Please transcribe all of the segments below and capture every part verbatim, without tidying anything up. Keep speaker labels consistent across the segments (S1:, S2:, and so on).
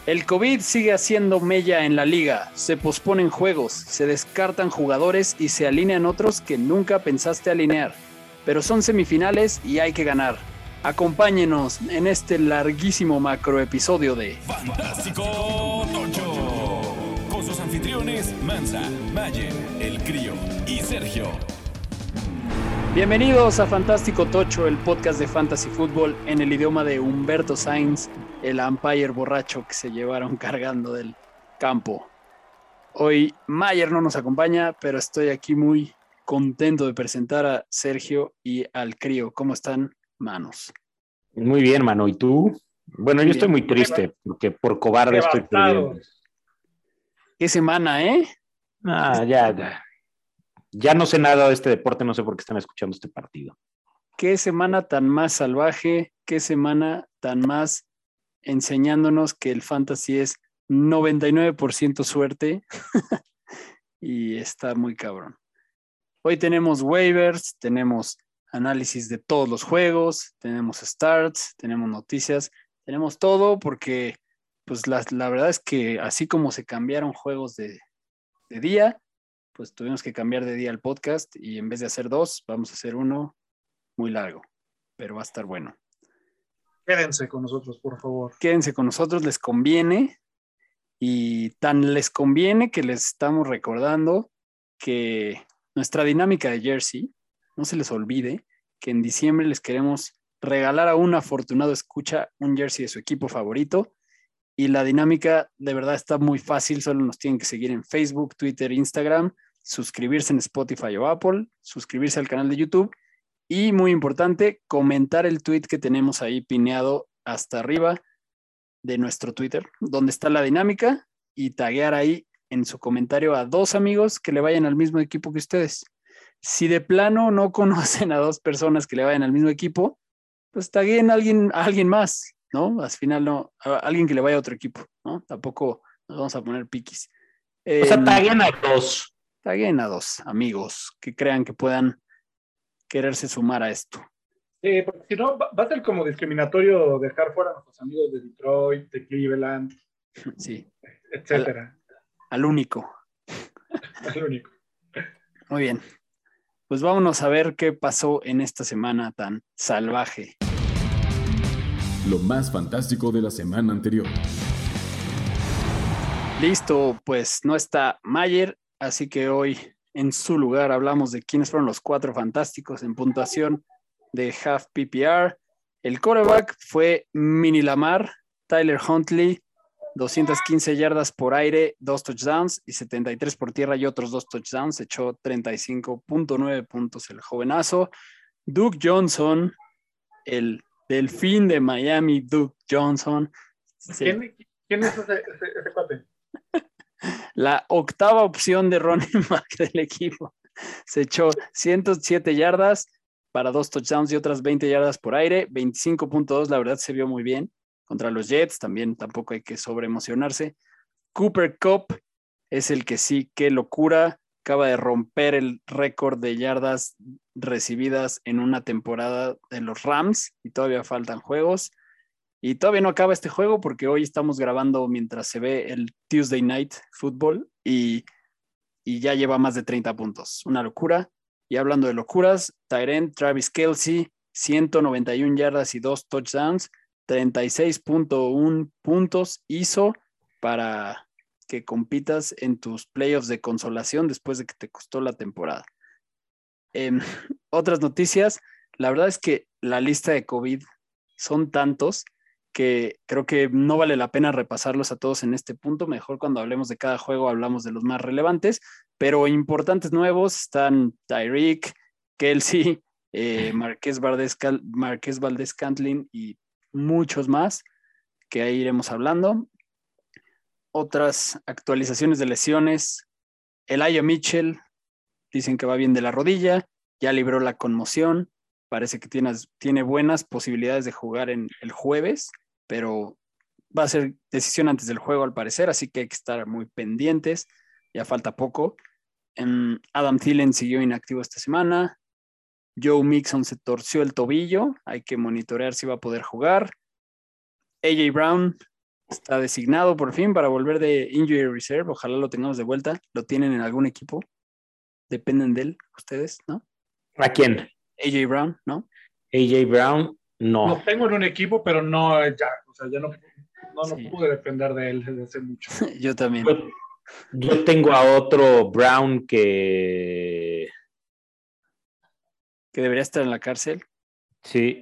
S1: El COVID sigue haciendo mella en la liga, se posponen juegos, se descartan jugadores y se alinean otros que nunca pensaste alinear. Pero son semifinales y hay que ganar. Acompáñenos en este larguísimo macro episodio de
S2: Fantástico Tocho, con sus anfitriones Mansa, Mayer, El Crío y Sergio.
S1: Bienvenidos a Fantástico Tocho, el podcast de Fantasy Football en el idioma de Humberto Sainz, el umpire borracho que se llevaron cargando del campo. Hoy Mayer no nos acompaña, pero estoy aquí muy contento de presentar a Sergio y al Crío. ¿Cómo están, manos?
S3: Muy bien, mano. ¿Y tú? Bueno, yo estoy muy triste porque por cobarde estoy perdiendo.
S1: Qué semana, ¿eh?
S3: Ah, ya, ya. Ya no sé nada de este deporte, no sé por qué están escuchando este partido.
S1: Qué semana tan más salvaje, qué semana tan más enseñándonos que el fantasy es noventa y nueve por ciento suerte y está muy cabrón. Hoy tenemos waivers, tenemos análisis de todos los juegos, tenemos starts, tenemos noticias, tenemos todo porque pues la, la verdad es que así como se cambiaron juegos de, de día, pues tuvimos que cambiar de día el podcast y en vez de hacer dos, vamos a hacer uno muy largo, pero va a estar bueno.
S4: Quédense con nosotros, por favor.
S1: Quédense con nosotros, les conviene y tan les conviene que les estamos recordando que nuestra dinámica de Jersey, no se les olvide que en diciembre les queremos regalar a un afortunado escucha un jersey de su equipo favorito y la dinámica de verdad está muy fácil, solo nos tienen que seguir en Facebook, Twitter, Instagram, suscribirse en Spotify o Apple, suscribirse al canal de YouTube y muy importante, comentar el tweet que tenemos ahí pineado hasta arriba de nuestro Twitter, donde está la dinámica y taguear ahí en su comentario a dos amigos que le vayan al mismo equipo que ustedes. Si de plano no conocen a dos personas que le vayan al mismo equipo, pues tagueen a alguien, a alguien más, ¿no? Al final no, a alguien que le vaya a otro equipo, ¿no? Tampoco nos vamos a poner piquis.
S3: Eh, o sea, tagueen a dos.
S1: Tagueen a dos amigos que crean que puedan quererse sumar a esto.
S4: Sí, porque si no, va a ser como discriminatorio dejar fuera a nuestros amigos de Detroit, de Cleveland,
S1: sí,
S4: etcétera.
S1: Al, al único.
S4: Al único.
S1: Muy bien. Pues vámonos a ver qué pasó en esta semana tan salvaje.
S2: Lo más fantástico de la semana anterior.
S1: Listo, pues no está Mayer, así que hoy en su lugar hablamos de quiénes fueron los cuatro fantásticos en puntuación de Half P P R. El quarterback fue Mini Lamar, Tyler Huntley, doscientas quince yardas por aire, dos touchdowns y setenta y tres por tierra y otros dos touchdowns. Echó treinta y cinco punto nueve puntos el jovenazo. Duke Johnson, el delfín de Miami, Duke Johnson.
S4: ¿Quién, ¿quién es ese, ese, ese cuate?
S1: La octava opción de running back del equipo. Se echó ciento siete yardas para dos touchdowns y otras veinte yardas por aire. veinticinco punto dos, la verdad se vio muy bien. Contra los Jets también tampoco hay que sobreemocionarse. Cooper Kupp es el que sí, qué locura. Acaba de romper el récord de yardas recibidas en una temporada de los Rams y todavía faltan juegos. Y todavía no acaba este juego porque hoy estamos grabando mientras se ve el Tuesday Night Football y, y ya lleva más de treinta puntos. Una locura. Y hablando de locuras, tight end Travis Kelce, ciento noventa y una yardas y dos touchdowns, treinta y seis punto uno puntos hizo para que compitas en tus playoffs de consolación después de que te costó la temporada. Eh, otras noticias, la verdad es que la lista de COVID son tantos que creo que no vale la pena repasarlos a todos en este punto. Mejor cuando hablemos de cada juego hablamos de los más relevantes, pero importantes nuevos están Tyreek, Kelce, eh, Marqués Valdez, Marqués Valdez Cantlin y muchos más que ahí iremos hablando. Otras actualizaciones de lesiones, Elijah Mitchell, dicen que va bien de la rodilla, ya libró la conmoción, parece que tiene, tiene buenas posibilidades de jugar en el jueves, pero va a ser decisión antes del juego al parecer, así que hay que estar muy pendientes, ya falta poco. Um, Adam Thielen siguió inactivo esta semana, Joe Mixon se torció el tobillo, hay que monitorear si va a poder jugar. A J Brown Está designado por fin para volver de Injury Reserve. Ojalá lo tengamos de vuelta. ¿Lo tienen en algún equipo? Dependen de él, ustedes, ¿no?
S3: ¿A quién?
S1: A J Brown, ¿no?
S3: A J Brown, no.
S4: Lo tengo en un equipo, pero no ya. O sea, ya no, no, no
S1: Sí.
S4: pude depender de él desde hace mucho.
S1: Yo también.
S3: Yo, yo tengo a otro Brown que
S1: Que debería estar en la cárcel.
S3: sí.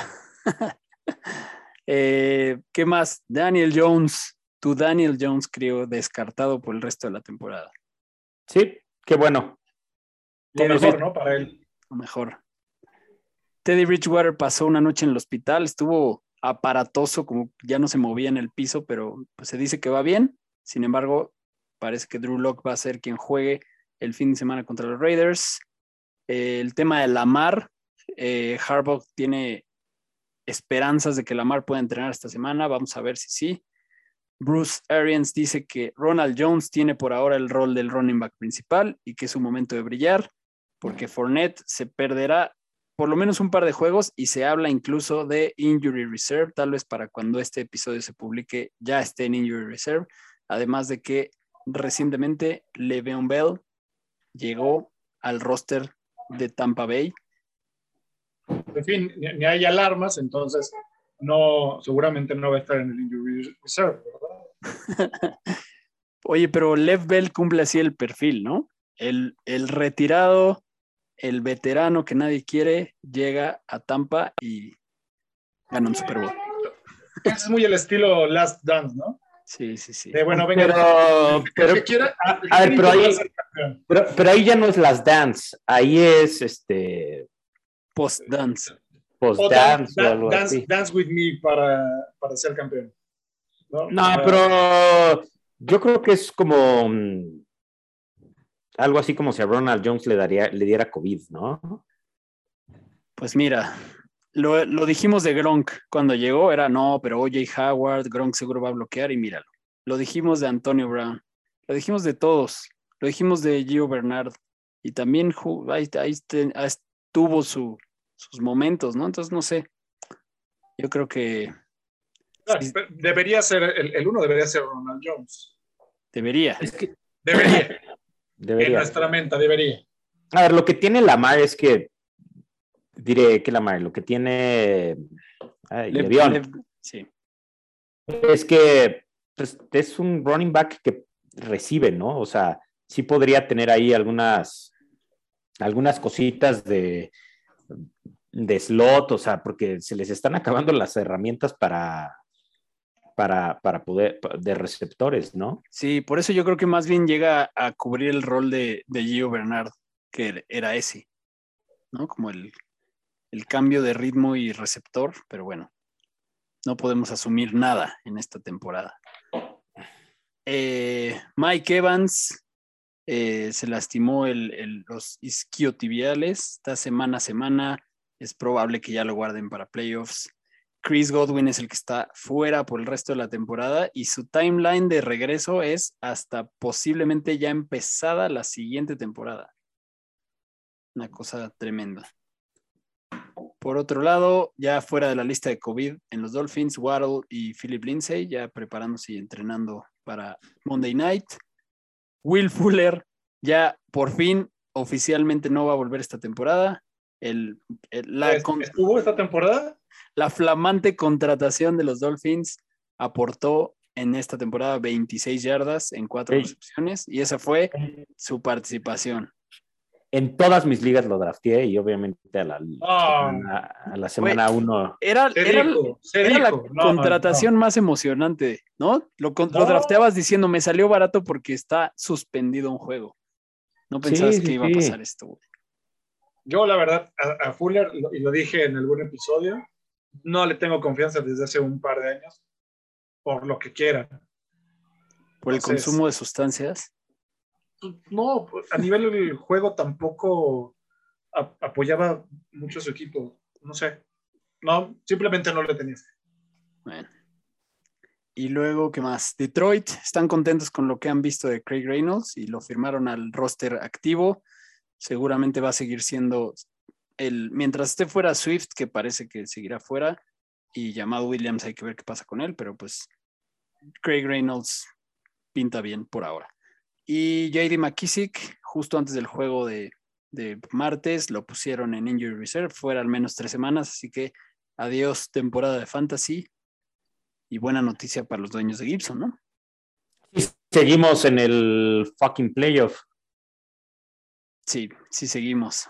S1: eh, ¿Qué más? Daniel Jones. Tu Daniel Jones, creo, descartado por el resto de la temporada.
S3: Sí, qué bueno.
S4: Lo mejor, ¿no? Para él.
S1: Lo mejor. Teddy Bridgewater pasó una noche en el hospital, estuvo aparatoso, como ya no se movía en el piso, pero pues, se dice que va bien. Sin embargo, parece que Drew Lock va a ser quien juegue el fin de semana contra los Raiders. Eh, el tema de Lamar, eh, Harbaugh tiene esperanzas de que Lamar pueda entrenar esta semana. Vamos a ver si sí. Bruce Arians dice que Ronald Jones tiene por ahora el rol del running back principal y que es su momento de brillar, porque Fournette se perderá por lo menos un par de juegos y se habla incluso de Injury Reserve, tal vez para cuando este episodio se publique ya esté en Injury Reserve, además de que recientemente Le'Veon Bell llegó al roster de Tampa Bay.
S4: En fin, ni, ni hay alarmas, entonces no, seguramente no va a estar en el Injury Reserve, ¿verdad?
S1: Oye, pero Lev Bell cumple así el perfil, ¿no? El, el retirado, el veterano que nadie quiere, llega a Tampa y gana un Super Bowl.
S4: Ese es muy el estilo Last Dance, ¿no?
S1: Sí, sí, sí.
S4: De bueno, venga,
S3: Pero,
S4: el que
S3: pero,
S4: quiera,
S3: a,
S4: el que
S3: a ver,
S4: quiera
S3: pero ahí,
S4: intentar ser campeón.
S3: pero, pero ahí ya no es las dance, ahí es este
S1: Post-dance.
S3: post
S4: O
S3: dance
S4: dan-
S3: o algo
S4: dance,
S3: así.
S4: dance with me para, para ser campeón. No,
S3: No,
S4: O sea,
S3: pero yo creo que es como mm, algo así como si a Ronald Jones le daría, le diera COVID, ¿no?
S1: Pues mira, lo, lo dijimos de Gronk cuando llegó, era no, pero O J Howard, Gronk seguro va a bloquear y míralo. Lo dijimos de Antonio Brown, lo dijimos de todos, lo dijimos de Gio Bernard y también ju- ahí, ahí te- ahí tuvo su, sus momentos, ¿no? Entonces, no sé, yo creo que
S4: claro,
S1: sí,
S4: pero debería ser, el, el uno debería ser Ronald Jones.
S1: debería.
S3: Es que
S4: Debería. En
S3: debería.
S4: nuestra mente, debería.
S3: A ver, lo que tiene Lamar es que, diré que Lamar, lo que tiene ay,
S1: Le-
S3: Le'Veon,
S1: le- sí.
S3: es que pues, es un running back que recibe, ¿no? O sea, sí podría tener ahí algunas, algunas cositas de, de slot, o sea, porque se les están acabando las herramientas para, para, para poder, de receptores, ¿no?
S1: Sí, por eso yo creo que más bien llega a cubrir el rol de, de Gio Bernard, que era ese, ¿no? Como el, el cambio de ritmo y receptor, pero bueno, no podemos asumir nada en esta temporada. Eh, Mike Evans eh, se lastimó el, el, los isquiotibiales, está semana a semana, es probable que ya lo guarden para playoffs. Chris Godwin es el que está fuera por el resto de la temporada y su timeline de regreso es hasta posiblemente ya empezada la siguiente temporada. Una cosa tremenda. Por otro lado, ya fuera de la lista de COVID en los Dolphins, Waddle y Philip Lindsay ya preparándose y entrenando para Monday Night. Will Fuller ya por fin oficialmente no va a volver esta temporada. El, el, la, con,
S4: ¿Estuvo esta temporada?
S1: La flamante contratación de los Dolphins aportó en esta temporada veintiséis yardas en cuatro
S3: Sí.
S1: recepciones y esa fue su participación.
S3: En todas mis ligas lo drafteé y obviamente a la
S4: Ah.
S3: semana, a la semana uno.
S1: Era,
S4: Se
S1: era,
S4: dijo, se
S1: era la
S4: dijo. No,
S1: contratación más emocionante, ¿no? Lo, con- lo
S4: No.
S1: drafteabas diciendo, me salió barato porque está suspendido un juego. No pensabas
S3: Sí,
S1: que
S3: sí,
S1: iba
S3: sí.
S1: a pasar esto, güey.
S4: Yo, la verdad, a, a Fuller, lo- y lo dije en algún episodio, no le tengo confianza desde hace un par de años, por lo que quiera.
S1: Por el
S4: Entonces,
S1: consumo de sustancias.
S4: No, a nivel del juego tampoco a- apoyaba mucho a su equipo. No sé. No, simplemente no le tenía.
S1: Bueno. Y luego, ¿qué más? Detroit están contentos con lo que han visto de Craig Reynolds y lo firmaron al roster activo. Seguramente va a seguir siendo el, mientras esté fuera Swift, que parece que seguirá fuera, y llamado Williams, hay que ver qué pasa con él, pero pues Craig Reynolds pinta bien por ahora. Y J D McKissick, justo antes del juego de, de martes, lo pusieron en Injury Reserve, fuera al menos tres semanas, así que adiós temporada de Fantasy y buena noticia para los dueños de Gibson, ¿no?
S3: Sí, seguimos en el fucking playoff.
S1: Sí, sí seguimos.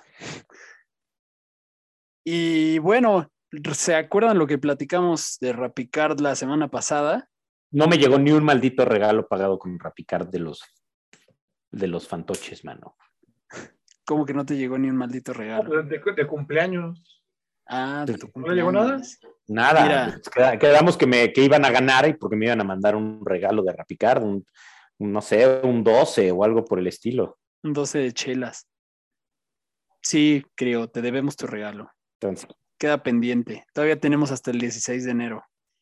S1: Y bueno, ¿se acuerdan lo que platicamos de Rapicard la semana pasada?
S3: No me llegó ni un maldito regalo pagado con Rapicard de los, de los fantoches, mano.
S1: ¿Cómo que no te llegó ni un maldito regalo?
S4: No, de, de cumpleaños.
S1: Ah, de tu
S4: ¿No le llegó nada?
S3: Nada.
S1: Mira.
S3: Pues, quedamos que, me, que iban a ganar y porque me iban a mandar un regalo de Rapicard, un, un, no sé, un doce o algo por el estilo.
S1: Un doce de chelas. Sí, creo, te debemos tu regalo.
S3: Entonces,
S1: queda pendiente. Todavía tenemos hasta el dieciséis de enero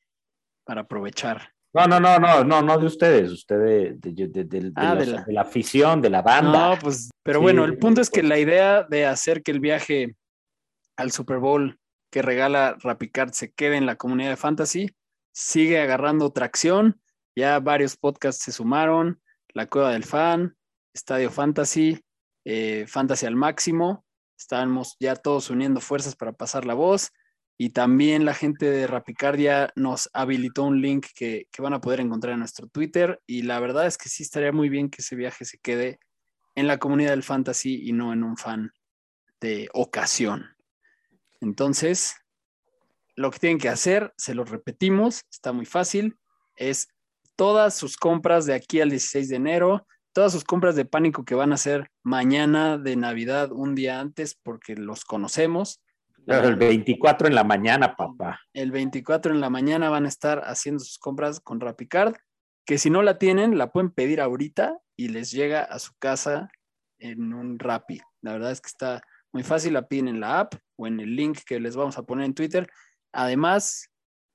S1: para aprovechar.
S3: No, no, no, no, no, no de ustedes, ustedes de, de, de, de, de,
S1: ah,
S3: los,
S1: de, la...
S3: de la afición, de la banda.
S1: No, pues, pero
S3: sí,
S1: bueno, el punto es que
S3: pues.
S1: la idea de hacer que el viaje al Super Bowl que regala Rapicard se quede en la comunidad de Fantasy sigue agarrando tracción. Ya varios podcasts se sumaron, La Cueva del Fan, Estadio Fantasy, eh, Fantasy al Máximo. Estamos ya todos uniendo fuerzas para pasar la voz. Y también la gente de Rapicardia nos habilitó un link que, que van a poder encontrar en nuestro Twitter. Y la verdad es que sí estaría muy bien que ese viaje se quede en la comunidad del Fantasy y no en un fan de ocasión. Entonces, lo que tienen que hacer, se lo repetimos, está muy fácil, es todas sus compras de aquí al dieciséis de enero, todas sus compras de pánico que van a hacer mañana de Navidad, un día antes, porque los conocemos.
S3: El veinticuatro en la mañana, papá.
S1: El veinticuatro en la mañana van a estar haciendo sus compras con Rapicard, que si no la tienen, la pueden pedir ahorita y les llega a su casa en un Rappi. La verdad es que está muy fácil, la piden en la app o en el link que les vamos a poner en Twitter. Además,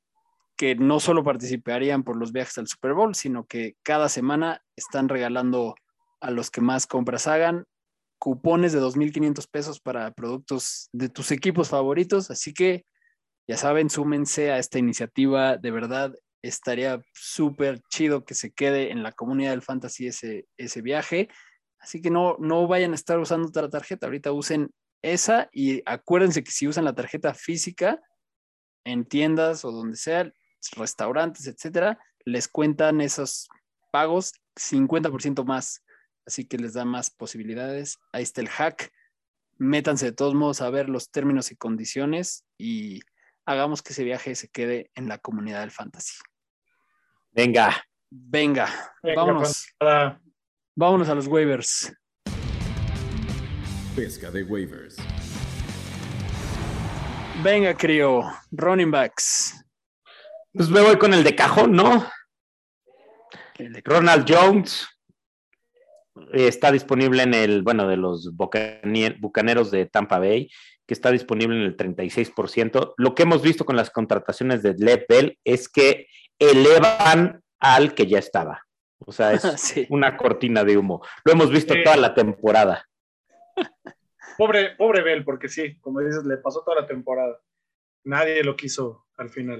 S1: que no solo participarían por los viajes al Super Bowl, sino que cada semana están regalando a los que más compras hagan cupones de dos mil quinientos pesos para productos de tus equipos favoritos. Así que, ya saben, súmense a esta iniciativa. De verdad, estaría súper chido que se quede en la comunidad del Fantasy ese, ese viaje. Así que no, no vayan a estar usando otra tarjeta. Ahorita usen esa y acuérdense que si usan la tarjeta física en tiendas o donde sea, restaurantes, etcétera, les cuentan esos pagos cincuenta por ciento más. Así que les da más posibilidades. Ahí está el hack. Métanse de todos modos a ver los términos y condiciones y hagamos que ese viaje se quede en la comunidad del Fantasy.
S3: Venga.
S1: Venga,
S4: Venga
S1: vámonos.
S4: Para...
S1: Vámonos a los waivers.
S2: Pesca de waivers.
S1: Venga, crío. Running backs.
S3: Pues me voy con el de cajón, ¿no? De Ronald Jones. Está disponible en el, bueno, de los Bucaneros de Tampa Bay, que está disponible en el treinta y seis por ciento. Lo que hemos visto con las contrataciones de Lev Bell es que elevan al que ya estaba. O sea, es sí. una cortina de humo. Lo hemos visto eh, toda la temporada.
S4: Pobre, pobre Bell, porque sí, como dices, le pasó toda la temporada. Nadie lo quiso al final.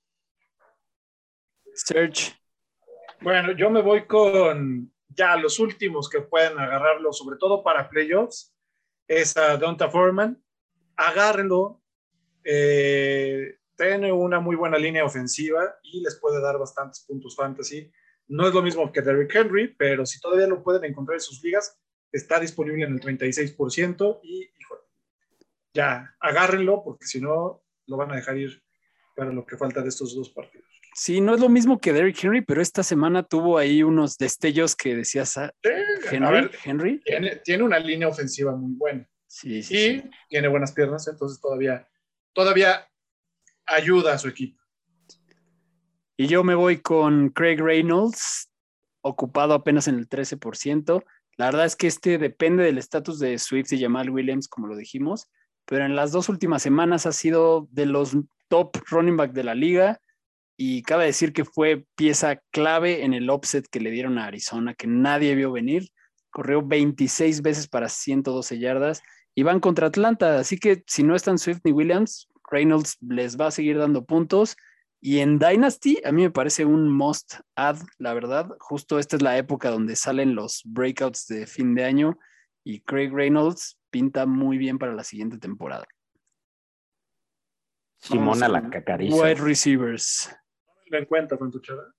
S1: Serge.
S4: Bueno, yo me voy con ya los últimos que pueden agarrarlo, sobre todo para playoffs, es a Donta Foreman. Agárrenlo. Eh, tiene una muy buena línea ofensiva y les puede dar bastantes puntos fantasy. No es lo mismo que Derrick Henry, pero si todavía lo pueden encontrar en sus ligas, está disponible en el treinta y seis por ciento y, híjole, ya, agárrenlo porque si no, lo van a dejar ir para lo que falta de estos dos partidos.
S1: Sí, no es lo mismo que Derrick Henry, pero esta semana tuvo ahí unos destellos que decías, ah,
S4: sí,
S1: Henry,
S4: ver,
S1: Henry.
S4: Tiene, tiene una línea ofensiva muy buena.
S1: Sí, sí,
S4: y
S1: sí.
S4: tiene buenas piernas, entonces todavía, todavía ayuda a su equipo.
S1: Y yo me voy con Craig Reynolds, ocupado apenas en el trece por ciento. La verdad es que este depende del estatus de Swift y Jamal Williams, como lo dijimos, pero en las dos últimas semanas ha sido de los top running back de la liga y cabe decir que fue pieza clave en el offset que le dieron a Arizona, que nadie vio venir. Corrió veintiséis veces para ciento doce yardas y van contra Atlanta, así que si no están Swift ni Williams, Reynolds les va a seguir dando puntos Y en Dynasty, a mí me parece un must add, la verdad. Justo esta es la época donde salen los breakouts de fin de año y Craig Reynolds pinta muy bien para la siguiente temporada.
S3: Simona la cacariza.
S1: Wide receivers.
S4: Lo encuentro con tu chava.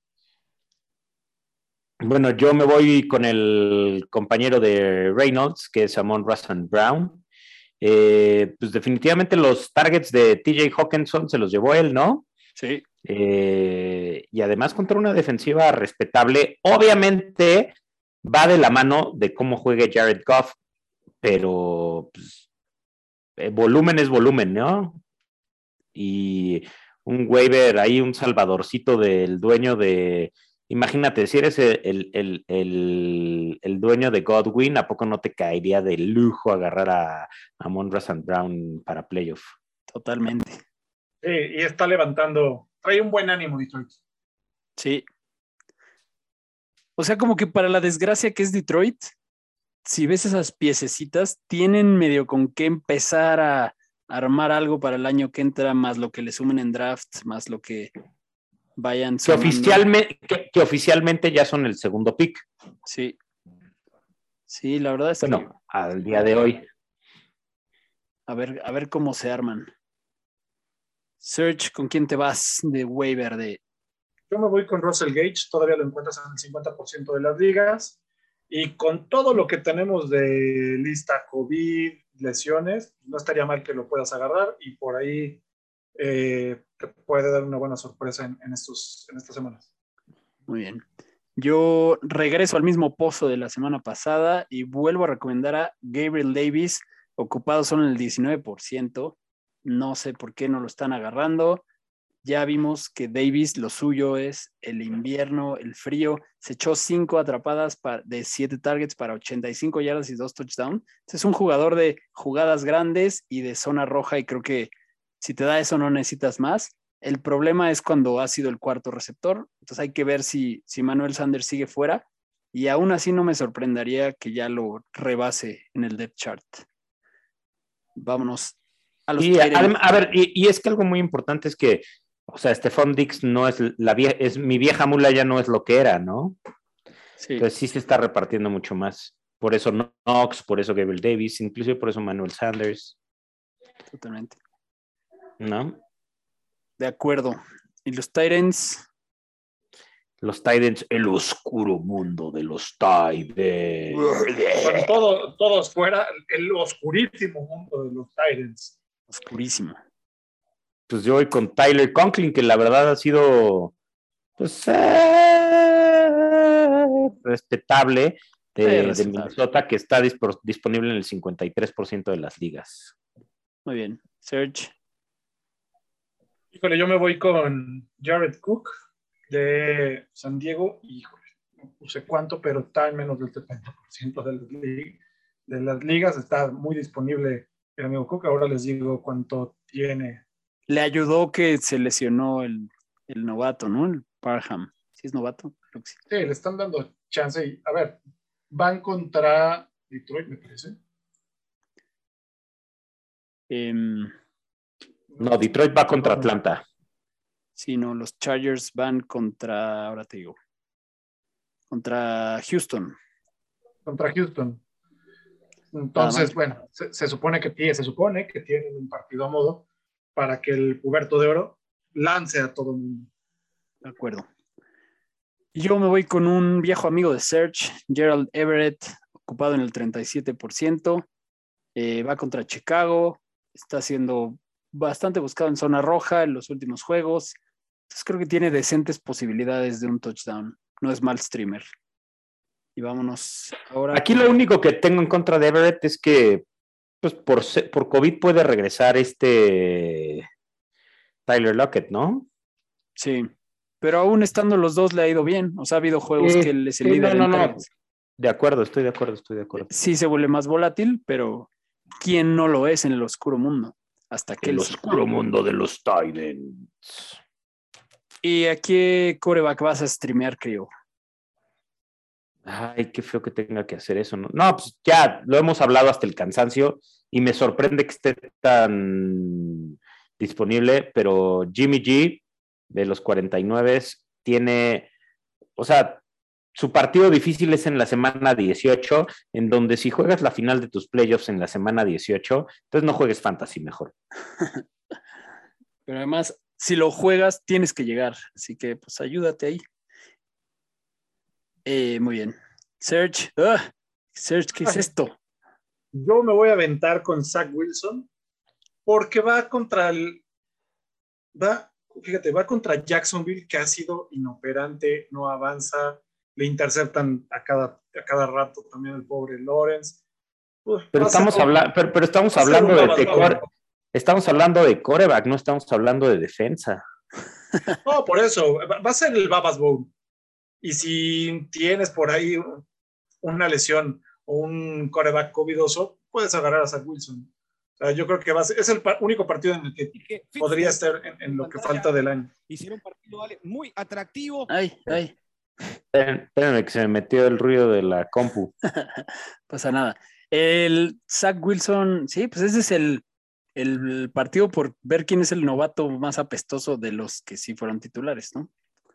S3: Bueno, yo me voy con el compañero de Reynolds, que es Amon-Ra Saint Brown. Eh, pues definitivamente los targets de T J Hawkinson se los llevó él, ¿no?
S1: Sí.
S3: Eh, y además contra una defensiva respetable. Obviamente va de la mano de cómo juegue Jared Goff, pero pues, eh, volumen es volumen, ¿no? Y un waiver ahí, un salvadorcito del dueño de... Imagínate, si eres el, el, el, el, el dueño de Godwin, ¿a poco no te caería de lujo agarrar a, a Amon-Ra Saint Brown para playoff?
S1: Totalmente.
S4: Sí, y está levantando, trae un buen ánimo Detroit.
S1: Sí. O sea, como que para la desgracia que es Detroit, si ves esas piececitas, tienen medio con qué empezar a armar algo para el año que entra, más lo que le sumen en draft, más lo que vayan
S3: que oficialmente, que, que oficialmente ya son el segundo pick.
S1: Sí. Sí, la verdad es
S3: bueno,
S1: que...
S3: Bueno, al día de hoy.
S1: A ver, a ver cómo se arman. Search, ¿con quién te vas de waiver? De...
S4: Yo me voy con Russell Gage, todavía lo encuentras en el cincuenta por ciento de las ligas. Y con todo lo que tenemos de lista COVID, lesiones, no estaría mal que lo puedas agarrar y por ahí eh, te puede dar una buena sorpresa en, en, estos, en estas semanas.
S1: Muy bien. Yo regreso al mismo pozo de la semana pasada y vuelvo a recomendar a Gabriel Davis, ocupado solo en el diecinueve por ciento. No sé por qué no lo están agarrando. Ya vimos que Davis, lo suyo es el invierno, el frío. Se echó cinco atrapadas para, de siete targets para ochenta y cinco yardas y dos touchdowns. Es un jugador de jugadas grandes y de zona roja y creo que si te da eso no necesitas más. El problema es cuando ha sido el cuarto receptor. Entonces hay que ver si, si Manuel Sanders sigue fuera y aún así no me sorprendería que ya lo rebase en el depth chart. Vámonos a los
S3: y, además, a ver, y, y es que algo muy importante es que o sea, Stephon Diggs no es la vieja, es mi vieja mula ya no es lo que era, ¿no?
S1: Sí.
S3: Entonces sí se está repartiendo mucho más. Por eso Knox, por eso Gabriel Davis, inclusive por eso Manuel Sanders.
S1: Totalmente.
S3: ¿No?
S1: De acuerdo. ¿Y los Titans?
S3: Los Titans, el oscuro mundo de los Titans.
S4: Con todo, todos fuera, el oscurísimo mundo de los Titans.
S1: Oscurísimo.
S3: Pues yo voy con Tyler Conklin, que la verdad ha sido pues eh, respetable, de, eh, de Minnesota, que está disp- disponible en el cincuenta y tres por ciento de las ligas.
S1: Muy bien. Serge.
S4: Híjole, yo me voy con Jared Cook de San Diego. Híjole, no sé cuánto, pero está en menos del setenta por ciento de las, lig- de las ligas. Está muy disponible el amigo Cook. Ahora les digo cuánto tiene.
S1: Le ayudó que se lesionó el, el novato, ¿no? El Parham. ¿Sí es novato? Creo que sí.
S4: Sí, le están dando chance. Y, a ver, van contra Detroit, me parece.
S1: Um,
S3: no, Detroit va contra Atlanta.
S1: Sí, no, los Chargers van contra, ahora te digo, contra Houston.
S4: Contra Houston. Entonces, bueno, se, se supone que tiene, se supone que tienen un partido a modo para que el puberto de oro lance a todo el mundo.
S1: De acuerdo. Yo me voy con un viejo amigo de Serge, Gerald Everett, ocupado en el treinta y siete por ciento. Eh, va contra Chicago. Está siendo bastante buscado en zona roja en los últimos juegos. Entonces creo que tiene decentes posibilidades de un touchdown. No es mal streamer. Y vámonos ahora.
S3: Aquí con... lo único que tengo en contra de Everett es que pues por, por COVID puede regresar este Tyler Lockett, ¿no?
S1: Sí, pero aún estando los dos le ha ido bien. O sea, ha habido juegos sí, que él es el sí, líder
S3: no,
S1: en
S3: no,
S1: targets.
S3: No. De acuerdo, estoy de acuerdo, estoy de acuerdo.
S1: Sí se vuelve más volátil, pero ¿quién no lo es en el oscuro mundo? Hasta que
S3: el oscuro mundo de los Titans.
S1: ¿Y a qué quarterback vas a streamear, creo?
S3: Ay, qué feo que tenga que hacer eso, ¿no? No, pues ya lo hemos hablado hasta el cansancio y me sorprende que esté tan disponible, pero Jimmy G de los cuarenta y nueve tiene, o sea, su partido difícil es en la semana dieciocho, en donde si juegas la final de tus playoffs en la semana dieciocho, entonces no juegues fantasy mejor.
S1: Pero además, si lo juegas, tienes que llegar. Así que, pues, ayúdate ahí. Eh, muy bien. Serge. ¡Uh! Serge, ¿qué es esto?
S4: Yo me voy a aventar con Zach Wilson porque va contra el... Va, fíjate, va contra Jacksonville, que ha sido inoperante, no avanza, le interceptan a cada, a cada rato también el pobre Lawrence. Uf,
S3: pero, estamos habla pero, pero estamos hablando de, de core, estamos hablando de quarterback, no estamos hablando de defensa.
S4: No, por eso, va a ser el Babas Bowl. Y si tienes por ahí una lesión o un quarterback covidoso, puedes agarrar a Zach Wilson. O sea, yo creo que va a ser, es el pa único partido en el que, que podría estar en, en lo que falta del año.
S5: Hicieron un partido vale, muy atractivo.
S1: Ay, ay.
S3: Espérenme que se me metió el ruido de la compu.
S1: Pasa nada. El Zach Wilson, sí, pues ese es el, el partido por ver quién es el novato más apestoso de los que sí fueron titulares, ¿no?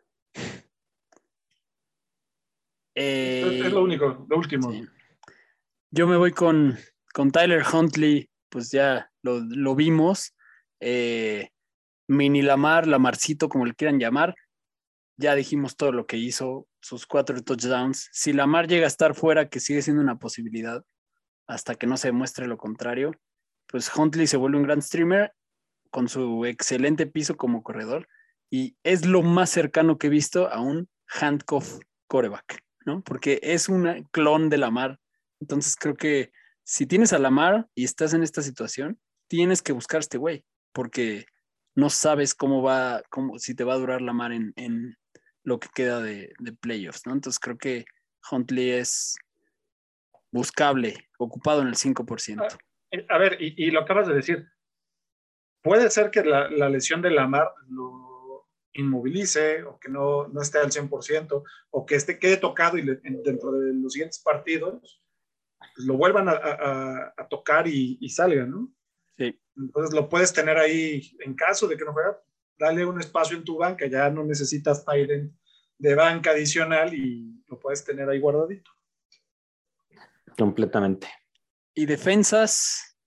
S4: Eh, es lo único, lo último.
S1: Sí. Yo me voy con, con Tyler Huntley, pues ya lo, lo vimos. Eh, Mini Lamar, Lamarcito, como le quieran llamar. Ya dijimos todo lo que hizo, sus cuatro touchdowns. Si Lamar llega a estar fuera, que sigue siendo una posibilidad, hasta que no se demuestre lo contrario, pues Huntley se vuelve un gran streamer con su excelente piso como corredor y es lo más cercano que he visto a un handcuff quarterback, ¿no? Porque es un clon de Lamar. Entonces creo que si tienes a Lamar y estás en esta situación, tienes que buscar a este güey, porque no sabes cómo va, cómo, si te va a durar Lamar en, en lo que queda de, de playoffs, ¿no? Entonces creo que Huntley es buscable, ocupado en el cinco por ciento.
S4: A, a ver, y, y lo acabas de decir, puede ser que la, la lesión de Lamar lo inmovilice o que no, no esté al cien por ciento o que esté, quede tocado y le, dentro de los siguientes partidos pues lo vuelvan a, a, a tocar y, y salga, ¿no?
S1: Sí.
S4: Entonces lo puedes tener ahí en caso de que no juegue, dale un espacio en tu banca, ya no necesitas tight end de banca adicional y lo puedes tener ahí guardadito.
S3: Completamente.
S1: ¿Y defensas?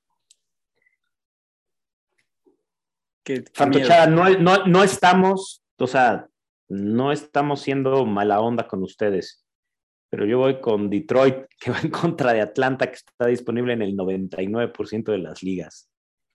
S1: ¿Qué, qué
S3: Fantochada, no, no, no estamos, o sea, no estamos siendo mala onda con ustedes, pero yo voy con Detroit, que va en contra de Atlanta, que está disponible en el noventa y nueve por ciento de las ligas.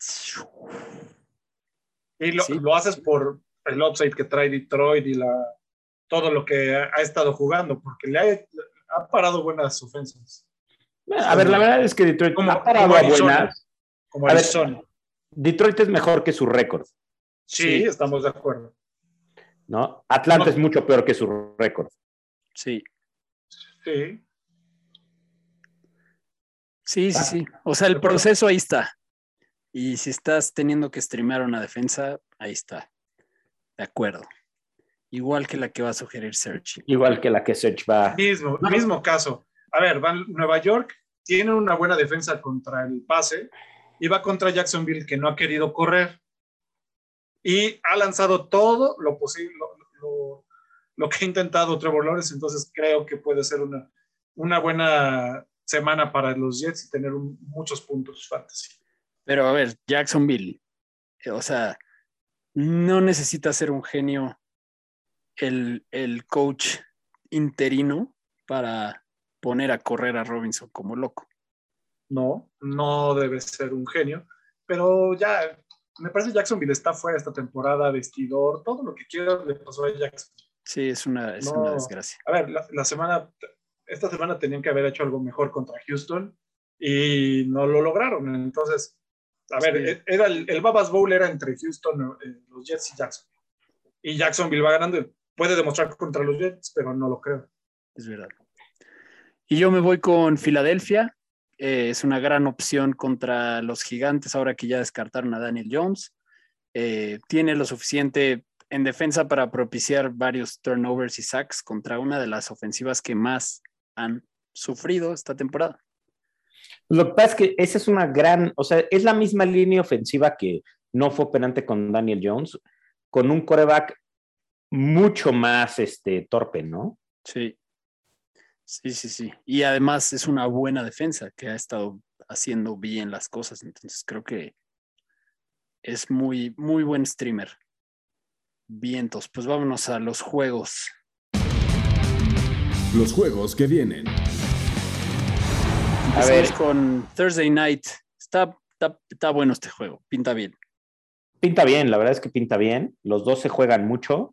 S4: Y lo,
S1: sí.
S4: lo haces por el upside que trae Detroit y la, todo lo que ha, ha estado jugando, porque le ha, ha parado buenas ofensas.
S3: A ver, la verdad es que Detroit
S4: como,
S3: ha parado
S4: como
S3: a
S4: Arizona,
S3: buenas.
S4: Como
S3: a
S4: Arizona.
S3: Ver, Detroit es mejor que su récord.
S4: Sí, sí, estamos de acuerdo.
S3: ¿No? Atlanta
S4: no.
S3: es mucho peor que su récord.
S1: Sí.
S4: Sí.
S1: Sí, sí, sí. O sea, el proceso ahí está. Y si estás teniendo que streamear una defensa, ahí está. De acuerdo. Igual que la que va a sugerir Serge.
S3: Igual que la que Serge va.
S4: Mismo,
S3: no.
S4: mismo caso. A ver, van Nueva York, tiene una buena defensa contra el pase y va contra Jacksonville, que no ha querido correr. Y ha lanzado todo lo posible, lo, lo, lo que ha intentado Trevor Lawrence, entonces creo que puede ser una, una buena semana para los Jets y tener un, muchos puntos fantasy.
S1: Pero a ver, Jacksonville, o sea, no necesita ser un genio el, el coach interino para poner a correr a Robinson como loco.
S4: No, no debe ser un genio, pero ya me parece que Jacksonville está fuera esta temporada, vestidor, todo lo que quiera le pasó a Jacksonville.
S1: Sí, es una, es
S4: no,
S1: una desgracia.
S4: A ver, la, la semana, esta semana tenían que haber hecho algo mejor contra Houston y no lo lograron. Entonces, a ver, sí. era el, el Babas Bowl era entre Houston, eh, los Jets y Jacksonville. Y Jacksonville va ganando, puede demostrar contra los Jets, pero no lo creo.
S1: Es verdad. Y yo me voy con Filadelfia. Eh, es una gran opción contra los Gigantes ahora que ya descartaron a Daniel Jones. Eh, tiene lo suficiente en defensa para propiciar varios turnovers y sacks contra una de las ofensivas que más han sufrido esta temporada.
S3: Lo que pasa es que esa es una gran, o sea, es la misma línea ofensiva que no fue operante con Daniel Jones, con un quarterback mucho más este, torpe, ¿no?
S1: Sí, sí, sí, sí. Y además es una buena defensa que ha estado haciendo bien las cosas. Entonces creo que es muy, muy buen streamer. Vientos, pues vámonos a los juegos.
S2: Los juegos que vienen.
S1: Empezamos a ver. Con Thursday Night. Está, está, está bueno este juego, pinta bien.
S3: Pinta bien, la verdad es que pinta bien. Los dos se juegan mucho.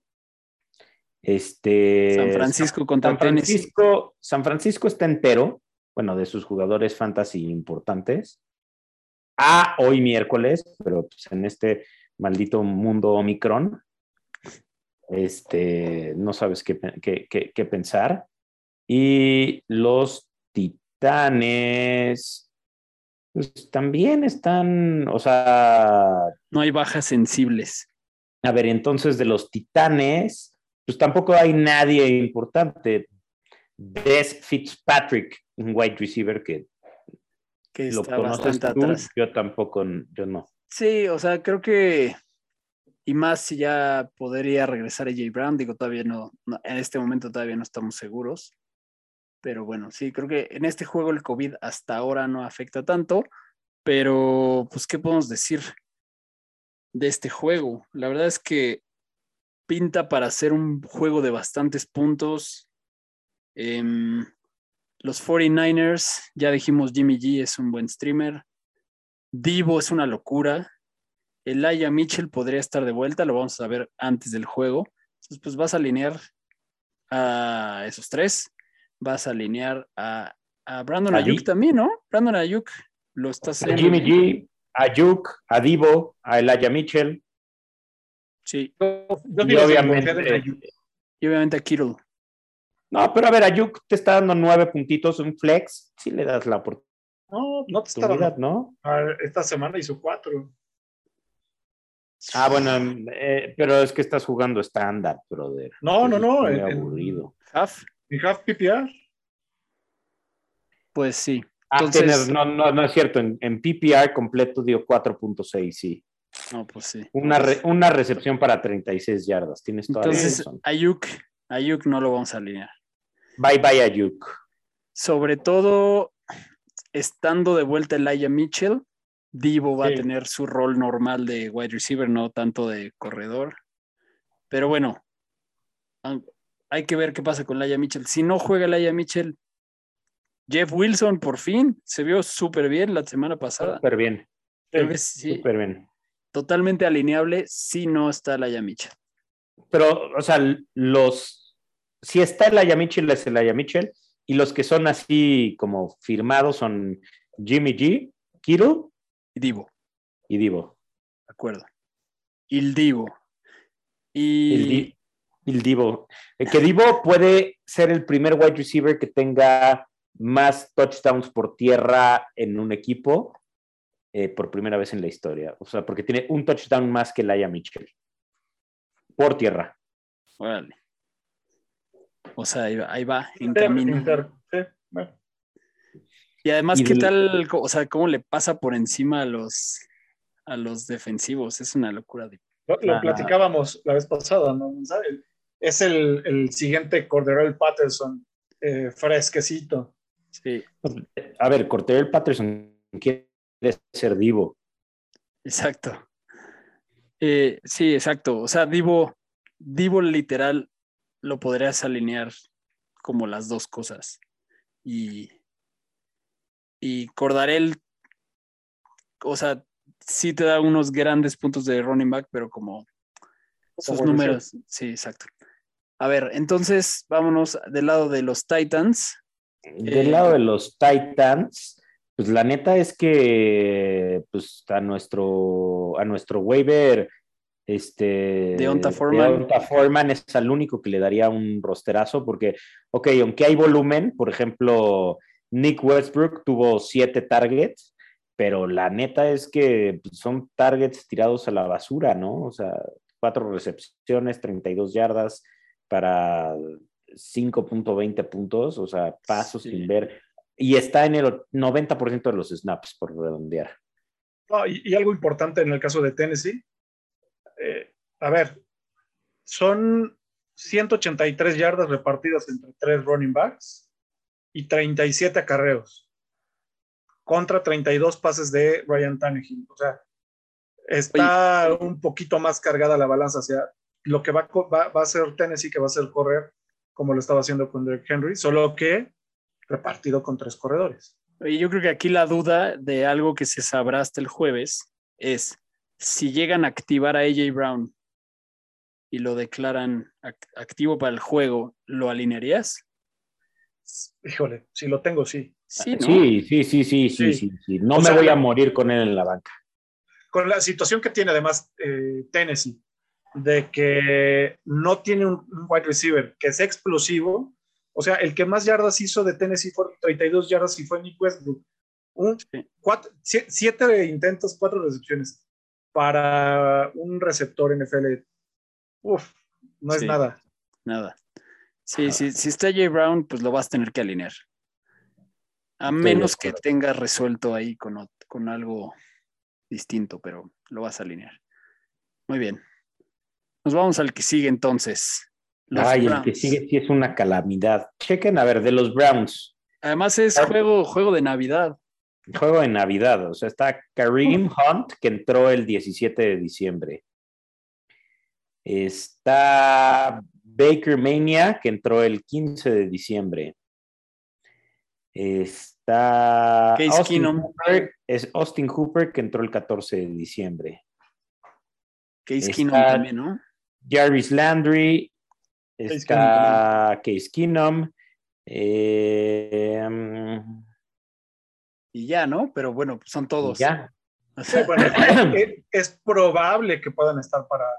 S3: Este,
S1: San Francisco contra
S3: San Francisco,
S1: Tennessee.
S3: San Francisco está entero, bueno, de sus jugadores fantasy importantes. A hoy miércoles, pero pues en este maldito mundo Omicron, este, no sabes qué, qué, qué, qué pensar. Y los Titanes, pues también están, o sea...
S1: No hay bajas sensibles.
S3: A ver, entonces de los Titanes, pues tampoco hay nadie importante. Des Fitzpatrick, un wide receiver que,
S1: que
S3: lo
S1: está
S3: conoces
S1: bastante
S3: tú,
S1: atrás.
S3: Yo tampoco, yo no.
S1: Sí, o sea, creo que y más si ya podría regresar a J. Brown, digo, todavía no, no, en este momento todavía no estamos seguros, pero bueno, sí, creo que en este juego el COVID hasta ahora no afecta tanto, pero pues, ¿qué podemos decir de este juego? La verdad es que pinta para ser un juego de bastantes puntos. Eh, los cuarenta y nueve ers, ya dijimos, Jimmy G es un buen streamer. Divo es una locura. Elijah Mitchell podría estar de vuelta, lo vamos a ver antes del juego. Entonces, pues vas a alinear a esos tres. Vas a alinear a, a Brandon
S3: A
S1: Ayuk
S3: Di-
S1: también, ¿no? Brandon Ayuk lo está
S3: A
S1: haciendo
S3: Jimmy
S1: bien.
S3: G, a Ayuk, a Divo, a Elijah Mitchell.
S1: Sí.
S4: Yo, yo
S3: Y
S4: digo que
S3: obviamente,
S4: confiar en Ayuk.
S1: Y obviamente a Kittle.
S3: no, pero a ver, Ayuk te está dando nueve puntitos, un flex, sí le das la
S4: No, no te estaba.
S3: oportunidad, ¿no?
S4: Esta semana hizo cuatro.
S3: Ah, bueno, eh, pero es que estás jugando estándar, brother.
S4: No, no,
S3: Eso
S4: no.
S3: es muy
S4: En,
S3: aburrido.
S1: Half,
S4: en half P P R.
S1: pues sí.
S3: Ah,
S1: Entonces,
S3: tienes, no, no, no es cierto, en, en P P R completo dio cuatro punto seis, sí.
S1: no, pues sí.
S3: Una, re- una recepción para treinta y seis yardas, tienes toda la
S1: Entonces,
S3: razón.
S1: Ayuk, Ayuk no lo vamos a alinear.
S3: Bye bye Ayuk.
S1: Sobre todo, estando de vuelta Elijah Mitchell, Divo va
S4: Sí.
S1: a tener su rol normal de wide receiver, no tanto de corredor. Pero bueno, hay que ver qué pasa con Elijah Mitchell. Si no juega Elijah Mitchell, Jeff Wilson por fin se vio súper bien la semana pasada.
S3: Súper bien.
S1: Creo que sí,
S3: Súper bien.
S1: totalmente alineable si no está Elijah Mitchell.
S3: Pero, o sea, los... Si está Elijah Mitchell, es Elijah Mitchell. Y los que son así como firmados son Jimmy G, Kittle
S1: Y Divo,
S3: y Divo.
S1: de acuerdo. Il Divo. Y
S3: El, Di- el Divo. Eh, Que Divo puede ser el primer wide receiver que tenga más touchdowns por tierra en un equipo eh, por primera vez en la historia. O sea, porque tiene un touchdown más que Elijah Mitchell. Por tierra.
S1: órale. O sea, ahí va, ahí va en
S4: Inter,
S1: camino.
S4: Inter, sí, bueno.
S1: Y además,
S3: Y
S1: ¿qué
S3: del-
S1: tal? O sea, ¿cómo le pasa por encima a los, a los defensivos? Es una locura. De...
S4: Lo, lo
S3: Ah.
S4: platicábamos la vez pasada, ¿no? ¿Sabe? Es el, el siguiente Cordarrelle Patterson, eh, fresquecito.
S1: Sí,
S3: A ver, Cordarrelle Patterson quiere ser Divo.
S1: exacto. Eh, sí, exacto. O sea, Divo, Divo literal lo podrías alinear como las dos cosas. Y, y Cordarrelle, o sea, sí te da unos grandes puntos de running back, pero como sus
S4: Como
S1: números. Sí, exacto. A ver, entonces vámonos del lado de los Titans.
S3: Del
S1: Eh,
S3: lado de los Titans, pues la neta es que pues a nuestro, a nuestro waiver, este
S1: Deonta Foreman.
S3: Deonta Foreman es al único que le daría un rosterazo, porque, ok, aunque hay volumen, por ejemplo, Nick Westbrook tuvo siete targets, pero la neta es que pues, son targets tirados a la basura, ¿no? O sea, cuatro recepciones, treinta y dos yardas para cinco punto veinte puntos, o sea, pasos
S1: Sí.
S3: sin ver, y está en el noventa por ciento de los snaps, por redondear.
S4: No, y, y algo importante en el caso de Tennessee, eh, a ver, Son ciento ochenta y tres yardas repartidas entre tres running backs y treinta y siete acarreos contra treinta y dos pases de Ryan Tannehill. O sea, está Oye. un poquito más cargada la balanza hacia lo que va, va, va a hacer Tennessee, que va a ser correr como lo estaba haciendo con Derrick Henry, solo que repartido con tres corredores.
S1: Oye, yo creo que aquí la duda de algo que se sabrá hasta el jueves es si llegan a activar a A J Brown y lo declaran act- activo para el juego, ¿lo alinearías?
S4: Híjole, si lo tengo, sí.
S1: Sí, ¿no?
S3: sí, sí, sí, sí, sí, sí, sí. No o me sea, voy a morir con él en la banca.
S4: Con la situación que tiene además eh, Tennessee, de que no tiene un, un wide receiver que es explosivo, o sea, el que más yardas hizo de Tennessee fueron treinta y dos yardas y fue Nick Westbrook. Un, sí. cuatro, siete intentos, cuatro recepciones para un receptor N F L. Uf, no sí, es nada.
S1: Nada. Sí, sí, si está Jay Brown, pues lo vas a tener que alinear. A menos sí, que tengas resuelto ahí con, con algo distinto, pero lo vas a alinear. Muy bien. Nos vamos al que sigue entonces.
S3: Los Ay, Browns. El que sigue sí es una calamidad. Chequen, a ver, de los Browns.
S1: Además es juego, juego de Navidad.
S3: Juego de Navidad. O sea, está Kareem Hunt, que entró el diecisiete de diciembre. Está Baker Mania, que entró el quince de diciembre. Está Austin Hooper, es Austin Hooper, que entró el catorce de diciembre.
S1: Case Keenum también, ¿no?
S3: Jarvis Landry, está Case Keenum. Eh,
S4: y
S1: ya, ¿no? Pero bueno, son todos.
S3: Ya.
S4: O sea, sí, bueno, es, es probable que puedan estar para...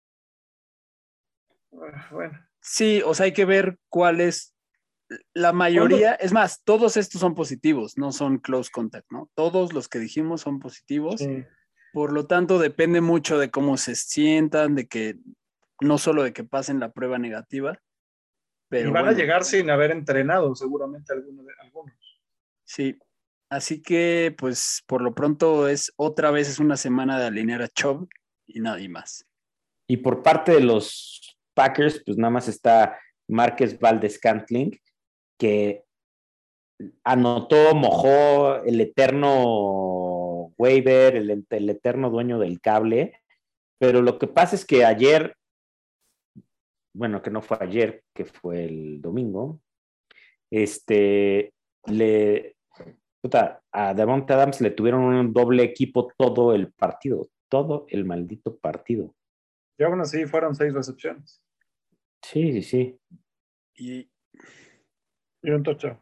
S4: Bueno.
S1: Sí, o sea, hay que ver cuál es la mayoría. ¿Cuándo? Es más, todos estos son positivos, no son close contact, ¿no? Todos los que dijimos son positivos.
S4: Sí.
S1: Por lo tanto, depende mucho de cómo se sientan, de que no solo de que pasen la prueba negativa, pero
S4: y van
S1: bueno,
S4: a llegar sin haber entrenado seguramente algunos de algunos.
S1: Sí, así que pues por lo pronto es otra vez es una semana de alinear a Chubb y nadie más.
S3: Y por parte de los Packers, pues nada más está Márquez Valdes-Scantling, que anotó, mojó el eterno waiver, el, el eterno dueño del cable, pero lo que pasa es que ayer, bueno, que no fue ayer, que fue el domingo, este, le, puta, a Davante Adams le tuvieron un doble equipo todo el partido, todo el maldito partido.
S4: Y aún así fueron seis recepciones.
S3: Sí, sí, sí.
S1: Y,
S4: y un touchdown.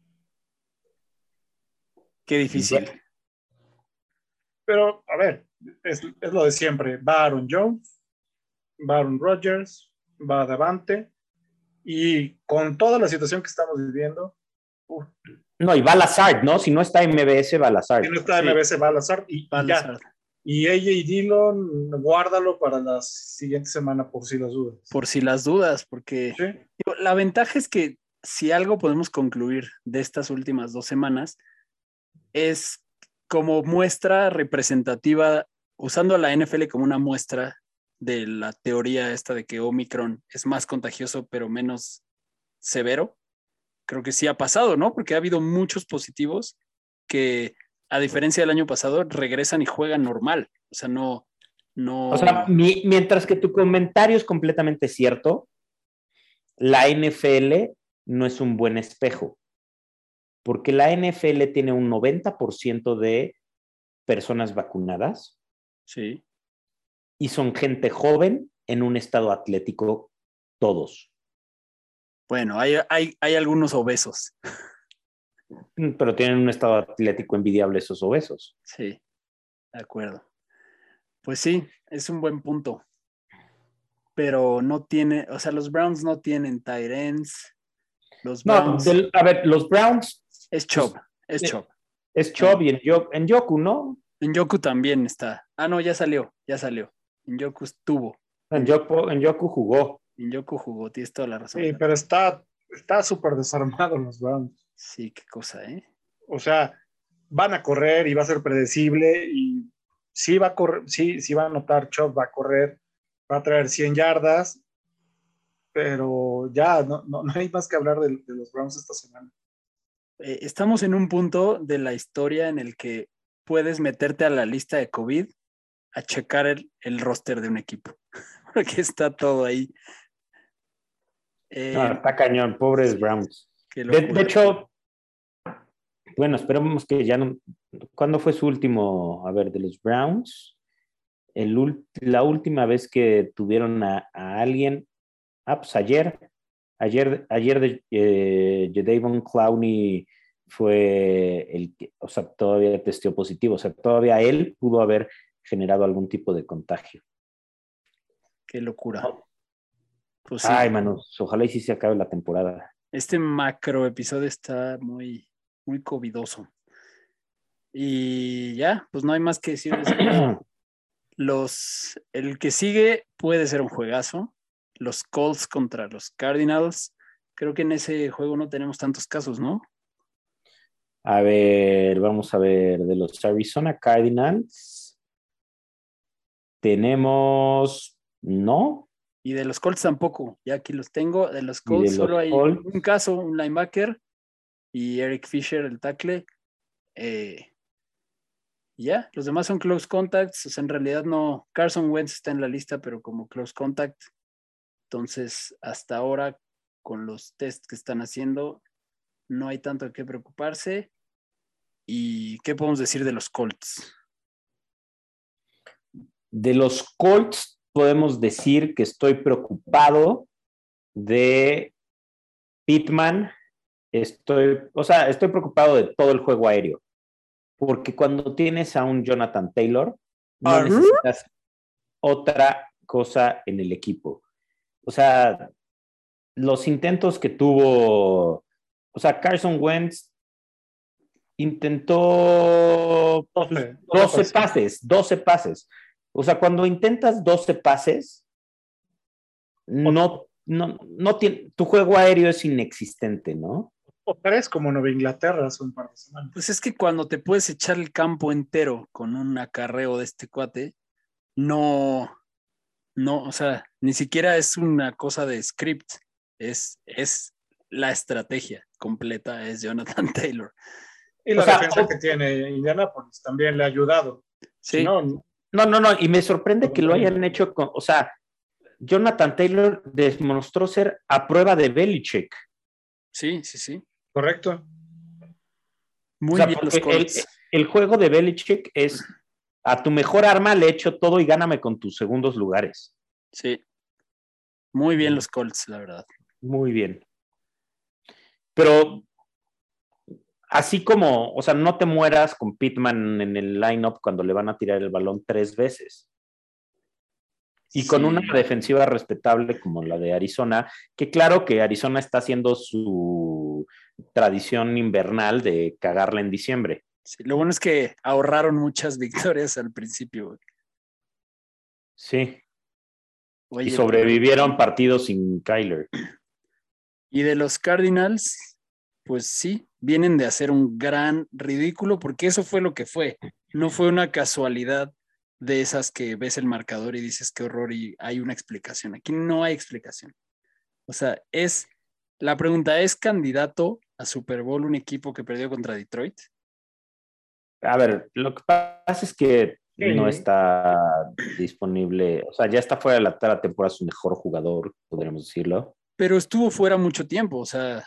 S1: Qué difícil.
S4: Pero, a ver, es, es lo de siempre. Va Aaron Jones, va Aaron Rodgers, va Davante, y con toda la situación que estamos viviendo... Uh,
S3: no, y va Lazard, ¿no? Si no está M V S, va Lazard.
S4: Si no está sí. M V S, va Lazard, y, y ya. Y A J Dillon, guárdalo para la siguiente semana por si las dudas.
S1: Por si las dudas, porque
S4: ¿sí?
S1: digo, la ventaja es que si algo podemos concluir de estas últimas dos semanas es como muestra representativa, usando a la N F L como una muestra de la teoría esta de que Omicron es más contagioso pero menos severo. Creo que sí ha pasado, ¿no? Porque ha habido muchos positivos que, a diferencia del año pasado, regresan y juegan normal. O sea, no... no...
S3: O sea, mi, mientras que tu comentario es completamente cierto, la N F L no es un buen espejo. Porque la N F L tiene un noventa por ciento de personas vacunadas.
S1: Sí.
S3: Y son gente joven en un estado atlético todos.
S1: Bueno, hay, hay, hay algunos obesos.
S3: Pero tienen un estado atlético envidiable esos obesos.
S1: Sí, de acuerdo. Pues sí, es un buen punto. Pero no tiene, o sea, los Browns no tienen tight ends. Los Browns...
S3: No, del, a ver, los Browns...
S1: Es Chubb, es Chubb.
S3: Es Chubb y en, Yo, en Yoku, ¿no?
S1: En Yoku también está. Ah, no, ya salió, ya salió. En Yoku estuvo.
S3: En Yoku, en Yoku jugó.
S1: En Yoku jugó, tienes toda la razón.
S4: Sí, pero está está súper desarmado los Browns.
S1: Sí, qué cosa, ¿eh?
S4: O sea, van a correr y va a ser predecible y sí va a correr, sí, sí va a anotar Chubb, va a correr, va a traer cien yardas, pero ya no, no, no hay más que hablar de, de los Browns esta semana.
S1: Eh, estamos en un punto de la historia en el que puedes meterte a la lista de COVID a checar el, el roster de un equipo, porque está todo ahí. Eh,
S3: No, está cañón, pobres Browns.
S1: qué
S3: De,
S1: locura.
S3: de hecho, bueno, esperemos que ya no. ¿Cuándo fue su último? A ver, de los Browns. El, ul- la última vez que tuvieron a, a alguien. Ah, pues ayer. Ayer, ayer de eh, Jadeveon Clowney fue el que, o sea, todavía testeó positivo. O sea, todavía él pudo haber generado algún tipo de contagio.
S1: Qué locura.
S3: Oh.
S1: Pues sí,
S3: Ay, manos, ojalá y sí se acabe la temporada.
S1: este macro episodio está muy, muy covidoso. Y ya, pues no hay más que decir de ese juego. Los, el que sigue puede ser un juegazo. Los Colts contra los Cardinals. Creo que en ese juego no tenemos tantos casos, ¿no?
S3: A ver, vamos a ver, de los Arizona Cardinals, tenemos, no,
S1: Y de los Colts tampoco. Ya aquí los tengo. De los
S3: y
S1: Colts
S3: de
S1: solo
S3: los
S1: hay
S3: Colts,
S1: un caso, un linebacker y Eric Fisher, el tackle. Eh, y ya, los demás son close contacts. O sea, en realidad no. Carson Wentz está en la lista, pero como close contact. Entonces, hasta ahora, con los tests que están haciendo, no hay tanto de qué preocuparse. ¿Y qué podemos decir de los Colts?
S3: de los Colts podemos decir que estoy preocupado de Pittman, estoy, o sea, estoy preocupado de todo el juego aéreo, porque cuando tienes a un Jonathan Taylor, no
S1: ¿Ah?
S3: necesitas otra cosa en el equipo. O sea, los intentos que tuvo, o sea, Carson Wentz intentó
S4: doce,
S3: doce pases, doce pases. O sea, cuando intentas doce pases, no, no, no tiene, tu juego aéreo es inexistente, ¿no?
S4: O tres como Nueva Inglaterra hace un par de semanas.
S1: Pues es que cuando te puedes echar el campo entero con un acarreo de este cuate, no, no, o sea, ni siquiera es una cosa de script, es, es la estrategia completa, es Jonathan Taylor.
S4: Y la
S3: O sea,
S4: defensa
S3: o-
S4: que tiene Indianapolis también le ha ayudado.
S1: Sí,
S4: Si no,
S3: No, no, no, y me sorprende que lo hayan hecho con, o sea, Jonathan Taylor demostró ser a prueba de Belichick.
S1: sí, sí, sí.
S4: correcto.
S1: Muy
S3: O sea,
S1: bien los
S3: porque el,
S1: Colts.
S3: el juego de Belichick es a tu mejor arma le echo todo y gáname con tus segundos lugares.
S1: Sí, muy bien los Colts, la verdad.
S3: Muy bien. Pero así como, o sea, no te mueras con Pittman en el lineup cuando le van a tirar el balón tres veces. Y con
S1: Sí.
S3: una defensiva respetable como la de Arizona, que claro que Arizona está haciendo su tradición invernal de cagarla en diciembre.
S1: Sí, lo bueno es que ahorraron muchas victorias al principio. Güey.
S3: Sí.
S1: Oye,
S3: Y sobrevivieron partidos sin Kyler.
S1: y de los Cardinals, pues sí, vienen de hacer un gran ridículo, porque eso fue lo que fue. No fue una casualidad de esas que ves el marcador y dices qué horror y hay una explicación. Aquí no hay explicación. O sea, es la pregunta, ¿es candidato a Super Bowl un equipo que perdió contra Detroit?
S3: A ver, lo que pasa es que
S4: Sí.
S3: no está disponible, o sea, ya está fuera de la, la temporada su mejor jugador, podríamos decirlo.
S1: Pero estuvo fuera mucho tiempo, o sea,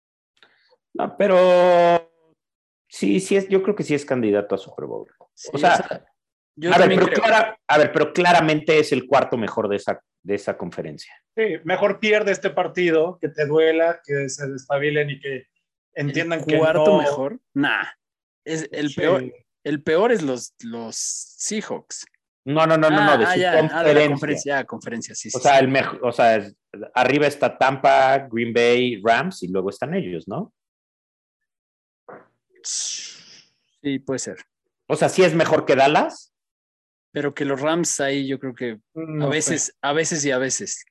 S3: No, pero sí, sí es, yo creo que sí es candidato a Super Bowl.
S1: sí,
S3: o sea,
S1: o sea, yo
S3: a ver,
S1: también
S3: pero
S1: creo.
S3: clara- a ver, pero claramente es el cuarto mejor de esa, de esa conferencia.
S4: Sí, mejor pierde este partido, que te duela, que se despabilen y que entiendan
S1: ¿El
S4: que
S1: cuarto
S4: no.
S1: mejor? Nah. Es el
S4: Sí.
S1: peor. El peor es los, los Seahawks.
S3: No, no, no, no,
S1: ah,
S3: no, de
S1: ah,
S3: su
S1: ya,
S3: conferencia.
S1: ah, de la conferencia, ah, conferencia, sí, sí.
S3: O sea,
S1: sí.
S3: el mejor, o sea, es- arriba está Tampa, Green Bay, Rams y luego están ellos, ¿no?
S1: Sí, puede ser.
S3: O sea, sí es mejor que Dallas.
S1: Pero que los Rams ahí yo creo que
S4: No
S1: a
S4: sé.
S1: veces, a veces y a veces.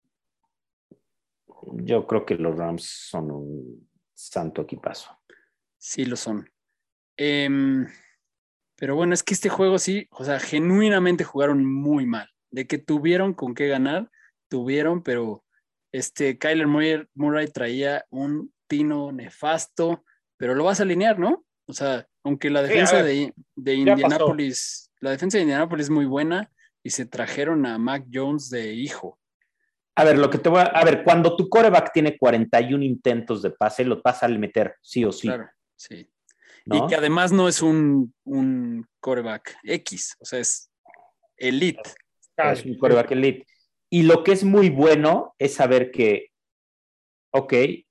S3: Yo creo que los Rams son un santo equipazo.
S1: Sí lo son. Em, pero bueno, es que este juego sí, o sea, genuinamente jugaron muy mal. De que tuvieron con qué ganar, tuvieron, pero Este Kyler Murray, Murray traía un tino nefasto, pero lo vas a alinear, ¿no? O sea, aunque la defensa
S4: ver,
S1: de, de Indianapolis, la defensa de Indianapolis es muy buena y se trajeron a Mac Jones de hijo.
S3: A ver, lo que te voy a, a ver, cuando tu quarterback tiene cuarenta y uno intentos de pase, lo vas a meter sí o sí.
S1: Claro, sí.
S3: ¿No?
S1: Y que además no es un, un quarterback X, o sea, es elite.
S3: Es un quarterback elite. Y lo que es muy bueno es saber que, ok,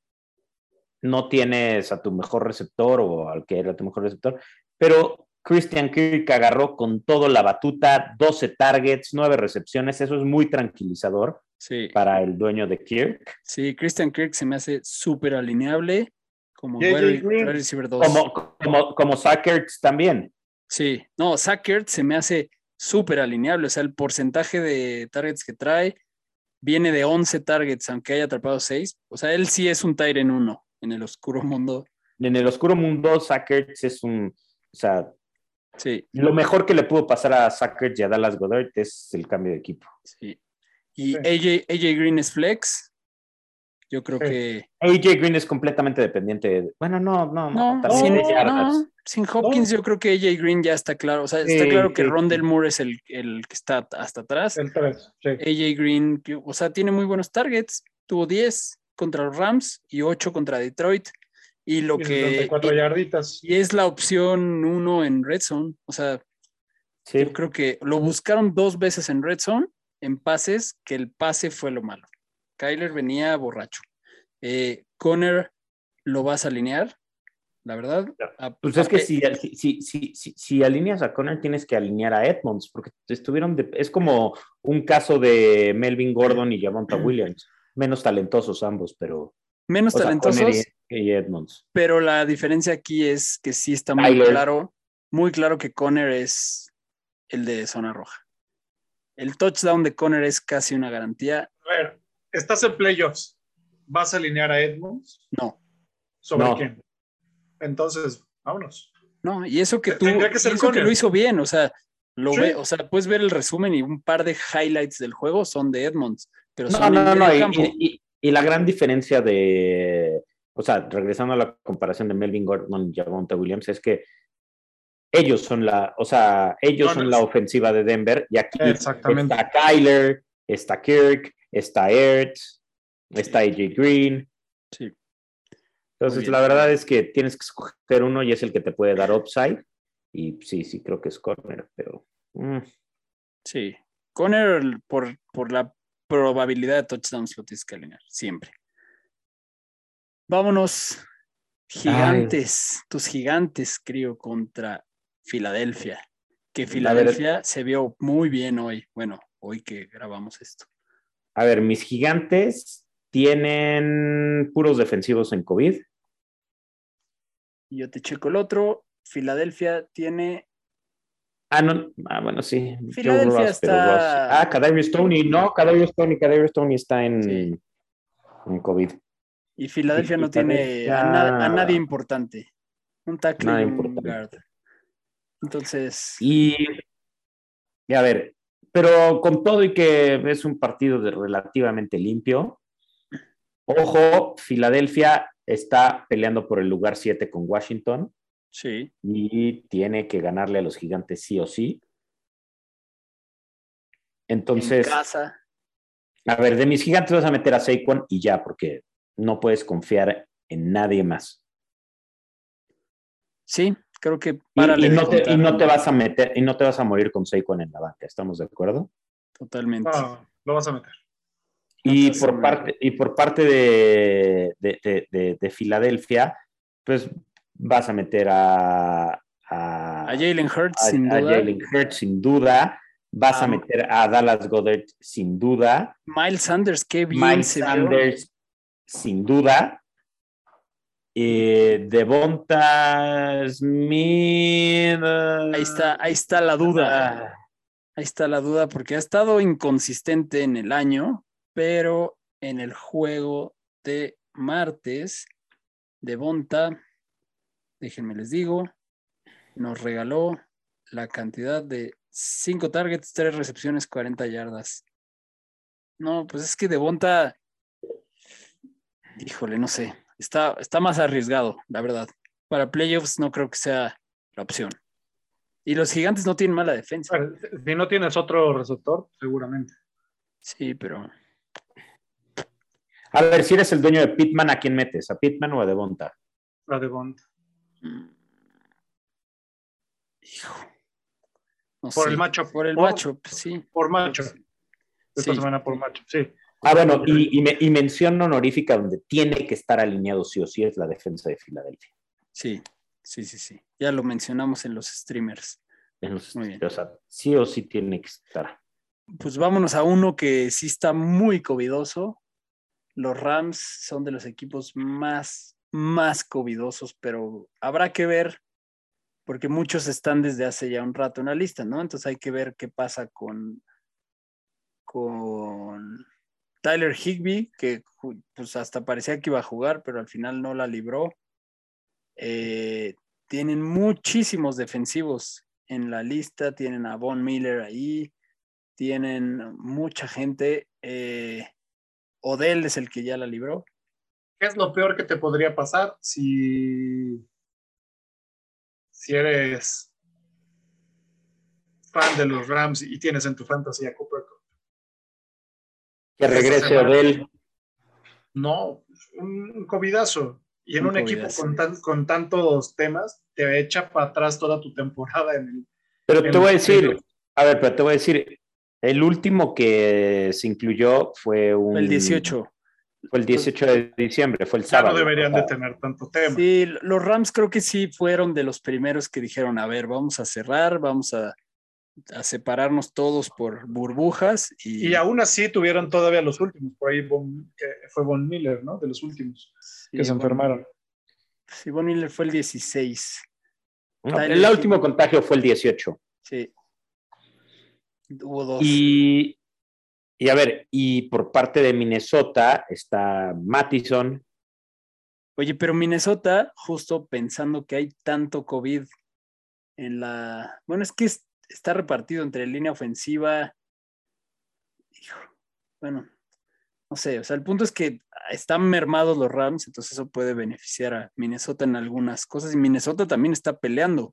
S3: no tienes a tu mejor receptor o al que era tu mejor receptor, pero Christian Kirk agarró con todo la batuta, doce targets, nueve recepciones, eso es muy tranquilizador
S1: sí.
S3: para el dueño de Kirk.
S1: Sí, Christian Kirk se me hace súper alineable como
S4: wide
S1: receiver dos.
S3: Como, como, como Zach Ertz también.
S1: Sí, no, Zach Ertz se me hace súper alineable, o sea, el porcentaje de targets que trae viene de once targets, aunque haya atrapado seis, o sea, él sí es un tight end uno en el oscuro mundo.
S3: En el oscuro mundo, Zach Ertz es un, o sea,
S1: sí.
S3: Lo mejor que le pudo pasar a Zach Ertz y a Dallas Goedert es el cambio de equipo.
S1: Sí. Y
S4: sí.
S1: A J, A J Green es flex. Yo creo sí. que...
S3: A J Green es completamente dependiente. De... Bueno, no, no, no.
S1: No, sin, no, sin Hopkins no. Yo creo que A J Green ya está claro. O sea, sí, está claro que sí, Rondell sí. Moore es el, el que está hasta atrás.
S4: El tres, sí.
S1: A J Green, o sea, tiene muy buenos targets. Tuvo diez contra los Rams y ocho contra Detroit. Y lo
S4: y
S1: que...
S4: setenta y cuatro yarditas.
S1: Y es la opción uno en Red Zone. O sea, sí. yo creo que lo buscaron dos veces en Red Zone, en pases, que el pase fue lo malo. Kyler venía borracho. Eh, Conner lo vas a alinear, la verdad.
S3: A, pues es que si, si, si, si, si alineas a Conner, tienes que alinear a Edmonds, porque estuvieron de, es como un caso de Melvin Gordon y Javonte Williams. Menos talentosos ambos, pero...
S1: Menos talentosos,
S3: y, y Edmonds.
S1: Pero la diferencia aquí es que sí está muy Tyler. claro, muy claro que Conner es el de zona roja. El touchdown de Conner es casi una garantía.
S4: A ver, estás en playoffs. ¿Vas a alinear a Edmonds?
S1: No.
S4: ¿Sobre
S3: no.
S4: quién? Entonces, vámonos.
S1: No, y eso que tú, que, y eso que lo hizo bien, o sea, lo sí. ve, o sea, puedes ver el resumen y un par de highlights del juego son de Edmonds, pero
S3: no,
S1: son
S3: no,
S1: en
S3: no,
S1: el
S3: y,
S1: campo.
S3: Y, y, y la gran diferencia de, o sea, regresando a la comparación de Melvin Gordon y Javonte Williams, es que ellos son la, o sea, ellos no, son no, la ofensiva de Denver, y aquí está Kyler, está Kirk, está Ertz, sí. está A J Green.
S1: Sí.
S3: Entonces, la verdad es que tienes que escoger uno y es el que te puede dar upside. Y sí, sí, creo que es Conner, pero... Mm.
S1: Sí, Conner por, por la probabilidad de touchdowns lo tienes que alinear, siempre. Vámonos, gigantes, Ay. tus gigantes, creo, contra Filadelfia. Que Filadelfia se vio muy bien hoy, bueno, hoy que grabamos esto.
S3: A ver, mis gigantes tienen puros defensivos en COVID.
S1: Y yo te checo el otro. Filadelfia tiene...
S3: Ah, no. Ah, bueno, sí.
S1: Filadelfia Ross, está...
S3: Pero Ross. Ah, Kadarius Toney. No, Kadarius Toney. Kadarius Toney está en, sí. en COVID.
S1: Y Filadelfia y no Filadelfia... tiene a, na- a nadie importante. Un tackle
S3: Nada
S1: y un
S3: importante.
S1: guard. Entonces...
S3: Y... y a ver, pero con todo y que es un partido de relativamente limpio, ojo, Filadelfia está peleando por el lugar siete con Washington.
S1: Sí.
S3: Y tiene que ganarle a los gigantes sí o sí. Entonces,
S1: en casa.
S3: A ver, de mis gigantes vas a meter a Saquon y ya, porque no puedes confiar en nadie más.
S1: Sí, creo que
S3: y, y, no te, y no te vas a meter, y no te vas a morir con Saquon en la banca, ¿estamos de acuerdo?
S1: Totalmente.
S4: No, lo vas a meter.
S3: Y por parte, y por parte de, de, de, de, de Filadelfia, pues vas a meter a a,
S1: a Jalen Hurts,
S3: a,
S1: sin
S3: a
S1: duda.
S3: Jalen Hurts, sin duda. Vas um, a meter a Dallas Goedert, sin duda.
S1: Miles Sanders, qué bien
S3: Miles
S1: se
S3: Sanders,
S1: vio.
S3: sin duda. Eh, Devonta Smith.
S1: Ahí está, ahí está la duda. Ahí está la duda, porque ha estado inconsistente en el año, pero en el juego de martes, Devonta, déjenme les digo, nos regaló la cantidad de cinco targets, tres recepciones, cuarenta yardas. No, pues es que Devonta Híjole, no sé. Está, está más arriesgado, la verdad. Para playoffs no creo que sea la opción. Y los Gigantes no tienen mala defensa.
S4: Bueno, si no tienes otro receptor, seguramente.
S1: Sí, pero...
S3: A ver, si eres el dueño de Pittman, ¿a quién metes? ¿A Pittman o a Devonta?
S4: La de Bond.
S1: Hijo. No
S4: Por
S1: sé.
S4: el macho.
S1: Por el
S4: Por-
S1: macho, sí.
S4: Por macho. Esta
S1: Sí.
S4: semana por macho, sí.
S3: Ah, bueno, y, y, me, y mención honorífica donde tiene que estar alineado sí o sí es la defensa de Filadelfia.
S1: Sí, sí, sí, sí. Ya lo mencionamos en los streamers.
S3: En los,
S1: Muy bien.
S3: o sea, sí o sí tiene que estar.
S1: Pues vámonos a uno que sí está muy covidoso. Los Rams son de los equipos más, más covidosos, pero habrá que ver, porque muchos están desde hace ya un rato en la lista, ¿no? Entonces hay que ver qué pasa con, con Tyler Higbee, que pues hasta parecía que iba a jugar, pero al final no la libró. Eh, tienen muchísimos defensivos en la lista, tienen a Von Miller ahí, tienen mucha gente. Eh, Odell es el que ya la libró.
S4: ¿Qué es lo peor que te podría pasar si, si eres fan de los Rams y tienes en tu fantasy a Cooper Cup?
S3: Que regrese Odell.
S4: No, un covidazo. Y en
S1: Un
S4: un, equipo
S1: covidazo.
S4: con, tan, con tantos temas, te echa para atrás toda tu temporada en el.
S3: Pero
S4: en
S3: te voy a
S4: el-
S3: decir, a ver, pero te voy a decir, el último que se incluyó fue un...
S1: El dieciocho.
S3: Fue el dieciocho de diciembre, fue el
S4: Ya
S3: sábado.
S4: no deberían
S3: o sea,
S4: de tener tanto tema.
S1: Sí, los Rams creo que sí fueron de los primeros que dijeron, a ver, vamos a cerrar, vamos a, a separarnos todos por burbujas. Y,
S4: Y aún así tuvieron todavía los últimos. Por ahí Von- que fue Von Miller, ¿no? De los últimos
S1: sí,
S4: que se
S1: Von-
S4: enfermaron.
S1: Sí, Von Miller fue el dieciséis.
S3: no,
S1: Tyler
S3: el
S1: Higbee.
S3: último contagio fue el dieciocho.
S1: Sí. Hubo dos.
S3: Y, y a ver, y por parte de Minnesota está Mattison.
S1: Oye, pero Minnesota, justo pensando que hay tanto COVID en la... Bueno, es que es- está repartido entre línea ofensiva. Hijo, bueno, no sé, o sea, el punto es que están mermados los Rams, entonces eso puede beneficiar a Minnesota en algunas cosas, y Minnesota también está peleando.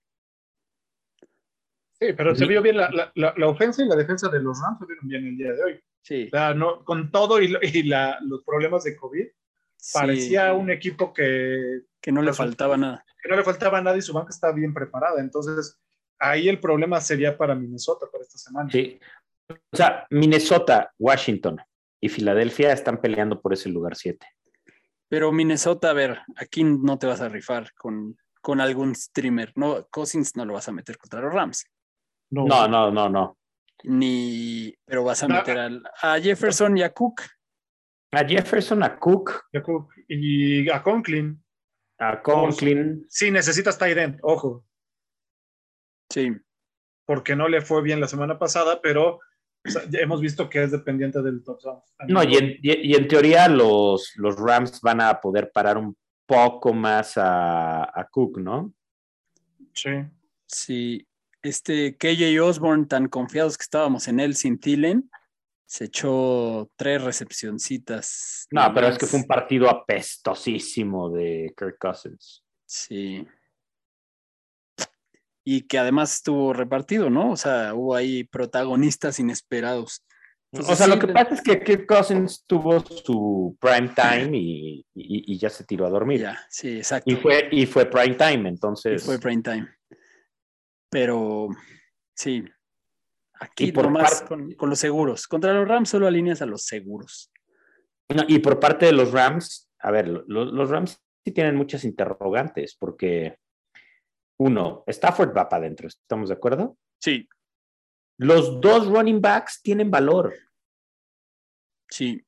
S4: Sí, pero se
S3: Mi-
S4: vio bien la, la, la, la ofensa y la defensa de los Rams se vieron bien el día de hoy.
S1: Sí,
S4: O sea, no, con todo y, lo- y la, los problemas de COVID,
S1: sí,
S4: parecía un equipo que,
S1: que no le
S4: resulta-
S1: faltaba nada.
S4: que no le faltaba nada y su banca está bien preparada. Entonces, ahí el problema sería para Minnesota para esta semana.
S3: Sí. O sea, Minnesota, Washington y Filadelfia están peleando por ese lugar siete.
S1: Pero Minnesota, a ver, aquí no te vas a rifar con, con algún streamer, no, Cousins no lo vas a meter contra los Rams,
S3: No, no, no, no.
S1: ni, pero vas a
S4: No.
S1: meter al- a Jefferson y a Cook.
S3: A Jefferson, a Cook,
S4: Y a Conklin,
S3: a Conklin.
S4: sí, necesitas tight end, ojo,
S1: Sí,
S4: porque no le fue bien la semana pasada, pero o sea, ya hemos visto que es dependiente del top zone.
S3: No, y en, y, y en teoría los, los Rams van a poder parar un poco más a, a Cook, ¿no?
S4: Sí.
S1: sí. Este K J Osborne, tan confiados que estábamos en él sin Thielen, se echó tres recepcioncitas.
S3: No, pero
S1: nomás.
S3: es que fue un partido apestosísimo de Kirk Cousins.
S1: Sí. Y que además estuvo repartido, ¿no? O sea, hubo ahí protagonistas inesperados. Entonces,
S3: o sea,
S1: sí,
S3: lo que pasa es que Kirk Cousins tuvo su prime time y, y, y ya se tiró a dormir.
S1: Ya, sí, exacto.
S3: Y fue, y fue prime time,
S1: Y
S3: entonces.
S1: fue prime time. Pero sí, aquí
S3: Y por
S1: nomás
S3: parte-
S1: con, con los seguros. Contra los Rams solo alineas a los seguros.
S3: No, y por parte de los Rams, a ver, lo- los Rams sí tienen muchas interrogantes, porque uno, Stafford va para adentro, ¿estamos de acuerdo?
S1: Sí,
S3: Los dos running backs tienen valor.
S1: sí.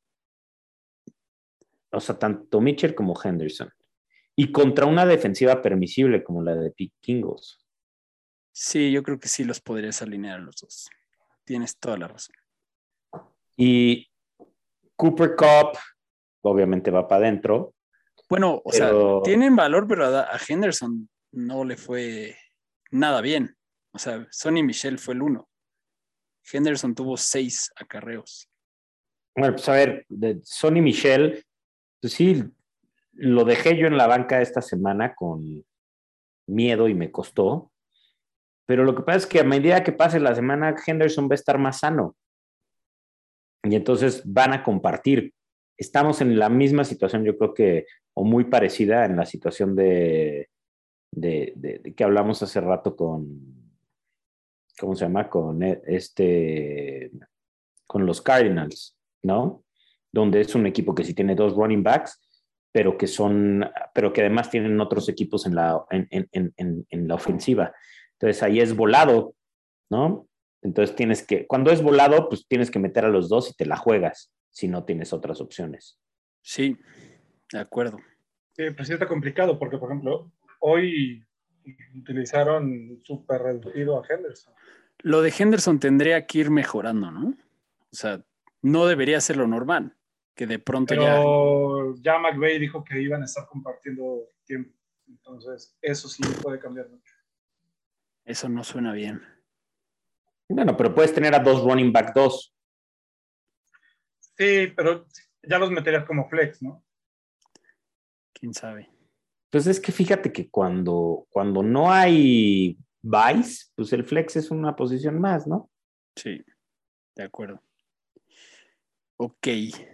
S3: O sea, tanto Mitchell como Henderson. Y contra una defensiva permisible como la de Vikingos.
S1: Sí, yo creo que sí los podrías alinear a los dos. Tienes toda la razón.
S3: Y Cooper Kupp, obviamente va para adentro.
S1: Bueno, o
S3: Pero-
S1: sea, tienen valor, pero a, a Henderson no le fue nada bien. O sea, Sonny Michel fue el uno. Henderson tuvo seis acarreos.
S3: Bueno, pues a ver, de Sonny Michel, pues sí, lo dejé yo en la banca esta semana con miedo y me costó. Pero lo que pasa es que a medida que pase la semana, Henderson va a estar más sano. Y entonces van a compartir. Estamos en la misma situación, yo creo que, o muy parecida en la situación de, de, de, de que hablamos hace rato con, ¿cómo se llama? Con este, con los Cardinals, ¿no? Donde es un equipo que sí tiene dos running backs, pero que son, pero que además tienen otros equipos en la, en, en, en, en la ofensiva. Entonces ahí es volado, ¿no? Entonces tienes que, cuando es volado, pues tienes que meter a los dos y te la juegas, si no tienes otras opciones.
S1: Sí, de acuerdo.
S4: Sí, pues sí está complicado, porque, por ejemplo, hoy utilizaron súper reducido a Henderson.
S1: Lo de Henderson tendría que ir mejorando, ¿no? O sea, no debería ser lo normal, que de pronto
S4: Pero ya... ya McVay dijo que iban a estar compartiendo tiempo. Entonces, eso sí puede cambiar mucho.
S1: Eso no suena bien.
S3: Bueno, pero puedes tener a dos running back dos.
S4: Sí, pero ya los meterías como flex, ¿no?
S1: ¿Quién sabe?
S3: Entonces es que fíjate que cuando, cuando no hay buys, pues el flex es una posición más, ¿no?
S1: Sí, de acuerdo. Ok.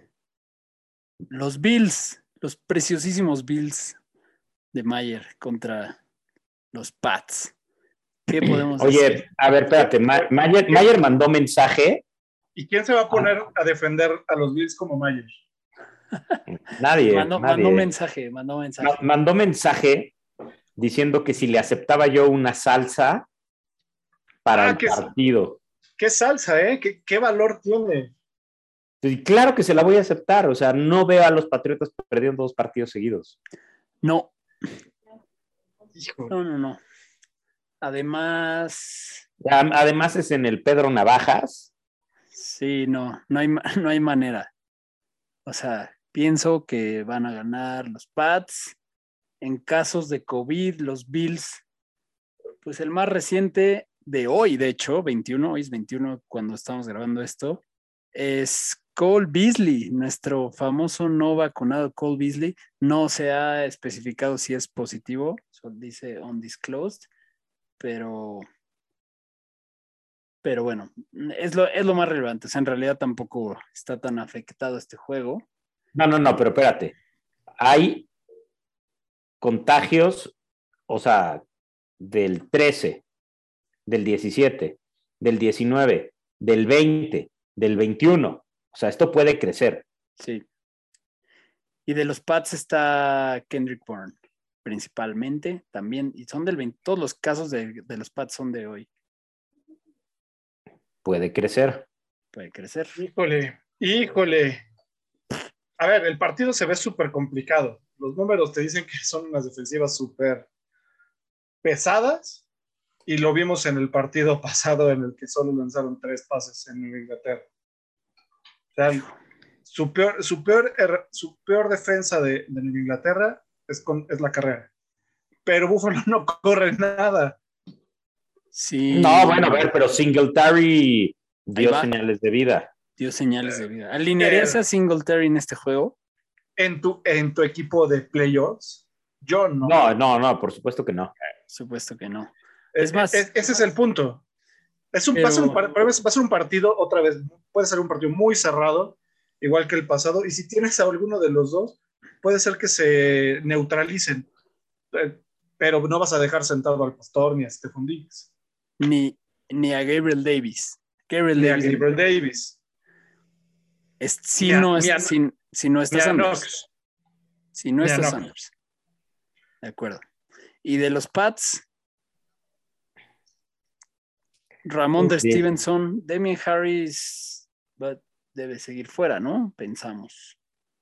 S1: Los Bills, los preciosísimos Bills de Mayer contra los Pats. ¿Qué podemos
S3: Oye,
S1: decir?
S3: a ver, espérate, Ma- Mayer, Mayer mandó mensaje.
S4: ¿Y quién se va a poner a defender a los Bills como Mayer?
S3: Nadie,
S1: Mandó,
S3: nadie.
S1: mandó mensaje, mandó mensaje.
S3: Ma- mandó mensaje diciendo que si le aceptaba yo una salsa para
S4: Ah,
S3: el
S4: qué,
S3: partido.
S4: qué salsa, ¿eh? ¿Qué, qué valor tiene?
S3: Y claro que se la voy a aceptar, o sea, no veo a los Patriotas perdiendo dos partidos seguidos.
S1: No,
S4: Hijo.
S1: no, no, no. Además,
S3: Am- Además es en el Pedro Navajas.
S1: sí, no, no hay, ma- no hay manera. O sea, pienso que van a ganar los Pats. En casos de COVID, los Bills, pues el más reciente de hoy, de hecho, veintiuno, hoy es veintiuno cuando estamos grabando esto, es Cole Beasley, nuestro famoso no vacunado Cole Beasley. No se ha especificado si es positivo, solo dice undisclosed, pero, pero bueno, es lo, es lo más relevante. O sea, en realidad tampoco está tan afectado este juego.
S3: No, no, no, pero espérate. Hay contagios, o sea, del trece, del diecisiete, del diecinueve, del veinte, del veintiuno. O sea, esto puede crecer.
S1: Sí. Y de los Pats está Kendrick Bourne, principalmente, también, y son del veinte, todos los casos de, de los Pats son de hoy.
S3: Puede crecer.
S1: Puede crecer.
S4: Híjole, híjole. A ver, el partido se ve súper complicado. Los números te dicen que son unas defensivas súper pesadas y lo vimos en el partido pasado en el que solo lanzaron tres pases en Inglaterra. O sea, su peor, su peor, su peor defensa de, de Inglaterra es, con, es la carrera. Pero Buffalo no corre nada.
S1: Sí.
S3: No, bueno, a ver, pero Singletary dio señales de vida.
S1: Dio señales de vida. ¿Alinearías a Singletary en este juego?
S4: En tu, en tu equipo de playoffs, yo no.
S3: No, no, no, por supuesto que no.
S1: Por supuesto que no.
S4: Es, es más, es, ese es el punto. Es un, pero... va, a ser un, va a ser un partido, otra vez, puede ser un partido muy cerrado, igual que el pasado, y si tienes a alguno de los dos, puede ser que se neutralicen, pero no vas a dejar sentado al Pastor ni a Stephon Diggs.
S1: Ni, ni a Gabriel Davis. Gabriel
S4: ni
S1: Davis.
S4: a Gabriel Davis.
S1: Es, si, no es, a, si, si no está Sanders. Si no está Sanders. De acuerdo. Y de los Pats, Ramondre Stevenson, Damien Harris debe seguir fuera, ¿no? Pensamos.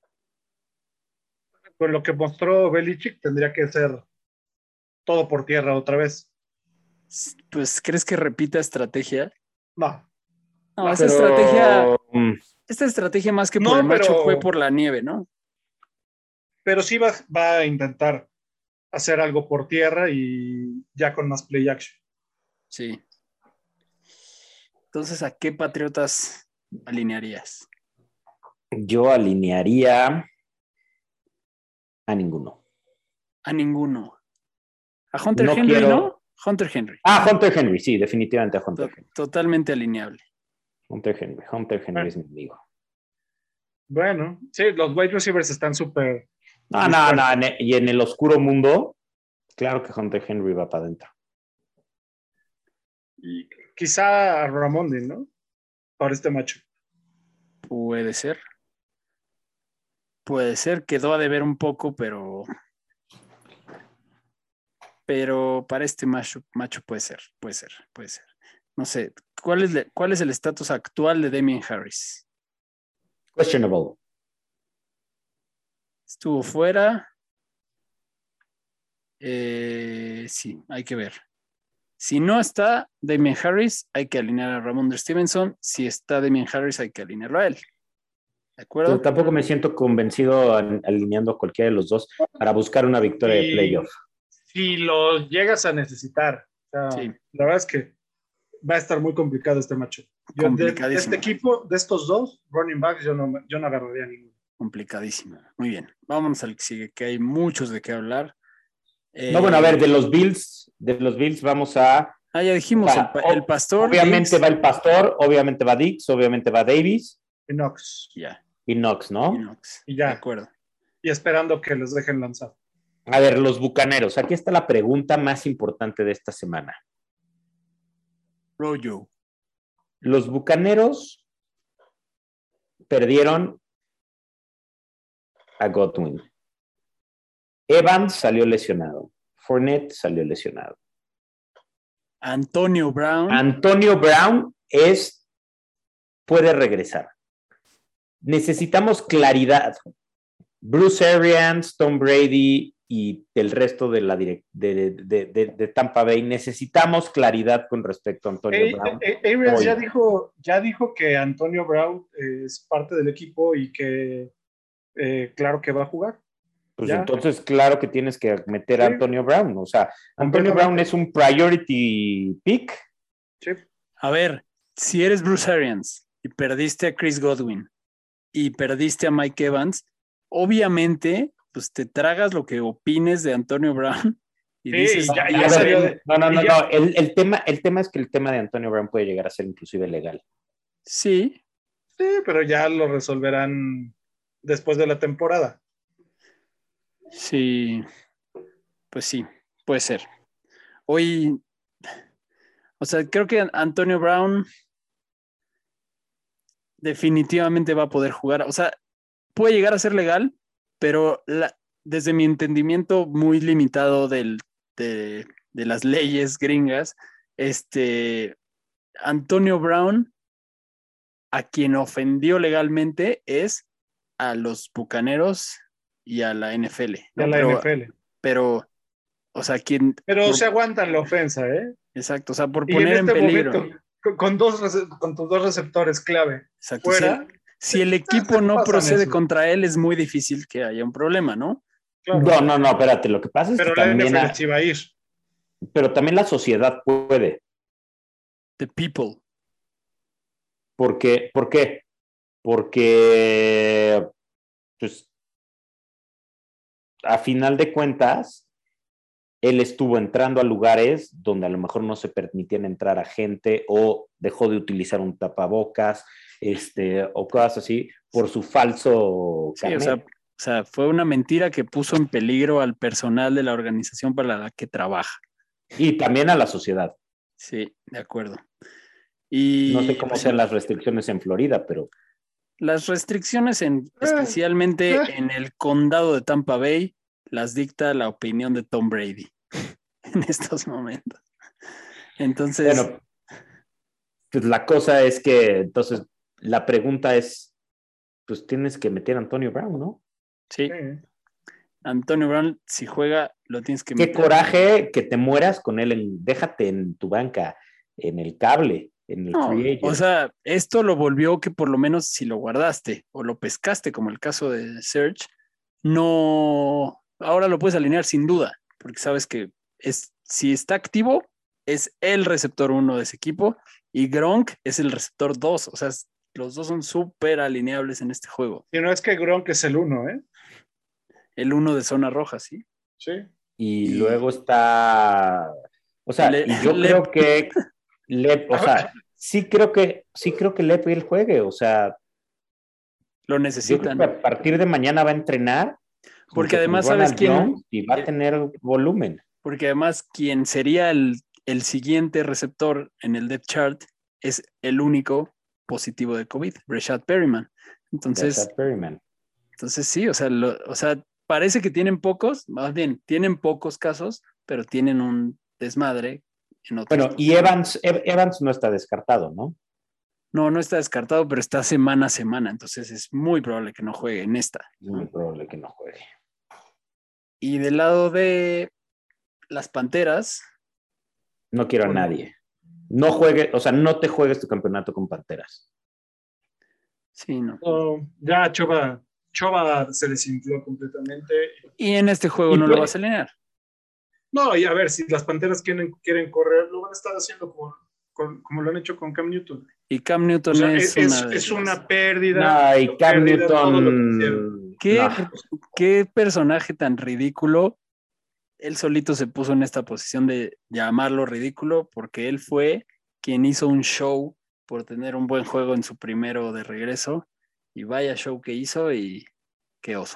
S4: Con lo que mostró Belichick, tendría que ser todo por tierra otra vez.
S1: Pues, ¿crees que repita estrategia?
S4: No.
S1: No, no esa pero... estrategia. Esta estrategia más que por no, el macho pero... fue por la nieve, ¿no?
S4: Pero sí va, va a intentar hacer algo por tierra y ya con más play action.
S1: Sí. Entonces, ¿a qué Patriotas alinearías?
S3: Yo alinearía A ninguno.
S1: A ninguno. A Hunter
S3: No
S1: Henry,
S3: quiero-
S1: ¿no? Hunter Henry.
S3: Ah, Hunter Henry, sí, definitivamente a Hunter
S1: To-
S3: Henry.
S1: Totalmente alineable.
S3: Hunter Henry, Hunter Henry
S4: Ah.
S3: es mi amigo.
S4: Bueno, sí, los wide receivers están súper.
S3: No, no, no, en- y en el oscuro mundo, claro que Hunter Henry va para adentro.
S4: Y quizá a Ramondi, ¿no? Para este macho.
S1: Puede ser. Puede ser. Quedó a deber un poco, pero. Pero para este macho, macho puede ser. Puede ser. Puede ser. No sé. ¿Cuál es, le- cuál es el estatus actual de Damien Harris?
S3: Questionable.
S1: Estuvo fuera. Eh, sí, hay que ver. Si no está Damien Harris, hay que alinear a Ramondre Stevenson. Si está Damien Harris, hay que alinearlo a él. ¿De acuerdo?
S3: Pero tampoco me siento convencido al- alineando a cualquiera de los dos para buscar una victoria de
S4: Y-
S3: playoff.
S4: Si lo llegas a necesitar. O sea,
S1: Sí.
S4: La verdad es que va a estar muy complicado este macho. Yo de, de
S1: Complicadísimo.
S4: este equipo, de estos dos running backs, yo no, yo no agarraría ninguno.
S1: Complicadísimo. Muy bien. Vámonos al que sigue, que hay muchos de qué hablar. Eh,
S3: No, bueno, a ver, de los Bills, de los Bills vamos a...
S1: Ah, ya dijimos,
S3: o sea,
S1: el, pa- el pastor.
S3: Obviamente
S1: Diggs,
S3: va el Pastor, obviamente va Dix, obviamente va Davis
S4: Y Knox.
S1: Ya,
S3: y Knox, ¿no?
S1: y Knox.
S4: Y ya.
S1: De acuerdo.
S4: Y esperando que les dejen lanzar.
S3: A ver, los Bucaneros. Aquí está la pregunta más importante de esta semana.
S1: Rojo.
S3: Los Bucaneros perdieron a Godwin. Evans salió lesionado. Fournette salió lesionado.
S1: Antonio Brown.
S3: Antonio Brown es, puede regresar. Necesitamos claridad. Bruce Arians, Tom Brady y el resto de la direct, de, de, de, de Tampa Bay, necesitamos claridad con respecto a Antonio
S4: Eh,
S3: Brown.
S4: eh, eh, Arians
S3: Hoy.
S4: ya dijo, ya dijo que Antonio Brown eh, es parte del equipo y que eh, claro que va a jugar.
S3: Pues
S4: ya.
S3: entonces, claro que tienes que meter a
S4: Sí.
S3: Antonio Brown. O sea, Antonio
S4: Completamente.
S3: Brown es un priority pick.
S4: Sí.
S1: A ver, si eres Bruce Arians y perdiste a Chris Godwin y perdiste a Mike Evans, obviamente, pues te tragas lo que opines de Antonio Brown y
S4: Sí,
S1: dices,
S4: ya-
S3: A
S4: ya
S3: ver,
S4: salió de-
S3: no, no, no,
S4: y ya-
S3: no. El, el tema, el tema es que el tema de Antonio Brown puede llegar a ser inclusive legal.
S1: sí,
S4: Sí, pero ya lo resolverán después de la temporada.
S1: sí, pues sí, puede ser. Hoy, o sea, creo que Antonio Brown definitivamente va a poder jugar. O sea, puede llegar a ser legal, pero la- desde mi entendimiento muy limitado del, de, de las leyes gringas, este, Antonio Brown, a quien ofendió legalmente es a los Bucaneros y a la N F L.
S4: Ya
S1: ¿no?
S4: la
S1: pero,
S4: N F L.
S1: pero, o sea, quien...
S4: Pero
S1: por-
S4: se aguantan la ofensa, ¿eh?
S1: Exacto, o sea, por
S4: Y en
S1: poner en,
S4: este
S1: peligro.
S4: momento, con, con dos, rece- con tus dos receptores clave
S1: Exacto, si el-
S4: fuera,
S1: si el
S4: se-
S1: equipo
S4: se
S1: no
S4: pasan
S1: procede
S4: eso.
S1: contra él, es muy difícil que haya un problema, ¿no?
S4: claro.
S3: No, no, no, espérate. Lo que pasa es
S4: Pero
S3: que
S4: la
S3: también,
S4: N F L
S3: ha-
S4: sí va a ir.
S3: pero también la sociedad puede.
S1: The people.
S3: Porque, ¿por qué? Porque, pues, a final de cuentas, él estuvo entrando a lugares donde a lo mejor no se permitían entrar a gente o dejó de utilizar un tapabocas, este, o cosas así, por su falso
S1: Sí, o
S3: carnet.
S1: sea, o sea, fue una mentira que puso en peligro al personal de la organización para la que trabaja.
S3: Y también a la sociedad.
S1: Sí, de acuerdo. Y
S3: No sé cómo
S1: pues,
S3: sean las restricciones en Florida, pero
S1: las restricciones, en, especialmente
S4: eh.
S1: en el condado de Tampa Bay, las dicta la opinión de Tom Brady en estos momentos. Entonces,
S3: bueno, pues la cosa es que entonces la pregunta es, pues tienes que meter a Antonio Brown, ¿no?
S1: sí,
S4: Sí.
S1: Antonio Brown, si juega, lo tienes que
S3: Qué
S1: meter.
S3: coraje que te mueras con él, en, déjate en tu banca, en el cable, en el
S1: No,
S3: free agent.
S1: o sea, esto lo volvió que por lo menos si lo guardaste o lo pescaste, como el caso de Serge, no, ahora lo puedes alinear sin duda, porque sabes que es, si está activo, es el receptor uno de ese equipo y Gronk es el receptor dos, o sea, es- los dos son súper alineables en este juego.
S4: Si no es que Gronk es el uno, ¿eh?
S1: el uno de zona roja, ¿sí?
S4: Sí.
S3: Y luego está, o sea,
S1: Le-
S3: y yo
S1: Le-
S3: creo que Lep, o sea, sí creo que, sí creo que Lep él juegue, o sea,
S1: Lo
S3: yo creo
S1: necesitan.
S3: que a partir de mañana va a entrenar.
S1: Porque
S3: junto con
S1: además, ¿sabes
S3: Ronald
S1: quién?
S3: Jones, y va a
S1: Eh,
S3: tener volumen.
S1: Porque además, quien sería el, el siguiente receptor en el depth chart es el único positivo de COVID, Rashad Perryman. Entonces,
S3: Rashad Perryman.
S1: entonces sí, o sea, lo- o sea, parece que tienen pocos, más bien, tienen pocos casos, pero tienen un desmadre en otros.
S3: Bueno, y Evans, Ev- Evans no está descartado, ¿no?
S1: No, no está descartado, pero está semana a semana, entonces es muy probable que no juegue en esta.
S3: Es muy probable que no juegue.
S1: Y del lado de las Panteras,
S3: No quiero a
S1: Por-
S3: nadie. No juegue, o sea, no te juegues tu campeonato con Panteras.
S1: sí, no.
S4: No, ya Choba, Choba se desinfló completamente.
S1: Y en este juego
S3: Y
S1: no
S3: puede-
S1: lo vas a alinear.
S4: No, y a ver, si las Panteras quieren, quieren correr, lo van a estar haciendo como, con- como lo han hecho con Cam Newton.
S1: Y Cam Newton
S4: O sea,
S1: es,
S4: es,
S1: una
S4: es,
S1: de
S4: es
S1: esas.
S4: una pérdida.
S3: No, y Cam
S4: pérdida todo lo que hicieron.
S3: Newton.
S1: ¿Qué,
S3: no.
S1: qué personaje tan ridículo. Él solito se puso en esta posición de llamarlo ridículo porque él fue quien hizo un show por tener un buen juego en su primero de regreso. Y vaya show que hizo y qué oso.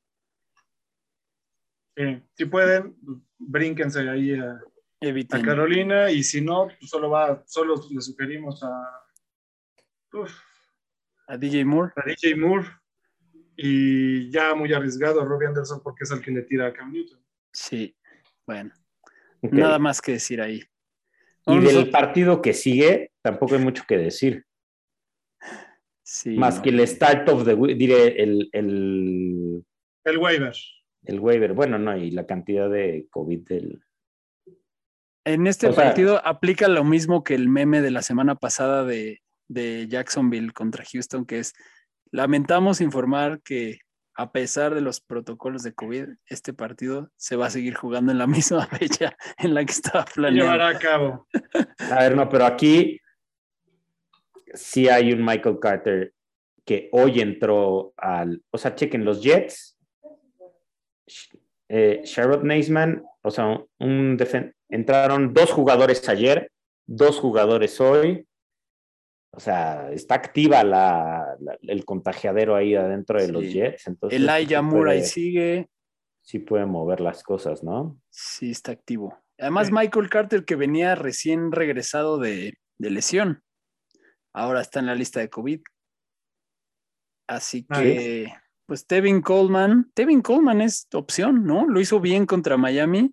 S4: Sí, si pueden, brínquense ahí a, a
S1: Eviten.
S4: Carolina, y si no, pues solo va, solo le sugerimos a, uf,
S1: A D J Moore.
S4: a D J Moore, y ya muy arriesgado a Robbie Anderson porque es el que le tira a Cam Newton.
S1: Sí, bueno,
S3: Ok.
S1: nada más que decir ahí.
S3: Y
S1: Vámonos
S3: del
S1: a-
S3: partido que sigue, tampoco hay mucho que decir.
S1: sí,
S3: Más
S1: no.
S3: que el start of the week, diré el, el,
S4: El waiver.
S3: el waiver. Bueno, no, y la cantidad de COVID del.
S1: En este
S3: O sea-
S1: partido aplica lo mismo que el meme de la semana pasada de, de Jacksonville contra Houston, que es, lamentamos informar que a pesar de los protocolos de COVID, este partido se va a seguir jugando en la misma fecha en la que estaba planeado.
S4: Llevará a cabo.
S3: A ver, no, pero aquí sí hay un Michael Carter que hoy entró al. O sea, chequen los Jets. Eh, Sherrod Naisman, o sea, un defen- entraron dos jugadores ayer, dos jugadores hoy. O sea, está activa la, la- el contagiadero ahí adentro de
S1: Sí.
S3: los Jets. Entonces,
S1: Elijah
S3: sí
S1: Moore ahí
S3: puede,
S1: sigue,
S3: sí puede mover las cosas, ¿no?
S1: sí está activo. Además,
S4: Sí.
S1: Michael Carter, que venía recién regresado de, de lesión, ahora está en la lista de COVID. Así que, pues Tevin Coleman, Tevin Coleman es opción, ¿no? Lo hizo bien contra Miami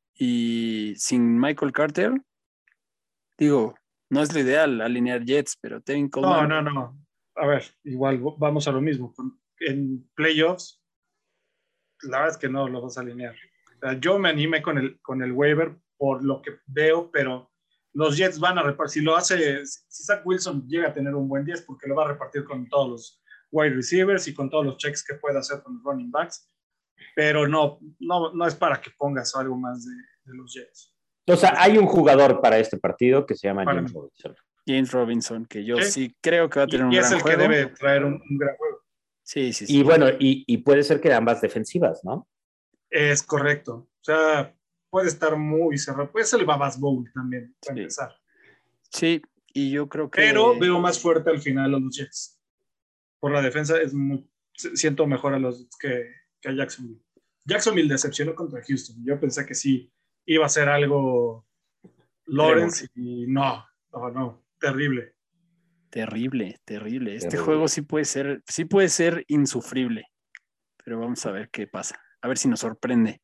S1: y sin Michael Carter, digo, no es lo ideal alinear Jets, pero Tevin
S4: No,
S1: Coleman,
S4: no, no. A ver, igual vamos a lo mismo. Con- En playoffs, la verdad es que no lo vas a alinear. O sea, yo me animé con el, con el waiver por lo que veo, pero los Jets van a repartir. Si lo hace, si Zach Wilson llega a tener un buen diez, porque lo va a repartir con todos los wide receivers y con todos los checks que pueda hacer con los running backs. Pero no, no, no es para que pongas algo más de, de los Jets.
S3: O sea, hay un jugador para este partido que se llama
S4: Para
S3: James
S4: mí.
S3: Robinson.
S1: James Robinson, que yo
S4: Sí.
S1: sí creo que va a tener
S4: Y,
S1: un
S4: y es
S1: gran
S4: el
S1: juego.
S4: que debe traer un, un gran juego.
S1: Sí, sí, sí.
S3: Y bueno, y, y puede ser que de ambas defensivas, ¿no?
S4: Es correcto. O sea, puede estar muy cerrado. Puede ser el Babas Bowl también, para
S1: Sí.
S4: empezar.
S1: Sí, y yo creo que...
S4: Pero veo más fuerte al final a los Jets. Por la defensa es muy, siento mejor a los que, que a Jacksonville. Jacksonville decepcionó contra Houston. Yo pensé que sí iba a ser algo Lawrence y no, no, no, terrible.
S1: Terrible, terrible. Este
S3: Terrible.
S1: juego sí puede ser, sí puede ser insufrible. Pero vamos a ver qué pasa. A ver si nos sorprende.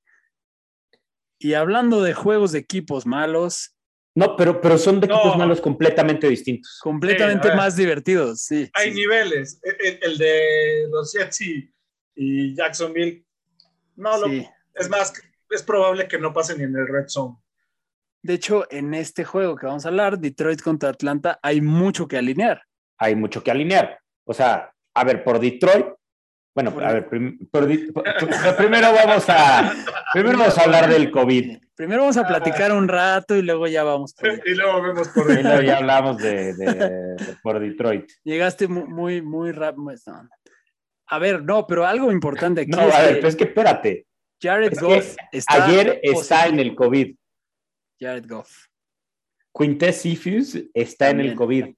S1: Y hablando de juegos de equipos malos,
S3: No, pero, pero son de equipos
S4: No.
S3: malos completamente distintos.
S1: completamente
S4: Sí, a ver.
S1: más divertidos. Sí,
S4: Hay
S1: sí.
S4: niveles. El, el- el de los Jets y, y Jacksonville, no, lo-
S1: Sí.
S4: es más, es probable que no pasen ni en el Red Zone.
S1: De hecho, en este juego que vamos a hablar, Detroit contra Atlanta, hay mucho que alinear.
S3: Hay mucho que alinear. O sea, a ver, por Detroit. Bueno,
S1: Por-
S3: a ver, prim- por Di- por- por- primero vamos a primero vamos a hablar del COVID.
S1: Primero vamos a platicar un rato y luego ya vamos por allá.
S4: Y luego vemos por
S3: Y luego ya hablamos de, de- de por Detroit.
S1: Llegaste mu- muy, muy rápido. No. A ver, no, pero algo importante aquí
S3: No,
S1: es
S3: a ver,
S1: que
S3: pero es que espérate.
S1: Jared
S3: Es que
S1: Goff está
S3: ayer está
S1: positivo.
S3: en el COVID.
S1: Jared Goff.
S3: Quintez Cephus está
S1: También.
S3: en el COVID.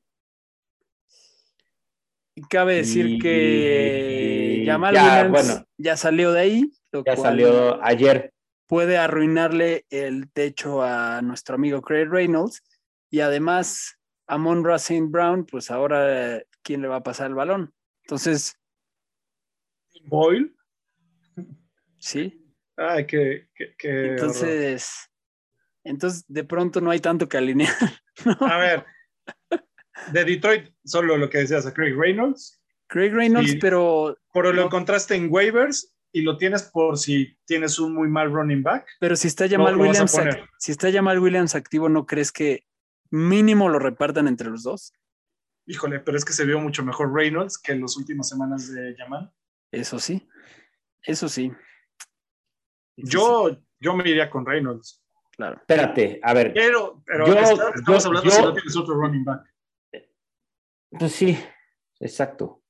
S1: Y cabe decir
S3: Y-
S1: que Jamal
S3: ya,
S1: Williams
S3: bueno.
S1: ya salió de ahí, lo
S3: Ya
S1: cual
S3: salió ayer.
S1: puede arruinarle el techo a nuestro amigo Craig Reynolds. Y además, Amon-Ra Saint Brown, pues ahora, ¿quién le va a pasar el balón? Entonces,
S4: Boyle.
S1: sí.
S4: Ay, qué, qué, qué horror.
S1: Entonces, entonces, de pronto no hay tanto que alinear, ¿no?
S4: A ver, de Detroit, solo lo que decías a Craig Reynolds.
S1: Craig Reynolds,
S4: Sí.
S1: pero,
S4: Pero lo
S1: No.
S4: encontraste en waivers y lo tienes por si tienes un muy mal running back.
S1: pero si está Jamal
S4: lo vas a
S1: Williams,
S4: poner.
S1: act- si está Jamal Williams activo, ¿no crees que mínimo lo repartan entre los dos?
S4: Híjole, pero es que se vio mucho mejor Reynolds que en las últimas semanas de Jamal.
S1: Eso sí, eso sí. Eso
S4: Yo,
S1: sí,
S4: yo me iría con Reynolds.
S1: claro.
S3: Espérate, a ver.
S4: Pero, pero
S3: Yo-
S4: está- estamos
S3: yo-
S4: hablando
S3: yo-
S4: si no tienes otro running back.
S3: Pues sí, exacto.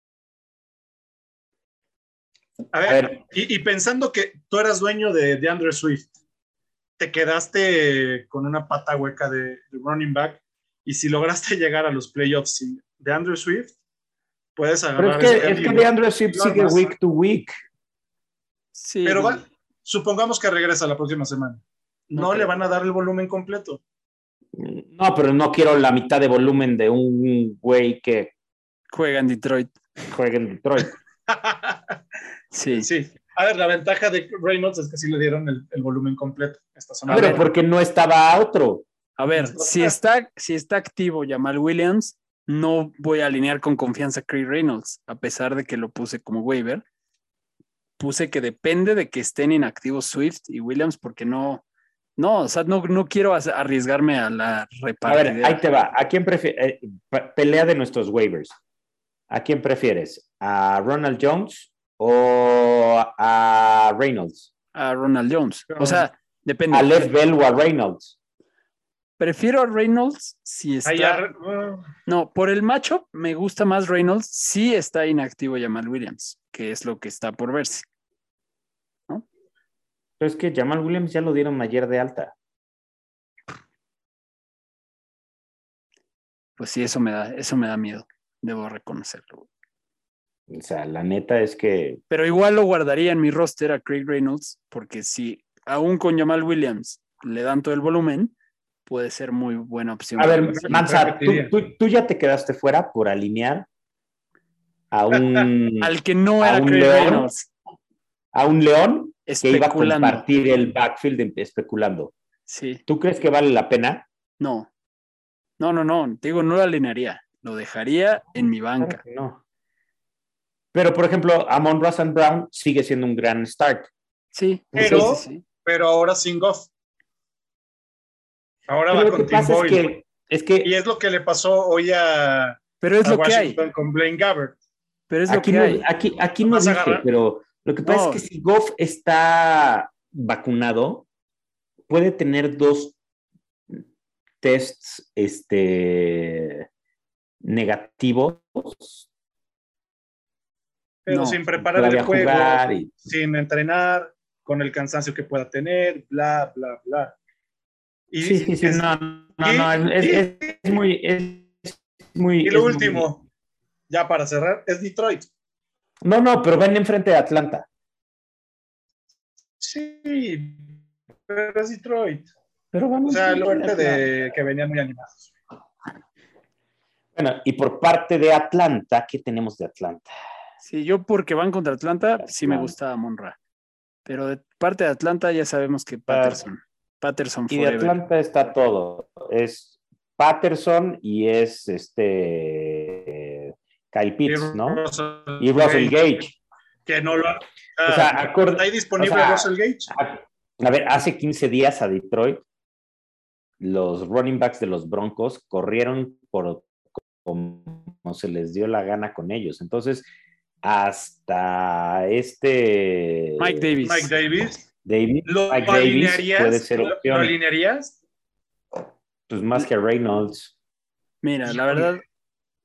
S4: A ver,
S3: A ver,
S4: y, y pensando que tú eras dueño de, de Andrew Swift, te quedaste con una pata hueca de, de running back, y si lograste llegar a los playoffs sin- de Andrew Swift, puedes
S3: pero
S4: agarrar
S3: es
S4: ese
S3: que, es que
S4: cambio.
S3: DeAndre Swift
S4: Lo
S3: sigue
S4: armas.
S3: week to week.
S1: Sí,
S4: Pero va- supongamos que regresa la próxima semana.
S1: No
S4: No, le
S1: creo.
S4: van a dar el volumen completo.
S3: No, pero no quiero la mitad de volumen de un güey que
S1: juega en Detroit.
S3: juega en Detroit.
S1: Sí.
S4: Sí. A ver, la ventaja de Reynolds es que sí le dieron el, el volumen completo esta semana.
S3: Pero
S1: ver.
S3: porque no estaba otro.
S1: A ver,
S4: Nuestro
S1: si
S4: plan.
S1: está, si está activo Jamal Williams, no voy a alinear con confianza a Craig Reynolds, a pesar de que lo puse como waiver. Puse que depende de que estén inactivos Swift y Williams, porque no, no, o sea, no, no quiero as- arriesgarme a la
S3: A
S1: repartidera.
S3: ver, ahí te va. ¿A quién prefieres? Pelea de nuestros waivers. ¿A quién prefieres? ¿A Ronald Jones o a Reynolds?
S1: A Ronald Jones. O sea, depende.
S3: ¿A Lev Bell o a Reynolds?
S1: Prefiero a Reynolds si está.
S4: Ahí ya- uh,
S1: No, por el matchup me gusta más Reynolds si está inactivo Jamal Williams, que es lo que está por verse.
S3: Pero es que Jamal Williams ya lo dieron ayer de alta.
S1: Pues sí, eso me da, eso me da miedo. Debo reconocerlo.
S3: O sea, la neta es que
S1: Pero igual lo guardaría en mi roster a Craig Reynolds, porque si aún con Jamal Williams le dan todo el volumen, puede ser muy buena opción.
S3: A ver,
S4: Repetiría.
S3: Mansa, ¿tú, tú, tú ya te quedaste fuera por alinear a un,
S1: Al que no
S3: a
S1: era
S3: un
S1: Craig
S3: León,
S1: Reynolds,
S3: a un León que iba a
S1: especulando.
S3: compartir el backfield de- especulando.
S1: Sí,
S3: ¿Tú crees que vale la pena?
S1: no. No, no, no. Te digo, no lo alinearía. Lo dejaría en mi banca.
S3: Claro que no. Pero, por ejemplo, Amon-Ra Saint Brown sigue siendo un gran start.
S1: Sí,
S4: Pero-
S1: sí, sí, sí.
S4: pero ahora sin Goff. Ahora
S3: Pero
S4: va
S3: lo
S4: con
S3: que
S4: Tim
S3: pasa es
S4: Boyle.
S3: que, es que
S4: Y es lo que le pasó hoy a,
S1: Pero es
S4: a
S1: lo que hay.
S4: Washington con Blaine Gabbert.
S1: Pero es lo
S3: aquí
S1: que
S3: no,
S1: hay.
S3: aquí, aquí no
S4: Vas a
S3: dije,
S4: agarrar.
S3: pero lo que pasa
S1: No.
S3: es que si Goff está vacunado, puede tener dos tests este, negativos.
S4: Pero
S1: No,
S4: sin preparar
S3: Todavía
S4: el juego,
S3: jugar y-
S4: sin entrenar, con el cansancio que pueda tener, bla, bla, bla. Y,
S3: Sí, sí, sí,
S4: es-
S3: no, no,
S4: y-
S3: no, es,
S4: y-
S3: es- es muy, es muy...
S4: y lo
S3: es muy-
S4: último, ya para cerrar, es Detroit.
S3: No, no, pero ven enfrente de Atlanta.
S4: Sí, pero es Detroit.
S3: Pero van
S4: O sea,
S3: enfrente
S4: lo fuerte
S3: Atlanta.
S4: de que venían muy animados.
S3: Bueno, y por parte de Atlanta, ¿qué tenemos de Atlanta?
S1: Sí, yo porque van contra Atlanta, sí me
S3: Atlanta.
S1: gusta Monra. Pero de parte de Atlanta ya sabemos que Patterson. Patterson
S3: Y de
S1: forever.
S3: Atlanta está todo. Es Patterson y es este Kyle Pitts, ¿no?
S4: Russell
S3: Y Russell Gage.
S4: Que no lo.
S3: O sea,
S4: ah,
S3: acorde-
S4: ¿está ahí disponible
S3: o sea,
S4: Russell Gage?
S3: A, a ver, hace quince días a Detroit, los running backs de los Broncos corrieron por como se les dio la gana con ellos. Entonces, hasta este
S1: Mike Davis.
S4: Mike Davis.
S3: Davis,
S4: ¿Lo
S3: Mike Davis
S4: alinearías?
S3: puede ser
S4: ¿Lo,
S3: opción.
S4: lo alinearías?
S3: Pues más que Reynolds.
S1: Mira, la verdad,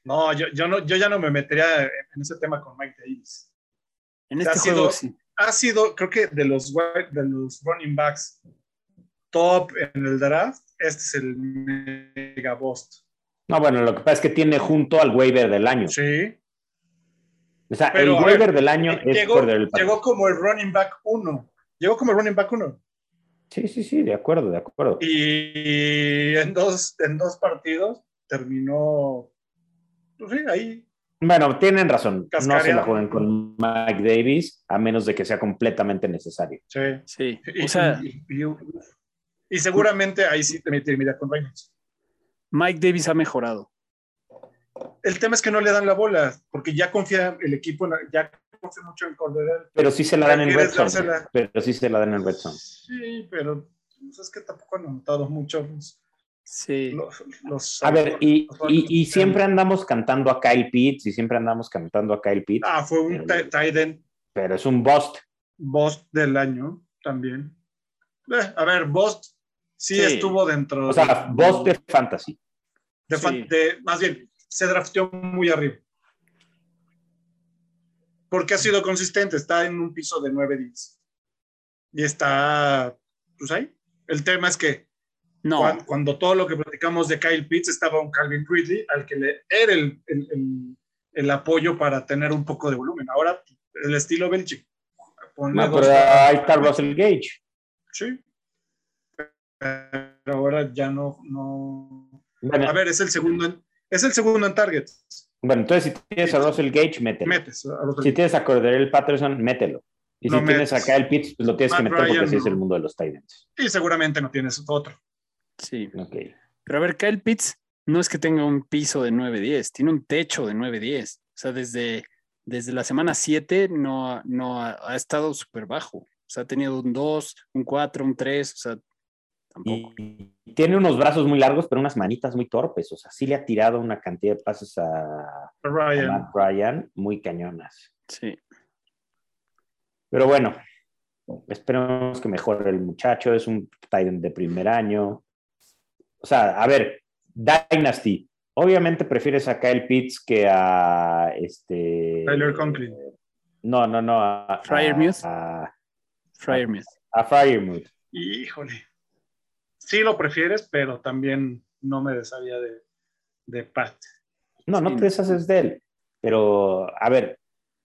S4: No, yo, yo, no, yo ya no me metería en ese tema con Mike Davis.
S1: En
S4: O sea,
S1: este
S4: ha
S1: juego
S4: sido-
S1: sí.
S4: Ha sido, creo que de los, wi- de los running backs top en el draft, este es el mega bust.
S3: No, bueno, lo que pasa es que tiene junto al waiver del año.
S4: Sí,
S3: O sea,
S4: pero
S3: el
S4: a
S3: waiver
S4: ver,
S3: del año
S4: eh,
S3: es
S4: llegó,
S3: Cordell Patterson.
S4: llegó como el running back uno. Llegó como el running back uno.
S3: Sí, sí, sí, de acuerdo, de acuerdo.
S4: Y en dos, en dos partidos terminó, pues sí, ahí
S3: Bueno, tienen razón. No se la
S4: cascareando.
S3: jueguen con Mike Davis a menos de que sea completamente necesario.
S4: Sí.
S1: Sí,
S4: Y,
S1: o sea,
S4: y- y- y seguramente ahí sí te metiría con Reynolds.
S1: Mike Davis ha mejorado.
S4: El tema es que no le dan la bola, porque ya confía el equipo, en la- ya confía mucho en Cordero.
S3: Pero sí se la dan en Red
S4: ¿Quieres
S3: Zone.
S4: dársela?
S3: Pero sí se la dan en Red Zone.
S4: Sí, pero pues, es que tampoco han anotado mucho los,
S1: Sí.
S4: los, los-
S3: A ver, y,
S4: los-
S3: y, y siempre andamos cantando a Kyle Pitts y siempre andamos cantando a Kyle Pitts,
S4: Ah, fue un
S3: Pero-
S4: tight end
S3: pero es un bust.
S4: Bost del año también. Eh, a ver, Bost sí,
S1: Sí.
S4: estuvo dentro
S3: O sea,
S4: de,
S3: bust de fantasy.
S4: de
S1: Sí.
S4: fan- de- más bien, se drafteó muy arriba. Porque ha sido consistente, está en un piso de nueve diez. Y está, pues ahí. El tema es que
S1: No,
S4: cuando, cuando todo lo que platicamos de Kyle Pitts estaba un Calvin Ridley al que le era el, el, el, el apoyo para tener un poco de volumen. Ahora, el estilo Belichick. Ponle
S3: No,
S4: dos
S3: pero
S4: para-
S3: ahí está Russell Gage.
S4: Sí. Pero ahora ya no, no.
S3: Bueno,
S4: A ver, es el segundo en, es el segundo en targets.
S3: bueno, entonces si tienes a Russell Gage, mételo.
S4: Metes a los
S3: Si tienes a Cordell Patterson, mételo. Y
S4: No
S3: si tienes
S4: metes.
S3: a Kyle Pitts, pues lo tienes que
S4: Matt
S3: meter porque
S4: Ryan,
S3: así es
S4: no.
S3: el mundo de los Titans.
S4: y seguramente no tienes otro.
S1: sí.
S3: Ok.
S1: Pero a ver, Kyle Pitts no es que tenga un piso de nueve diez, tiene un techo de nueve diez. O sea, desde, desde la semana siete no, ha- no ha, ha estado súper bajo. O sea, ha tenido un dos, un cuatro, un tres, o sea, tampoco.
S3: Y tiene unos brazos muy largos, pero unas manitas muy torpes. O sea, sí le ha tirado una cantidad de pases a, a
S4: Ryan.
S3: Matt Ryan muy cañonas.
S1: Sí.
S3: Pero bueno, esperemos que mejore el muchacho. Es un Titan de primer año. O sea, a ver, Dynasty. Obviamente prefieres a Kyle Pitts que a este.
S4: Tyler Conklin.
S3: No, no, no. A,
S1: Freiermuth.
S3: A,
S1: Freiermuth.
S3: a Freiermuth.
S4: Híjole. Sí lo prefieres, pero también no me desharía de, de Pat.
S3: No, no
S1: Sí.
S3: te deshaces de él. Pero, a ver.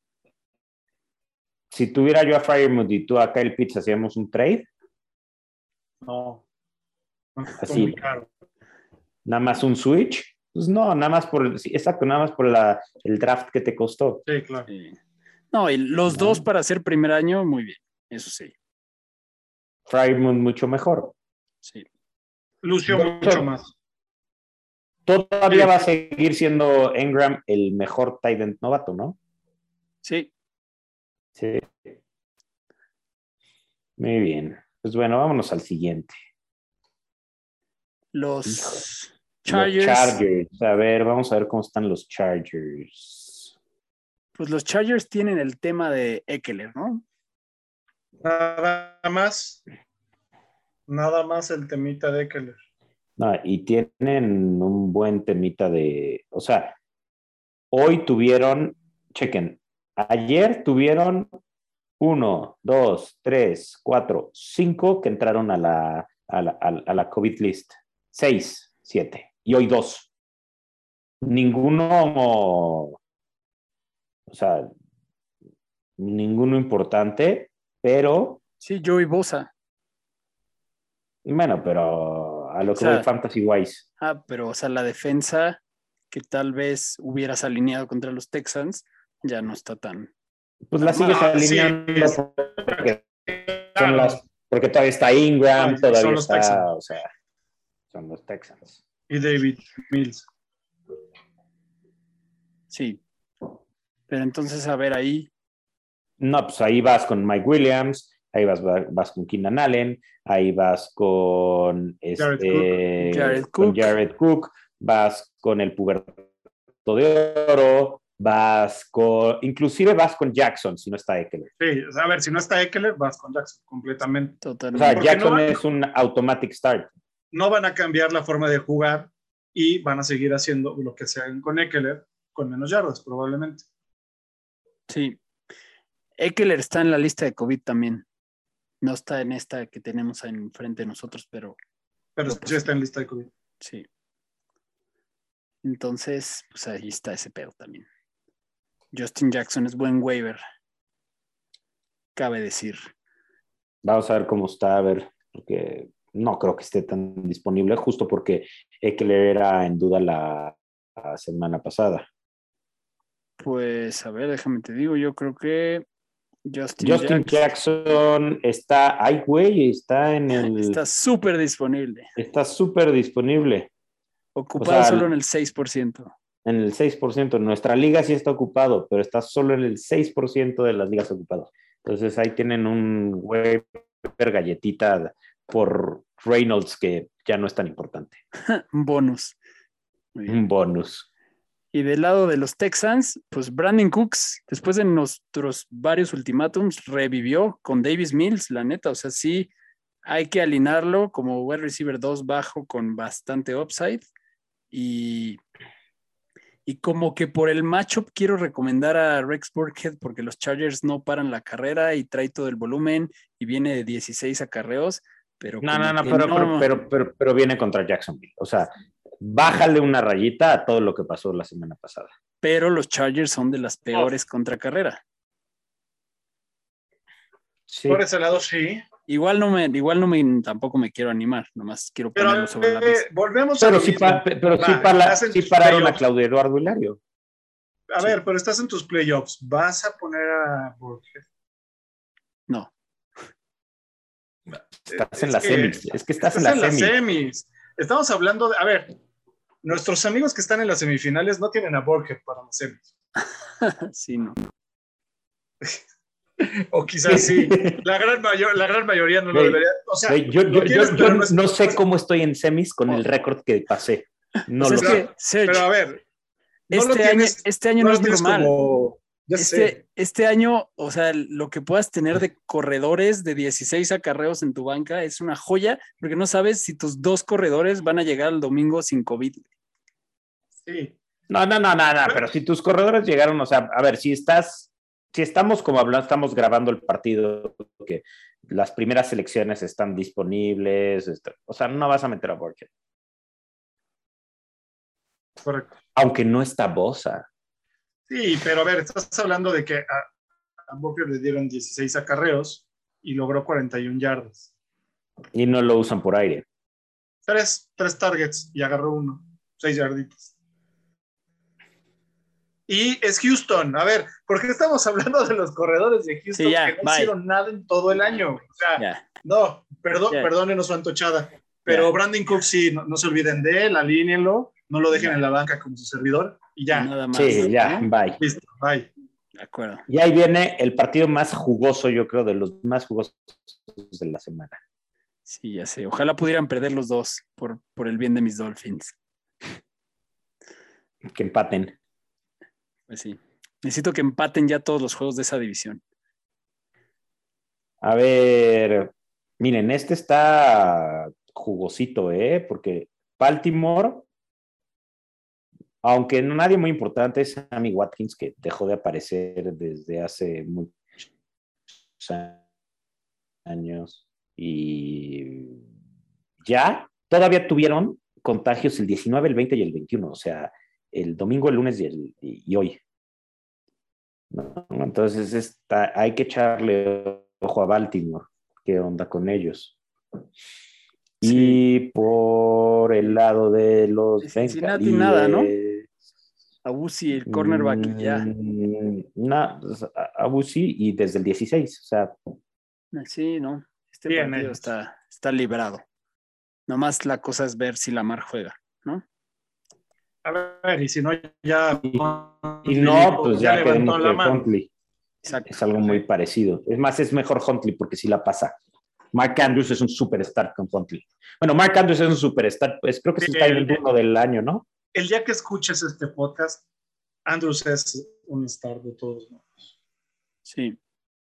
S3: Si tuviera yo a Freiermuth y tú a Kyle Pitts, hacíamos un trade.
S4: No.
S3: Así.
S4: Muy caro.
S3: Nada más un switch. Pues no, nada más por. Sí, exacto, nada más por la, el draft que te costó.
S4: Sí, claro.
S1: Sí. No, y los
S3: No.
S1: dos para ser primer año, muy bien. Eso sí.
S3: Freiermuth mucho mejor.
S1: Sí.
S4: Lució
S3: Doctor.
S4: mucho más.
S3: Todavía
S4: Sí.
S3: va a seguir siendo Engram el mejor tight end novato, ¿no?
S1: Sí.
S3: Sí. Muy bien. Pues bueno, vámonos al siguiente.
S1: Los
S3: Chargers.
S1: Chargers.
S3: Los Chargers. A ver, vamos a ver cómo están los Chargers.
S1: Pues los Chargers tienen el tema de Eckler, ¿no?
S4: Nada más. Nada más el temita de Keller.
S3: No, y tienen un buen temita de. O sea, hoy tuvieron. Chequen. Ayer tuvieron uno, dos, tres, cuatro, cinco que entraron a la, a la, a la COVID list. Seis, siete. Y hoy dos. Ninguno. O sea, ninguno importante, pero.
S1: Sí, Joey Bosa.
S3: Bueno, pero a lo que
S1: O sea,
S3: voy fantasy wise.
S1: Ah, pero, o sea, la defensa que tal vez hubieras alineado contra los Texans ya no está tan.
S3: Pues la sigues
S4: Ah, sí,
S3: alineando
S4: es-
S3: porque, son
S4: Claro.
S3: las, porque todavía está Ingram,
S4: Ah,
S3: todavía
S4: son los
S3: está,
S4: Texans.
S3: o sea, son los Texans.
S4: Y David Mills.
S1: Sí. Pero entonces, a ver ahí.
S3: No, pues ahí vas con Mike Williams, ahí vas, vas con Keenan Allen, ahí vas con
S4: Jared
S3: este,
S1: Jared
S3: con
S1: Cook.
S3: Jared Cook, vas con el puberto de oro, vas con, inclusive vas con Jackson si no está Eckler.
S4: Sí, o sea, a ver, si no está Eckler, vas con Jackson completamente.
S3: O
S1: Totalmente.
S3: sea,
S4: Porque
S3: Jackson
S4: no-
S3: es un automatic start.
S4: No van a cambiar la forma de jugar y van a seguir haciendo lo que se hagan con Eckler, con menos yardas, probablemente.
S1: Sí. Ekeler está en la lista de COVID también. No está en esta que tenemos enfrente de nosotros, pero...
S4: Pero sí pues, está en lista de COVID.
S1: Sí. Entonces, pues ahí está ese pedo también. Justin Jackson es buen waiver. Cabe decir.
S3: Vamos a ver cómo está, a ver, porque no creo que esté tan disponible, justo porque Ekeler era en duda la, la semana pasada.
S1: Pues, a ver, déjame te digo, yo creo que Justin,
S3: Justin Jackson, Jackson está, ay, güey, está en el...
S1: Está súper disponible.
S3: Está súper disponible.
S1: Ocupado o sea, solo en el seis por ciento.
S3: En el seis por ciento. Nuestra liga sí está ocupado, pero está solo en el seis por ciento de las ligas ocupadas. Entonces ahí tienen un waiver galletita por Reynolds que ya no es tan importante.
S1: Un bonus.
S3: Un bonus.
S1: Y del lado de los Texans, pues Brandon Cooks, después de nuestros varios ultimátums, revivió con Davis Mills, la neta. O sea, sí hay que alinearlo como wide receiver dos bajo con bastante upside. Y, y como que por el matchup quiero recomendar a Rex Burkhead porque los Chargers no paran la carrera y trae todo el volumen y viene de dieciséis acarreos. Pero
S3: no, no, no, pero, no... Pero, pero, pero, pero viene contra Jacksonville. O sea, bájale una rayita a todo lo que pasó la semana pasada.
S1: Pero los Chargers son de las peores oh. contra carrera.
S4: Sí. Por ese lado, sí.
S1: Igual no me, igual no me, tampoco me quiero animar, nomás quiero
S4: pero,
S1: ponerlo sobre
S4: eh,
S1: la mesa.
S4: Volvemos
S3: pero
S4: a
S3: sí, pa, pero Va, sí, para, sí pararon a Claudio Eduardo Hilario.
S4: A sí. ver, pero estás en tus playoffs. ¿Vas a poner a Borges?
S1: No.
S3: Estás
S4: es
S3: en las
S4: que,
S3: semis. Es que estás,
S4: estás
S3: en las
S4: en
S3: semis.
S4: semis. Estamos hablando de, a ver, nuestros amigos que están en las semifinales no tienen a Borges para las semis.
S1: Sí, no.
S4: O quizás sí. La gran, mayor, la gran mayoría no lo
S3: hey,
S4: debería. O sea,
S3: hey, yo, yo, yo, yo no, no sé cómo estoy en semis con oh. el récord que pasé. No
S1: pues
S3: lo
S1: es
S3: sé.
S1: Que, Serge,
S4: pero a ver, no
S1: este,
S4: lo tienes,
S1: año, este año no,
S4: no
S1: es normal.
S4: Como, ya
S1: este,
S4: sé.
S1: este año, o sea, lo que puedas tener de corredores de dieciséis acarreos en tu banca es una joya, porque no sabes si tus dos corredores van a llegar el domingo sin COVID.
S4: Sí.
S3: No, no, no, no, no, pero si tus corredores llegaron, o sea, a ver, si estás. Si estamos como hablando, estamos grabando el partido, que las primeras selecciones están disponibles, está, o sea, no vas a meter a Borges.
S4: Correcto.
S3: Aunque no está Bosa.
S4: Sí, pero a ver, estás hablando de que a, a Borges le dieron dieciséis acarreos y logró cuarenta y una yardas.
S3: Y no lo usan por aire.
S4: Tres, tres targets y agarró uno, seis yarditas. Y es Houston. A ver, ¿por qué estamos hablando de los corredores de Houston
S1: sí, ya,
S4: que no
S1: bye.
S4: hicieron nada en todo el año? O sea,
S1: yeah.
S4: no, perdón,
S1: yeah.
S4: perdónenos su antochada. Pero yeah. Brandon Cooks, sí, no, no se olviden de él, alínenlo, no lo dejen yeah. en la banca como su servidor y ya.
S1: Nada más.
S3: Sí, ya,
S1: ¿no?
S3: bye.
S4: Listo, bye.
S1: De acuerdo.
S3: Y ahí viene el partido más jugoso, yo creo, de los más jugosos de la semana.
S1: Sí, ya sé. Ojalá pudieran perder los dos por, por el bien de mis Dolphins.
S3: Que empaten.
S1: Pues sí. Necesito que empaten ya todos los juegos de esa división.
S3: A ver, miren, este está jugosito, ¿eh? Porque Baltimore, aunque nadie muy importante, es Sammy Watkins, que dejó de aparecer desde hace muchos años. Y ya, todavía tuvieron contagios el diecinueve, el veinte y el veintiuno. O sea, el domingo, el lunes y, el, y hoy. ¿No? Entonces está, hay que echarle ojo a Baltimore, qué onda con ellos. Sí. Y por el lado de los
S1: Cincinnati nada, ¿no? Abusi, el cornerback y ya.
S3: Na, Abusi y desde el dieciséis, o sea.
S1: Sí, no. Este
S4: Bien,
S1: partido está, está librado. Nomás la cosa es ver si Lamar juega, ¿no?
S4: A ver, y si no, ya.
S3: Y, y no, pues ya, ya queremos
S4: la
S3: que Huntley. Es algo muy parecido. Es más, es mejor Huntley porque sí la pasa. Mark Andrews es un superstar con Huntley. Bueno, Mark Andrews es un superstar. Pues creo que sí, está en el uno del año, ¿no?
S4: El día que escuches este podcast, Andrews es un star de todos modos.
S1: Sí.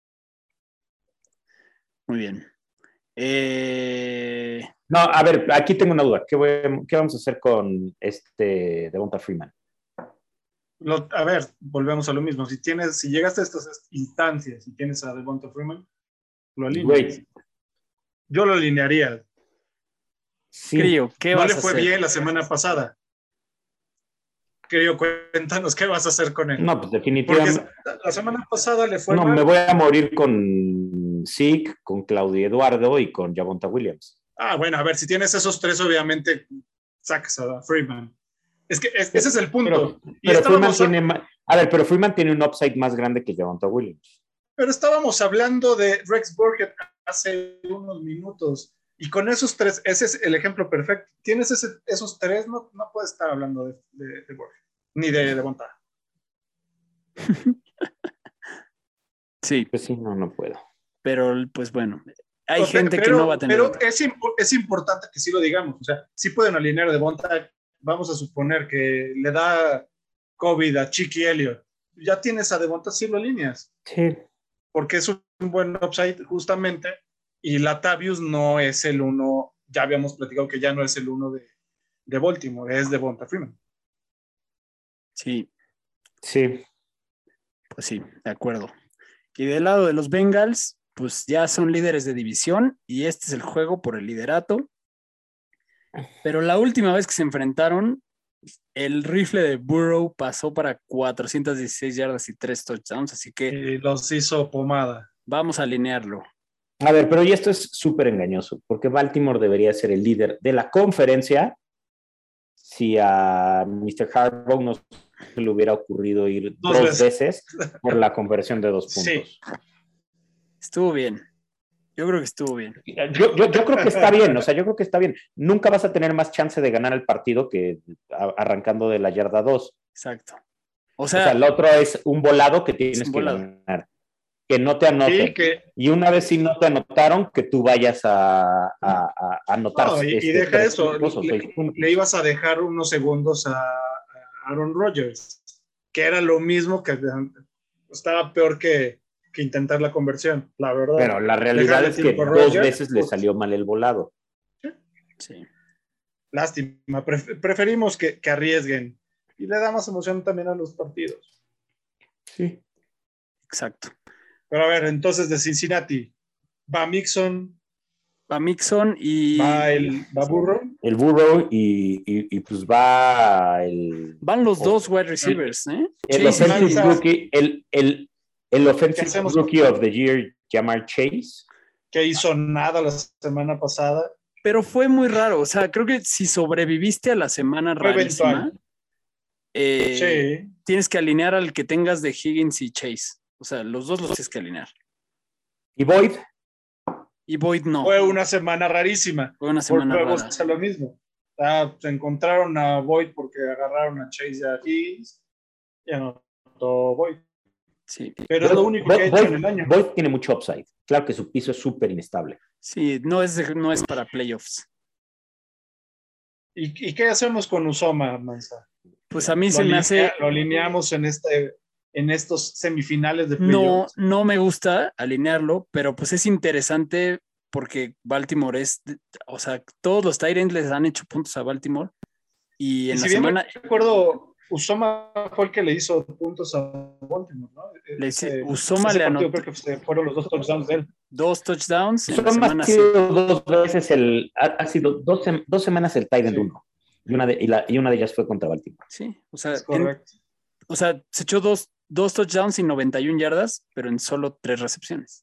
S1: Muy bien. Eh...
S3: No, a ver, aquí tengo una duda. ¿Qué, voy, qué vamos a hacer con este Devonta Freeman?
S4: Lo, a ver, volvemos a lo mismo. Si tienes, si llegaste a estas instancias y tienes a Devonta Freeman, lo alineas.
S3: Güey,
S4: Yo lo alinearía.
S3: sí.
S1: Crío, ¿qué
S4: No
S1: vas
S4: le
S1: a
S4: fue
S1: hacer?
S4: bien la semana pasada. Crío, cuéntanos qué vas a hacer con él.
S3: No, pues
S4: Porque
S3: definitivamente.
S4: la semana pasada le fue
S3: No,
S4: mal.
S3: me voy a morir con Zeke, con Claudio Eduardo y con Javonte Williams.
S4: Ah, bueno, a ver, si tienes esos tres, obviamente sacas a Freeman. Es que es, ese es el punto.
S3: Pero,
S4: y
S3: pero Freeman
S4: estábamos,
S3: tiene más, a ver, pero Freeman tiene un upside más grande que Javonte Williams.
S4: pero estábamos hablando de Rex Burkhead hace unos minutos. Y con esos tres, ese es el ejemplo perfecto. Tienes ese, esos tres, no, no puedes estar hablando de, de, de Burkhead, ni de Devonta.
S1: Sí,
S3: Pues sí, no, no puedo.
S1: pero pues bueno, hay
S4: Pero-
S1: gente que
S4: pero-
S1: no va a tener.
S4: Pero es, imp- es importante que sí lo digamos. O sea, sí pueden alinear a Devonta. Vamos a suponer que le da COVID a Chiqui Elliott. Ya tienes a Devonta, sí lo alineas.
S3: Sí.
S4: Porque es un buen upside justamente. Y Latavius no es el uno. Ya habíamos platicado que ya no es el uno de, de Baltimore, es Devonta Freeman.
S1: Sí,
S3: Sí.
S1: pues sí, de acuerdo. Y del lado de los Bengals, pues ya son líderes de división y este es el juego por el liderato. Pero la última vez que se enfrentaron, el rifle de Burrow pasó para cuatrocientas dieciséis yardas y tres touchdowns, así que
S4: Y los hizo pomada.
S1: vamos a alinearlo.
S3: A ver, pero y esto es súper engañoso, porque Baltimore debería ser el líder de la conferencia si a mister Harbaugh no se le hubiera ocurrido ir
S4: Dos
S3: dos,
S4: veces.
S3: veces. por la conversión de dos
S4: Sí.
S3: puntos.
S1: Estuvo bien. Yo creo que estuvo bien.
S3: Yo, yo, yo creo que está bien, o sea, yo creo que está bien. Nunca vas a tener más chance de ganar el partido que a- arrancando de la yarda dos.
S1: Exacto. O
S3: O
S1: sea,
S3: sea, el otro es un volado que tienes
S1: un
S3: que
S1: volado.
S3: ganar. Que no te anoten.
S4: Sí, que,
S3: Y una vez si no te anotaron, que tú vayas a, a, a anotar.
S4: no, y, y
S3: este,
S4: deja
S3: tres
S4: eso.
S3: puntos o
S4: Le,
S3: seis puntos.
S4: le ibas a dejar unos segundos a, a Aaron Rodgers, que era lo mismo que estaba peor que, que intentar la conversión, la verdad.
S3: Pero la realidad
S4: Dejarle
S3: es que
S4: tiempo a
S3: dos
S4: Rodgers,
S3: veces le
S4: pues,
S3: salió mal el volado.
S1: sí.
S4: Lástima. Pref- preferimos que, que arriesguen. Y le da más emoción también a los partidos.
S3: Sí.
S1: Exacto.
S4: Pero a ver, entonces de Cincinnati, va Mixon,
S1: Va Mixon y
S4: va el va Burrow.
S3: El Burrow y, y, y pues va el,
S1: van los
S3: o-
S1: dos wide receivers, ¿eh?
S3: el
S1: Chase y
S3: offensive
S1: Higgins.
S3: rookie, el, el, el
S4: ¿Qué
S3: offensive
S4: hacemos?
S3: rookie of the year, Jamar Chase.
S4: Que hizo nada la semana pasada.
S1: Pero fue muy raro. O sea, creo que si sobreviviste a la semana
S4: Fue
S1: rarísima,
S4: eventual.
S1: eh,
S4: Sí.
S1: tienes que alinear al que tengas de Higgins y Chase. O sea, los dos los tienes que alinear.
S3: Y Boyd,
S1: Y Boyd no.
S4: Fue una semana rarísima.
S1: Fue una semana
S4: Volvemos
S1: rara.
S4: a lo mismo. Ah, se encontraron a Boyd porque agarraron a Chase y a Higgins. Y anotó Boyd.
S1: Sí,
S4: Pero es lo único que ha hecho
S3: Boyd,
S4: en el año.
S3: Boyd tiene mucho upside. Claro que su piso es súper inestable.
S1: sí, no es, no es para playoffs.
S4: ¿Y, ¿Y qué hacemos con Uzoma, Mansa?
S1: Pues a mí
S4: Lo,
S1: se me
S4: alinea-
S1: hace.
S4: lo alineamos en, este, en estos semifinales de
S1: No,
S4: playoffs.
S1: no me gusta alinearlo, pero pues es interesante porque Baltimore es, o sea, todos los Tyrants les han hecho puntos a Baltimore y
S4: Y,
S1: en
S4: si
S1: la
S4: bien
S1: semana
S4: me acuerdo, Uzoma fue el que le hizo puntos a Baltimore, ¿no?
S1: le-
S4: Ese-
S1: Uzoma
S4: ese
S1: le
S4: partido
S1: anotó
S4: creo que se fueron los dos touchdowns de él.
S1: dos touchdowns en la
S3: Solo
S1: semana
S3: ha
S1: siete.
S3: sido dos veces el, ha, ha sido dos, sem- dos semanas el Tyrant
S4: Sí.
S3: uno. Y una, de, y, la, y una de ellas fue contra Baltimore.
S1: Sí, o sea,
S4: Es
S1: en-
S4: correcto.
S1: o sea, se echó dos, dos touchdowns y noventa y una yardas, pero en solo tres recepciones.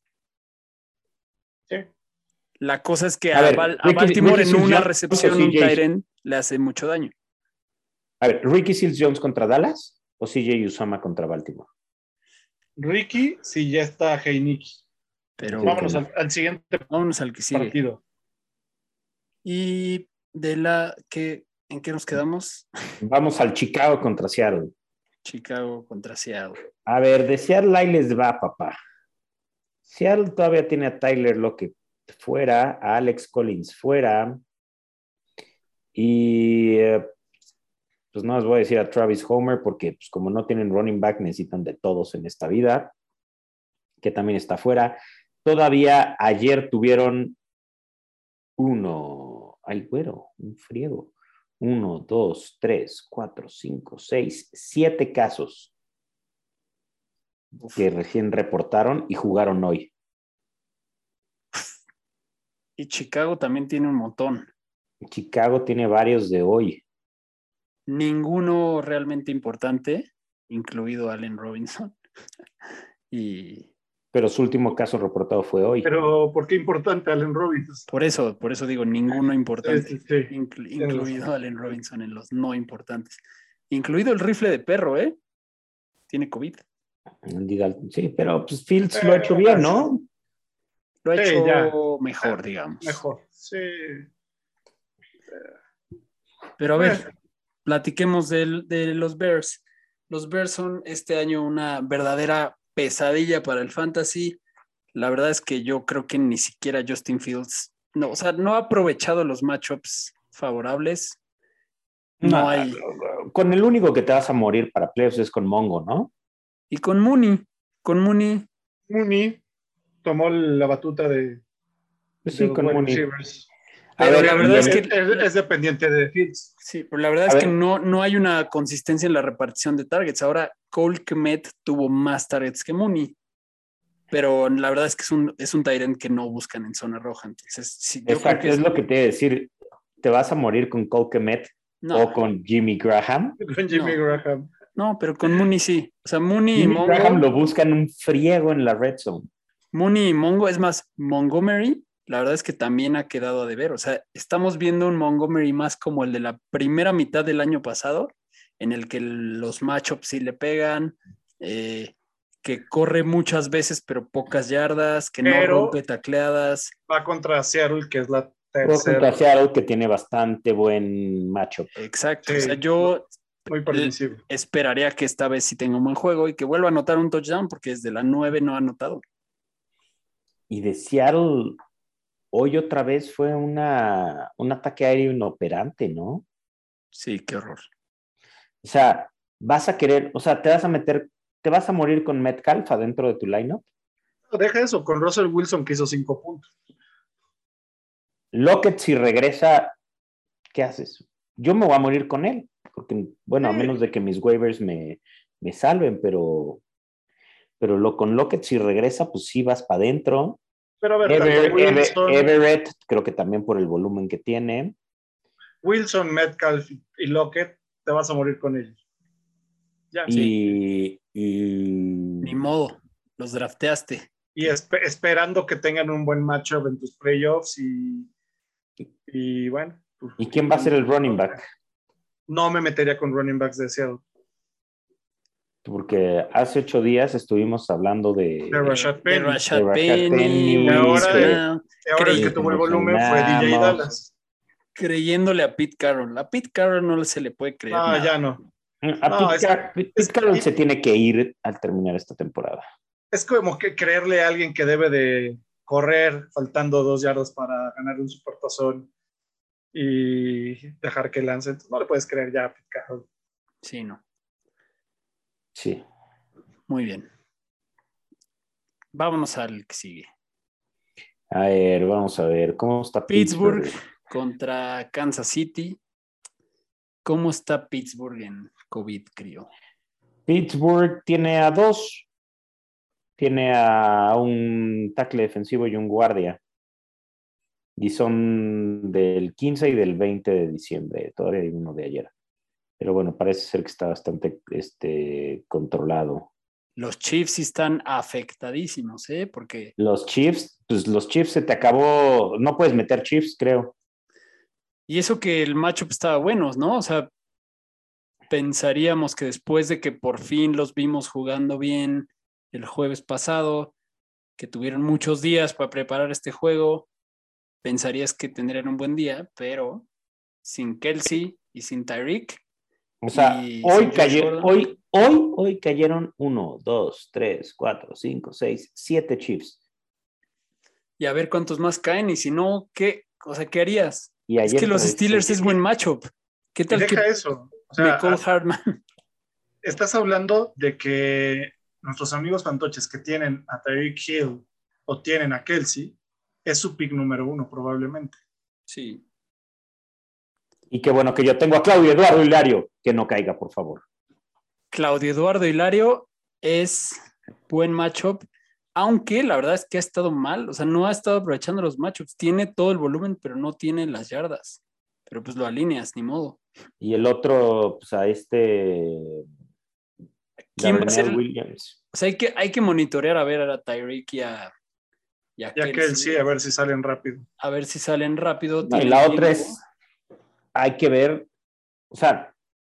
S4: Sí.
S1: La cosa es que
S3: A
S1: a,
S3: ver,
S1: Bal- a
S3: Ricky-
S1: Baltimore
S3: Ricky
S1: en una
S3: Seals-Jones
S1: recepción
S3: o
S1: un
S3: C J.
S1: Tyrant le hace mucho daño.
S3: A ver, ¿Ricky Seals-Jones contra Dallas o C J Uzoma contra Baltimore?
S4: Ricky, sí, ya está Heineken.
S1: Pero
S3: Sí,
S4: Vámonos
S3: claro.
S4: al, al siguiente
S1: vámonos al que sigue.
S4: partido.
S1: Y de la que, ¿en qué nos quedamos?
S3: Vamos al Chicago contra Seattle.
S1: Chicago contra Seattle.
S3: A ver, de Seattle ahí les va, papá. Seattle todavía tiene a Tyler Lockett fuera, a Alex Collins fuera. Y eh, pues no les voy a decir a Travis Homer porque pues, como no tienen running back necesitan de todos en esta vida, que también está fuera. Todavía ayer tuvieron uno, ay, güero, un friego. Uno, dos, tres, cuatro, cinco, seis, siete casos
S1: Uf.
S3: que recién reportaron y jugaron hoy.
S1: Y Chicago también tiene un montón.
S3: Chicago tiene varios de hoy.
S1: Ninguno realmente importante, incluido Allen Robinson. Y
S3: Pero su último caso reportado fue hoy.
S4: Pero, ¿por qué importante Allen Robinson?
S1: por eso, por eso digo, ninguno importante,
S4: Sí, sí, sí.
S1: inclu-
S4: Tienes
S1: incluido
S4: razón.
S1: Allen Robinson en los no importantes. Incluido el rifle de perro, ¿eh? Tiene COVID.
S3: Diga- Sí, pero pues Fields lo ha
S4: Eh,
S3: hecho bien, ¿no?
S1: Lo ha
S4: Sí,
S1: hecho
S4: ya.
S1: mejor, digamos.
S4: Mejor, sí.
S1: Pero a ver,
S4: Bueno,
S1: platiquemos del- de los Bears. Los Bears son este año una verdadera pesadilla para el fantasy. La verdad es que yo creo que ni siquiera Justin Fields, no, o sea, no ha aprovechado los matchups favorables. No
S3: No,
S1: hay.
S3: con el único que te vas a morir para playoffs es con Mongo, ¿no?
S1: Y con Mooney, con Mooney,
S4: Mooney tomó la batuta de,
S3: Pues
S4: de
S3: sí,
S4: los
S3: con
S4: wide
S3: Mooney.
S4: receivers.
S3: A
S1: pero
S3: ver,
S1: la
S3: y
S1: verdad es
S3: el-
S1: que
S4: es, es dependiente de Fields.
S1: sí, pero la verdad
S3: A
S1: es
S3: ver.
S1: que no, no hay una consistencia en la repartición de targets. Ahora Cole Kmet tuvo más targets que Mooney, pero la verdad es que es un, es un tight end que no buscan en zona roja. Entonces, sí, yo creo
S3: Exacto,
S1: que
S3: es
S1: es,
S3: lo que te iba a decir. Te vas a morir con Cole Kmet
S1: no,
S3: o con Jimmy Graham.
S4: Con Jimmy
S1: No.
S4: Graham.
S1: no, pero con Mooney sí. O sea, Mooney y
S3: Jimmy
S1: Mongo,
S3: Graham lo buscan un friego en la red zone.
S1: Mooney y Mongo, es más, Montgomery, la verdad es que también ha quedado a deber. O sea, estamos viendo un Montgomery más como el de la primera mitad del año pasado, en el que los matchups sí le pegan, eh, que corre muchas veces pero pocas yardas, que no
S4: Pero-
S1: rompe tacleadas.
S4: Va contra Seattle, que es la
S3: Juego contra
S4: tercera.
S3: Seattle, que tiene bastante buen matchup.
S1: Exacto.
S4: Sí.
S1: O sea, yo
S4: Muy permisivo.
S1: esperaría que esta vez sí tenga un buen juego y que vuelva a anotar un touchdown, porque desde la nueve no ha anotado.
S3: Y de Seattle, hoy otra vez fue una, un ataque aéreo inoperante, ¿no?
S1: Sí, qué horror.
S3: O sea, vas a querer, o sea, te vas a meter, te vas a morir con Metcalf adentro de tu lineup.
S4: Deja eso, con Russell Wilson que hizo cinco puntos.
S3: Lockett, si regresa, ¿qué haces? Yo me voy a morir con él, porque, bueno, a
S4: Sí.
S3: menos de que mis waivers me, me salven, pero, pero lo, con Lockett, si regresa, pues sí vas para adentro.
S4: Pero a ver,
S3: Ever-
S4: tanto Wilson,
S3: Ever- Everett, creo que también por el volumen que tiene.
S4: Wilson, Metcalf y Lockett, te vas a morir con ellos. Ya.
S3: Y, y
S1: Ni modo, los drafteaste.
S4: Y espe- esperando que tengan un buen matchup en tus playoffs y, y bueno. pues,
S3: ¿Y quién va a ser el running back?
S4: No me metería con running backs de Seattle.
S3: Porque hace ocho días estuvimos hablando de,
S4: De Rashad
S1: De
S4: Penny.
S1: Rashad
S3: De Rashad
S1: Penny,
S3: Penny,
S4: Y ahora,
S3: que-
S1: Wilson,
S4: Y ahora el
S1: Creí-
S4: que tuvo el volumen fue D J
S3: emocionamos.
S4: Dallas.
S1: creyéndole a Pete Carroll. A Pete Carroll no se le puede creer
S4: No,
S1: nada.
S4: ya no.
S3: A
S4: No,
S3: Pete,
S4: es-
S3: Car- Pete
S4: es-
S3: Carroll se tiene que ir al terminar esta temporada.
S4: Es como que creerle a alguien que debe de correr faltando dos yardas para ganar un supertazón y dejar que lance. Entonces, no le puedes creer ya a Pete Carroll.
S1: Sí, no.
S3: Sí.
S1: Muy bien. Vámonos al que sigue.
S3: A ver, vamos a ver. ¿Cómo está
S1: Pittsburgh
S3: Pittsburgh?
S1: contra Kansas City. ¿Cómo está Pittsburgh en COVID, creo?
S3: Pittsburgh tiene a dos. Tiene a un tackle defensivo y un guardia. Y son del quince y del veinte de diciembre. Todavía hay uno de ayer. Pero bueno, parece ser que está bastante este, controlado.
S1: Los Chiefs sí están afectadísimos, ¿eh? Porque
S3: Los Chiefs, pues los Chiefs se te acabó. No puedes meter Chiefs, creo.
S1: y eso que el matchup estaba bueno, ¿no? O sea, pensaríamos que después de que por fin los vimos jugando bien el jueves pasado, que tuvieron muchos días para preparar este juego, pensarías que tendrían un buen día, pero sin Kelsey y sin Tyreek.
S3: O sea,
S1: Y
S3: hoy,
S1: sin Josh
S3: caye-
S1: Gordon.
S3: hoy, hoy, hoy cayeron uno, dos, tres, cuatro, cinco, seis, siete Chiefs.
S1: Y a ver cuántos más caen, y si no, ¿qué? O sea, ¿qué harías?
S3: Y
S1: Es
S3: ayer
S1: que los
S3: trae
S1: Steelers
S3: seis.
S1: es buen matchup. ¿Qué
S4: Y
S1: tal
S4: deja
S1: que
S4: eso. O sea,
S1: Nicole
S4: a-
S1: Hartman?
S4: estás hablando de que nuestros amigos fantoches que tienen a Tyreek Hill o tienen a Kelsey es su pick número uno probablemente.
S1: Sí.
S3: Y qué bueno que yo tengo a Claudio Eduardo Hilario, que no caiga, por favor.
S1: Claudio Eduardo Hilario es buen matchup, aunque la verdad es que ha estado mal, o sea, no ha estado aprovechando los matchups, tiene todo el volumen, pero no tiene las yardas, pero pues lo alineas, ni modo.
S3: Y el otro, pues a este...
S1: ¿Quién va a ser?
S3: Williams.
S1: O sea, hay que, hay que monitorear a ver a Tyreek y a, y a
S4: Ya que él sí, a ver si salen rápido.
S1: A ver si salen rápido.
S3: No, y la otra es, hay que ver, o sea,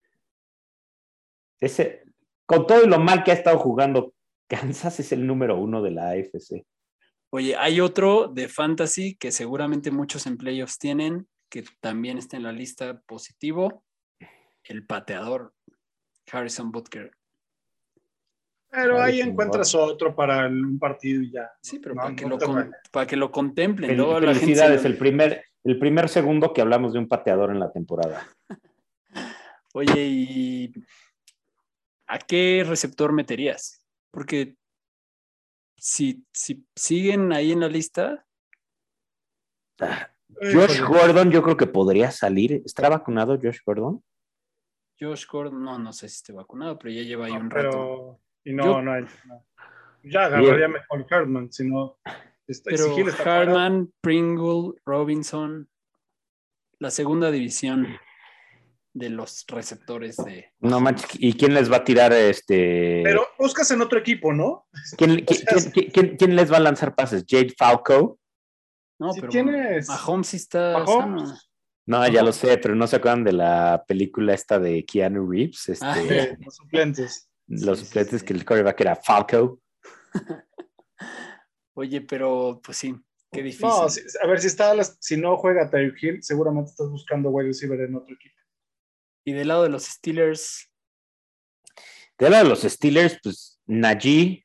S3: ese, con todo y lo mal que ha estado jugando, Kansas es el número uno de la A F C.
S1: Oye, hay otro de fantasy que seguramente muchos en playoffs tienen, que también está en la lista positivo, el pateador, Harrison Butker.
S4: Pero ahí encuentras otro para un partido y ya.
S1: Sí, pero
S4: no,
S1: para, que
S4: no
S1: lo
S4: te
S1: con, para que lo contemplen.
S3: Fel,
S1: Luego
S3: felicidades,
S1: la gente
S3: el, primer, el primer segundo que hablamos de un pateador en la temporada.
S1: Oye, ¿y a qué receptor meterías? Porque si, si siguen ahí en la lista...
S3: Ah, Josh Gordon yo creo que podría salir. ¿Está vacunado Josh Gordon?
S1: Josh Gordon, no, no sé si esté vacunado, pero ya lleva ahí
S4: no,
S1: un
S4: pero,
S1: rato.
S4: Y no,
S1: Yo,
S4: no hay. No. Ya agarraría mejor Hardman, si no. Está,
S1: pero
S4: si
S1: Hardman, Pringle, Robinson, la segunda división de los receptores de.
S3: No manches, ¿y quién les va a tirar este?
S4: Pero buscas en otro equipo, ¿no?
S3: ¿Quién, quién, sea, quién, quién, quién les va a lanzar pases? ¿Jade Falco?
S1: No,
S4: si
S1: pero
S4: tienes...
S1: Mahomes sí está
S4: Mahomes.
S1: sano.
S3: No, ya lo sé, pero no se acuerdan de la película esta de Keanu Reeves, este,
S1: Ah,
S4: eh, los suplentes.
S3: Los
S1: sí,
S3: suplentes
S1: sí, sí.
S3: que el quarterback era Falco.
S1: Oye, pero pues sí, qué difícil.
S4: No, si, a ver, si está si no juega Tyreek Hill, seguramente estás buscando wide receiver en otro equipo.
S1: Y del lado de los Steelers.
S3: Del lado de los Steelers, pues Najee.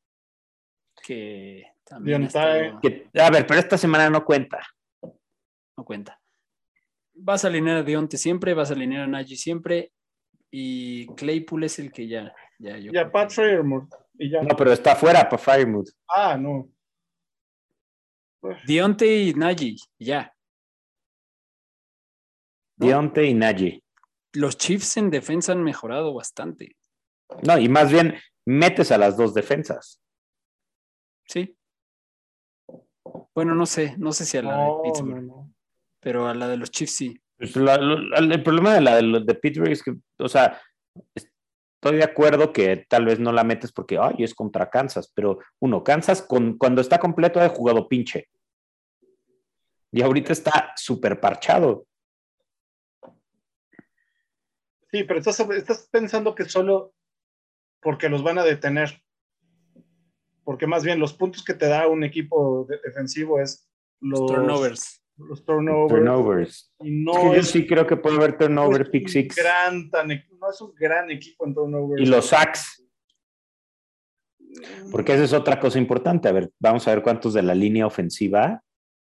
S1: Que también
S4: estado...
S3: que, a ver, pero esta semana no cuenta.
S1: No cuenta. Vas a alinear a Dionte siempre, vas a alinear a Najee siempre. Y Claypool es el que ya. Ya, yo
S4: ya Pat Freiermuth. Y ya.
S3: No, pero está fuera para Freiermuth.
S4: Ah, no.
S1: Dionte y Najee, ya.
S3: ¿No? Dionte y Najee.
S1: Los Chiefs en defensa han mejorado bastante.
S3: No, y más bien metes a las dos defensas.
S1: Sí. Bueno, no sé, no sé si a la
S4: no,
S1: de Pittsburgh,
S4: no, no.
S1: pero a la de los Chiefs sí.
S3: Pues la, la, el problema de la de, de Pittsburgh es que, o sea, estoy de acuerdo que tal vez no la metes porque, ay, es contra Kansas, pero uno, Kansas con, cuando está completo ha jugado pinche. Y ahorita está súper parchado.
S4: Sí, pero estás, estás pensando que solo porque los van a detener. Porque más bien los puntos que te da un equipo de, defensivo es los,
S1: los turnovers.
S4: Los turnovers.
S3: turnovers.
S4: Y no
S3: es que yo
S4: es,
S3: sí creo que puede haber turnover,
S4: no es
S3: pick six.
S4: Gran, tan, no es un gran equipo en turnovers.
S3: Y los sacks. Porque esa es otra cosa importante. A ver, vamos a ver cuántos de la línea ofensiva.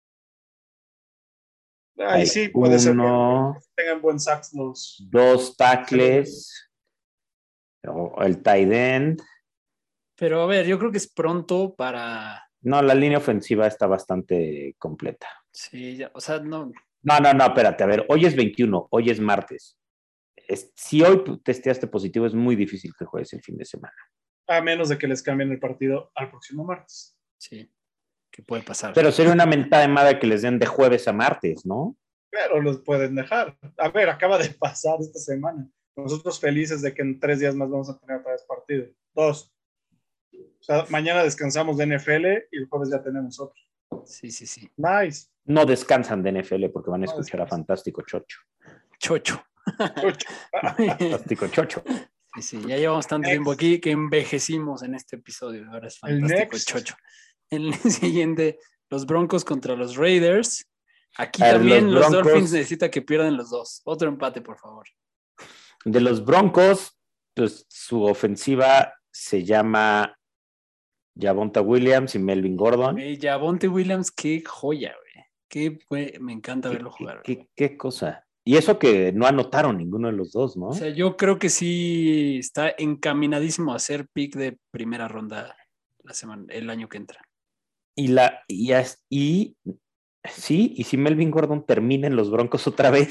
S4: Ahí sí puede
S3: uno,
S4: ser que tengan buen sacks los
S3: dos tackles o el tight end.
S1: Pero a ver, yo creo que es pronto para.
S3: No, la línea ofensiva está bastante completa.
S1: Sí, ya, o sea, no.
S3: No, no, no, espérate, a ver, hoy es veintiuno, hoy es martes. Es, si hoy testeaste positivo, es muy difícil que juegues el fin de semana.
S4: A menos de que les cambien el partido al próximo martes.
S1: Sí. ¿Qué puede pasar?
S3: Pero sería una mentada de madre que les den de jueves a martes, ¿no?
S4: Pero los pueden dejar. A ver, acaba de pasar esta semana. Nosotros felices de que en tres días más vamos a tener otra vez partido. Dos. O sea, mañana descansamos de N F L y el jueves ya tenemos otro.
S1: Sí, sí, sí.
S4: Nice.
S3: No descansan de N F L porque van a
S4: No
S3: escuchar
S4: descansan.
S3: a Fantástico Chocho.
S1: Chocho.
S4: Chocho.
S3: Fantástico Chocho.
S1: Sí, sí, ya llevamos tanto
S4: Next.
S1: tiempo aquí que envejecimos en este episodio. Ahora es
S4: El
S1: Fantástico
S4: next.
S1: Chocho. El siguiente, los Broncos contra los Raiders. Aquí
S3: A ver,
S1: también
S3: los
S1: los,
S3: Broncos-
S1: Dolphins necesitan que pierdan los dos. Otro empate, por favor.
S3: De los Broncos, pues su ofensiva se llama Javonte Williams y Melvin Gordon.
S1: Güey, Javonte Williams, qué joya, güey. Qué, güey, me encanta
S3: ¿Qué,
S1: verlo jugar.
S3: qué, qué, qué cosa? Y eso que no anotaron ninguno de los dos, ¿no?
S1: O sea, yo creo que sí está encaminadísimo a ser pick de primera ronda la semana, el año que entra.
S3: Y la y, as- y sí, y si Melvin Gordon termina en los Broncos otra vez.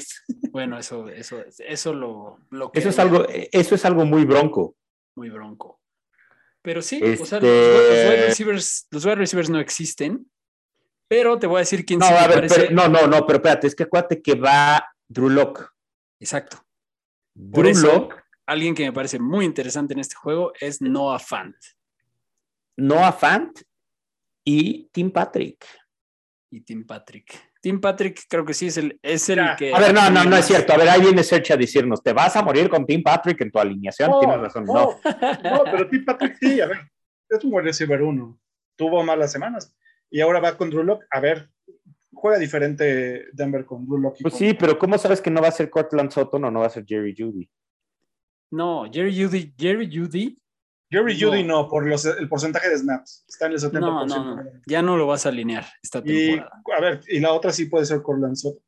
S1: Bueno, eso, eso, eso lo bloquea.
S3: Eso es algo, eso es algo muy bronco.
S1: Muy bronco. Pero sí,
S3: Este...
S1: o sea, los, los wide receivers, los wide receivers no existen, pero te voy a decir quién
S3: no,
S1: sí
S3: a
S1: me
S3: ver,
S1: parece.
S3: pero, no, no, no, pero espérate, es que acuérdate que va Drew Lock.
S1: Exacto. Por
S3: Drew
S1: eso,
S3: Lock,
S1: alguien que me parece muy interesante en este juego es Noah Fant.
S3: Noah Fant y Tim Patrick.
S1: Y Tim Patrick. Tim Patrick creo que sí es el, es el
S4: Ya.
S1: que...
S3: A ver, no, no, no
S1: más.
S3: es cierto. A ver, ahí viene Serge a decirnos, te vas a morir con Tim Patrick en tu alineación.
S4: No,
S3: Tienes razón, no.
S4: no, no, pero Tim Patrick sí, a ver, es un buen receiver uno. Tuvo malas semanas y ahora va con Drew Lock. A ver, juega diferente Denver con Drew Lock.
S3: Pues sí, pero ¿cómo sabes que no va a ser Cortland Sutton o no va a ser Jerry Jeudy?
S1: No, Jerry Jeudy, Jerry Jeudy.
S4: Jerry
S1: No.
S4: Jeudy no, por los, el porcentaje de snaps. Está en el setenta
S1: No,
S4: por ciento.
S1: no, no. Ya no lo vas a alinear esta
S4: Y,
S1: temporada.
S4: a ver, y la otra sí puede ser Cortland Sutton.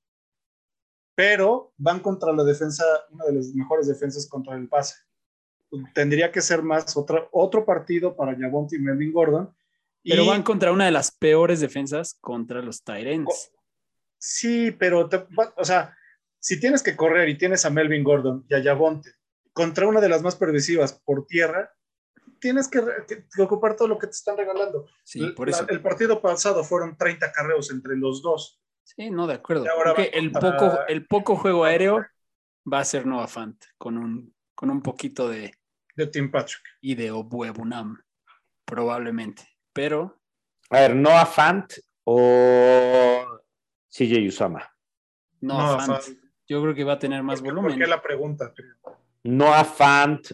S4: Pero van contra la defensa, una de las mejores defensas contra el pase. Tendría que ser más otra, otro partido para Javonte y Melvin Gordon.
S1: Pero
S4: y,
S1: van contra una de las peores defensas contra los tight ends.
S4: Sí, pero, te, o sea, si tienes que correr y tienes a Melvin Gordon y a Javonte contra una de las más permisivas por tierra, tienes que, que, que ocupar todo lo que te están regalando.
S1: Sí, por eso.
S4: La, el partido pasado fueron treinta carreos entre los dos.
S1: Sí, no, de acuerdo.
S4: Ahora
S1: Porque el
S4: contra...
S1: poco, el poco juego aéreo va a ser Noah Fant con un, con un poquito de...
S4: de Tim Patrick.
S1: Y de Obuebunam, probablemente. Pero...
S3: A ver, Noah Fant o C J Uzomah.
S1: Noah
S4: No,
S1: Fant. Yo creo que va a tener más
S4: ¿Por qué,
S1: volumen.
S4: ¿Por qué la pregunta?
S3: Noah Fant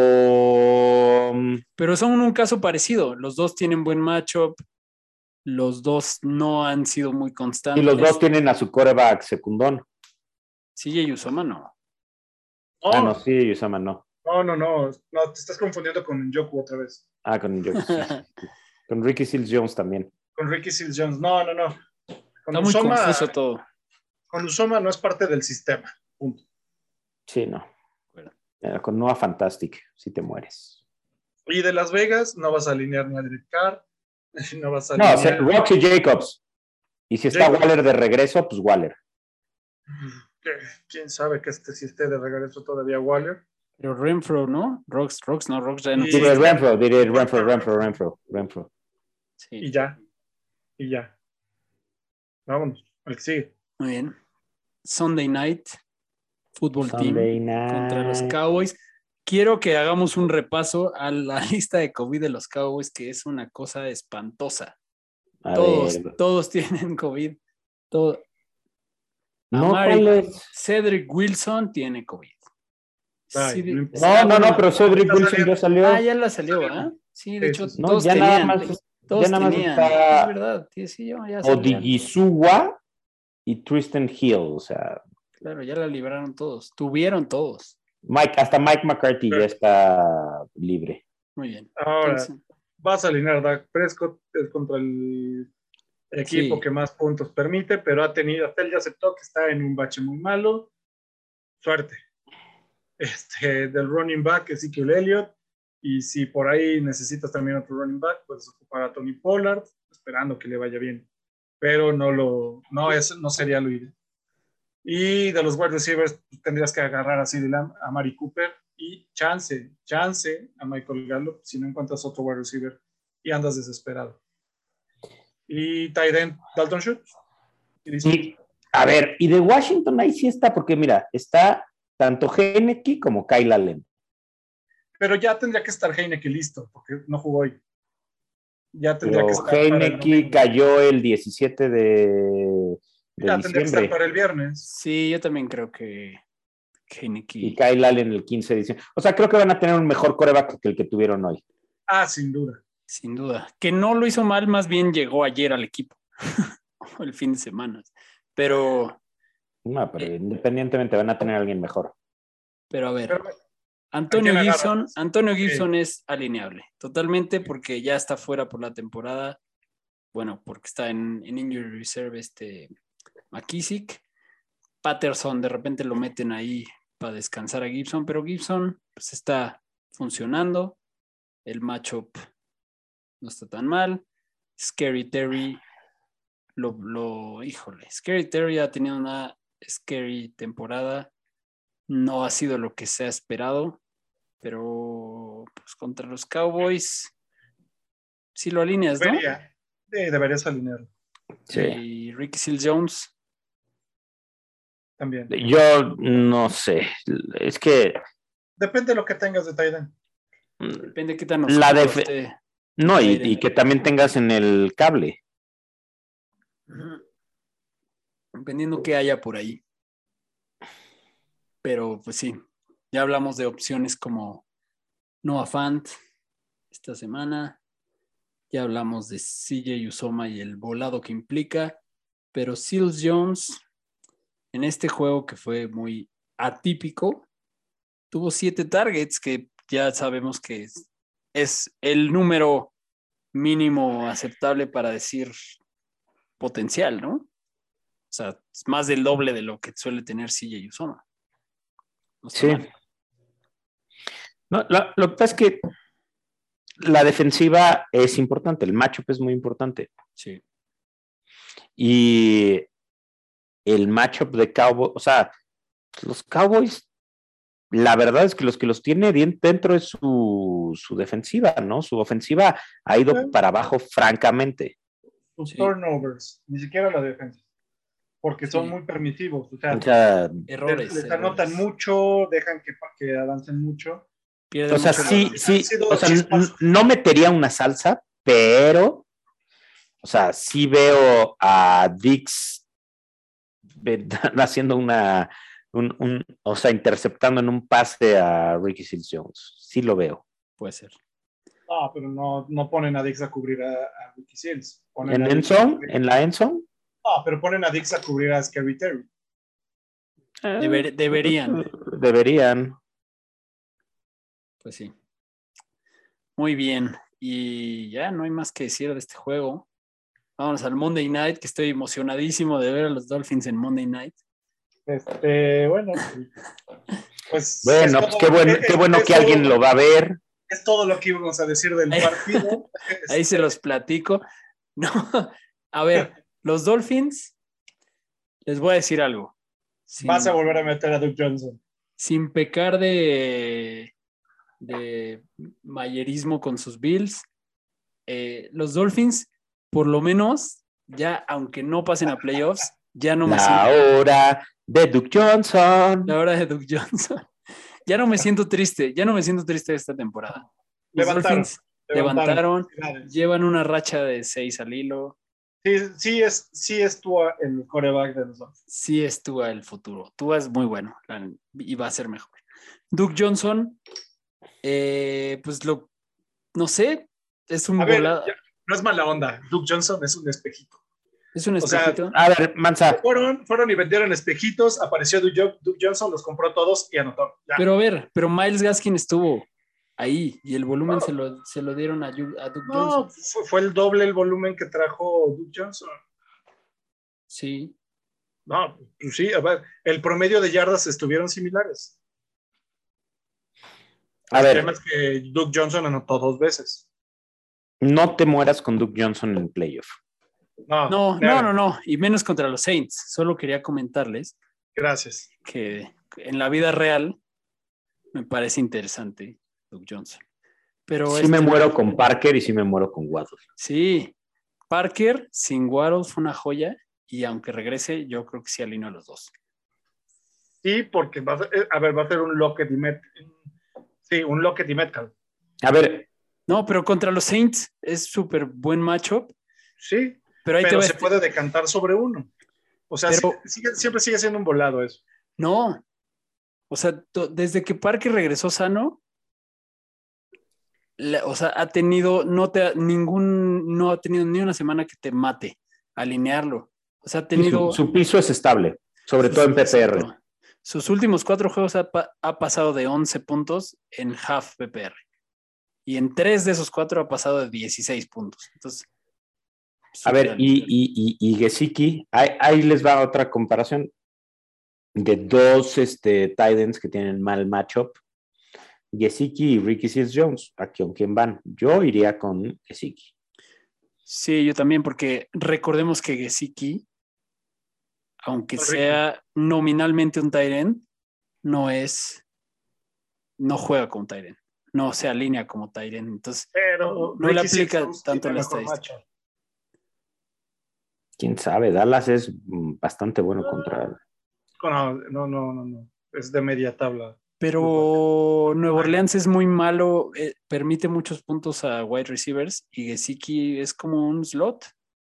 S3: o...
S1: Pero son un caso parecido. Los dos tienen buen matchup. Los dos no han sido muy constantes.
S3: Y los dos tienen a su quarterback secundón.
S1: C J Uzomah no.
S4: Oh,
S3: Ah, no, sí, Uzomah no.
S4: No, no, no. No, te estás confundiendo con Njoku otra vez.
S3: Ah, con Njoku, sí, sí, sí. Con Ricky Seals Jones también.
S4: Con Ricky Seals Jones. No, no, no. Con
S1: Está muy
S4: Uzomah,
S1: confuso todo.
S4: Con Uzomah no es parte del sistema. Punto.
S3: Sí, no. Bueno, con Noah Fantastic, si te mueres.
S4: Y de Las Vegas no vas a alinear ni a Derek Carr, no vas a
S3: No,
S4: alinear...
S3: o sea, Roxy Jacobs. Y si está
S4: Jacobs.
S3: Waller de regreso, pues Waller.
S4: ¿Quién sabe que este, si esté de regreso todavía Waller?
S1: Pero Renfro, ¿no? Rox, Rox, no, Rox ya no
S4: Y-
S3: Diré
S1: existe.
S3: Renfro, diré Renfro, Renfro, Renfro, Renfro.
S1: Sí.
S4: Y ya. Y ya. Vámonos. Al que sigue.
S1: Muy bien. Sunday Night Football
S3: Sunday
S1: Team
S3: night.
S1: contra los Cowboys. Quiero que hagamos un repaso a la lista de COVID de los Cowboys, que es una cosa espantosa.
S3: A
S1: Todos,
S3: ver.
S1: todos tienen COVID. Todo.
S3: No,
S1: Amari-
S3: ¿cuál es?
S1: Cedric Wilson tiene COVID.
S4: Ay,
S1: Sí,
S4: no importa.
S3: No, no, no, pero Cedric
S4: Está
S3: Wilson
S4: saliendo.
S3: ya salió.
S1: Ah, ya la salió, ¿ah? Sí, de
S4: Sí,
S1: hecho,
S4: sí, sí.
S3: No,
S1: todos
S3: ya
S1: tenían.
S3: nada más,
S1: todos
S3: ya nada más
S1: tenían.
S3: está
S1: Es verdad, sí, sí, ya, ya salían.
S3: Odigizua y Tristan Hill. O sea,
S1: Claro, ya la libraron todos. Tuvieron todos.
S3: Mike, hasta Mike McCarthy
S4: Pero-
S3: ya está libre.
S1: Muy bien.
S4: Ahora,
S1: Entonces,
S4: vas a alinear a Dak Prescott es contra el equipo
S1: Sí.
S4: que más puntos permite, pero ha tenido, hasta él ya aceptó que está en un bache muy malo. Suerte. Este, del running back Ezekiel Elliott, y si por ahí necesitas también otro running back, puedes ocupar a Tony Pollard, esperando que le vaya bien, pero no lo, no es, no sería lo ideal. Y de los wide receivers pues, tendrías que agarrar a CeeDee Lamb, a Mari Cooper y chance, chance a Michael Gallup si no encuentras otro wide receiver y andas desesperado. Y tight end Dalton Schultz. Y dice,
S3: Y, a ver, y de Washington ahí sí está, porque mira, está tanto Heineke como Kyle Allen.
S4: pero ya tendría que estar Heineke listo, porque no jugó hoy. Ya tendría
S3: Pero
S4: que estar para el
S3: Heineke
S4: domingo.
S3: cayó el diecisiete de, de
S4: Ya tendría que estar
S3: diciembre
S4: para el viernes.
S1: sí, yo también creo que
S3: y
S1: Heineke.
S3: Kyle Allen el quince de diciembre. O sea, creo que van a tener un mejor coreback que el que tuvieron hoy.
S4: Ah, sin duda.
S1: Sin duda. Que no lo hizo mal, más bien llegó ayer al equipo. O el fin de semana. Pero,
S3: No, pero independientemente van a tener a alguien mejor.
S1: pero a ver.
S4: Pero,
S1: Antonio
S4: ¿a quién
S1: Gibson,
S4: agarras?
S1: Antonio Gibson es alineable. Totalmente, porque ya está fuera por la temporada. Bueno, porque está en, en Injury Reserve este McKissick. Patterson de repente lo meten ahí para descansar a Gibson, pero Gibson pues está funcionando. El matchup no está tan mal. Scary Terry, lo, lo, híjole, Scary Terry ha tenido una scary temporada. No ha sido lo que se ha esperado, pero pues contra los Cowboys sí lo alineas, ¿no?
S4: Debería, sí, deberías alinearlo
S3: Sí.
S1: Y Ricky Seals Jones.
S4: también.
S3: Yo no sé. Es que
S4: Depende de lo que tengas de tight end.
S1: Depende de qué tan
S3: La
S1: oscuro
S3: def-
S1: esté.
S3: no, y,
S1: Aire.
S3: y que también tengas en el cable.
S1: Dependiendo qué haya por ahí. Pero pues sí, ya hablamos de opciones como Noah Fant esta semana. Ya hablamos de C J Uzomah y el volado que implica. Pero Seals Jones, en este juego que fue muy atípico, tuvo siete targets, que ya sabemos que es, es el número mínimo aceptable para decir potencial, ¿no? O sea, es más del doble de lo que suele tener C J Uzomah. No está
S3: Sí.
S1: mal.
S3: No, lo, lo que pasa es que la defensiva es importante, el matchup es muy importante.
S1: Sí.
S3: Y el matchup de Cowboys, o sea, los Cowboys, la verdad es que los que los tiene bien dentro es su, su defensiva, ¿no? Su ofensiva ha ido
S4: Sí.
S3: para abajo, francamente.
S4: Sus
S1: Sí.
S4: turnovers, ni siquiera la defensa. Porque son
S1: Sí.
S4: muy permisivos. O sea,
S3: O sea,
S1: Errores.
S4: les, les
S1: errores.
S4: anotan mucho, dejan que, que avancen mucho.
S1: Pierden
S3: o sea
S1: mucho
S3: sí,
S1: balón.
S3: sí,
S4: Han sido
S3: o sea,
S4: chispas.
S3: n- no metería una salsa, pero, o sea, sí veo a Dix ve- haciendo una, un, un, o sea, interceptando en un pase a Ricky Seals Jones. Sí lo veo.
S1: Puede ser.
S4: No, pero no, no ponen a Dix a cubrir a, a Ricky Seals. Ponen
S3: ¿En
S4: a Dix a
S3: Endzone?
S4: cubrir-
S3: ¿En la Endzone?
S4: No, pero ponen a Dix a cubrir a Scary Terry.
S1: Deber- deberían.
S3: Deberían.
S1: Pues sí. Muy bien. Y ya no hay más que decir de este juego. Vámonos al Monday Night, que estoy emocionadísimo de ver a los Dolphins en Monday Night.
S4: Este, bueno, pues.
S3: Bueno,
S4: es
S3: pues
S4: todo-
S3: qué bueno,
S4: es-
S3: qué bueno
S4: es
S3: que
S4: todo-
S3: alguien lo va a ver.
S4: Es todo lo que íbamos a decir del
S1: Ahí-
S4: partido.
S1: Ahí se los platico. No, a ver, los Dolphins, les voy a decir algo. Sin,
S4: Vas a volver a meter a Duke Johnson.
S1: sin pecar de, de mayerismo con sus Bills, eh, los Dolphins, por lo menos, ya aunque no pasen a playoffs, ya no me siento.
S3: La hora de Duke Johnson.
S1: La hora de Duke Johnson. Ya no me siento triste, ya no me siento triste esta temporada. Los
S4: Levantaron,
S1: Dolphins levantaron,
S4: Felicidades.
S1: llevan una racha de seis al hilo.
S4: Sí, sí es, sí es Tua el quarterback de los Dolphins.
S1: Sí es Tua el futuro. Tua es muy bueno la- y va a ser mejor. Duke Johnson, eh, pues lo, no sé, es un
S4: A ver,
S1: volado.
S4: ya, no es mala onda. Duke Johnson es un espejito.
S1: Es un
S4: o sea,
S1: espejito.
S3: A ver, Manza,
S4: Fueron, fueron y vendieron espejitos, apareció Duke, Jo- Duke Johnson, los compró todos y anotó. Ya.
S1: Pero a ver, pero Miles Gaskin estuvo ahí y el volumen
S4: No.
S1: se, lo, se lo dieron a, Yu- a Duke
S4: no,
S1: Johnson.
S4: fue, fue el doble el volumen que trajo Duke Johnson.
S1: Sí,
S4: No, pues sí, a ver, el promedio de yardas estuvieron similares.
S3: a
S4: el
S3: ver,
S4: tema es que Duke Johnson anotó dos veces.
S3: no te mueras con Duke Johnson en playoff.
S4: No,
S1: no,
S4: never.
S1: no, no, no, y menos contra los Saints. Solo quería comentarles
S4: Gracias.
S1: que en la vida real me parece interesante Duke Johnson. Pero
S3: Sí
S1: este-
S3: me muero con Parker y sí me muero con Waddle.
S1: Sí, Parker sin Waddle fue una joya y aunque regrese, yo creo que sí alineo a los dos.
S4: Sí, porque va a, ser, a ver, va a ser un Lockett y Met. Sí, un Lockett y Metcalf.
S3: A ver,
S1: No, pero contra los Saints es súper buen matchup,
S4: Sí,
S1: pero ahí te
S4: pero
S1: va
S4: se
S1: este-
S4: puede decantar sobre uno. O sea,
S1: Pero-
S4: sí- sigue- siempre sigue siendo un volado eso.
S1: No, o sea, to- desde que Parker regresó sano, la- o sea, ha tenido, no te ha- ningún, no ha tenido ni una semana que te mate, alinearlo. O sea, ha tenido...
S3: su, su piso es estable, sobre todo en P P R.
S1: Exacto. Sus últimos cuatro juegos ha, pa- ha pasado de once puntos en half P P R. Y en tres de esos cuatro ha pasado de dieciséis puntos. Entonces,
S3: A ver, y, y, y, y Gesicki, ahí, ahí les va otra comparación de dos este, tight ends que tienen mal matchup. Gesicki y Ricky Seals Jones. ¿A quién, quién van? Yo iría con Gesicki.
S1: Sí, yo también, porque recordemos que Gesicki aunque
S4: Rico.
S1: sea nominalmente un tight end, no es, no juega como tight end, no se alinea como tight end, entonces
S4: Pero
S1: no le
S4: Ricky
S1: aplica
S4: Seals
S1: tanto
S4: tiene
S1: la
S4: mejor
S1: estadística.
S4: matchup.
S3: Quién sabe, Dallas es mm, bastante bueno contra.
S4: No, no, no, no, no. Es de media tabla.
S1: Pero Nueva Orleans es muy malo, eh, permite muchos puntos a wide receivers y Gesicki es como un slot.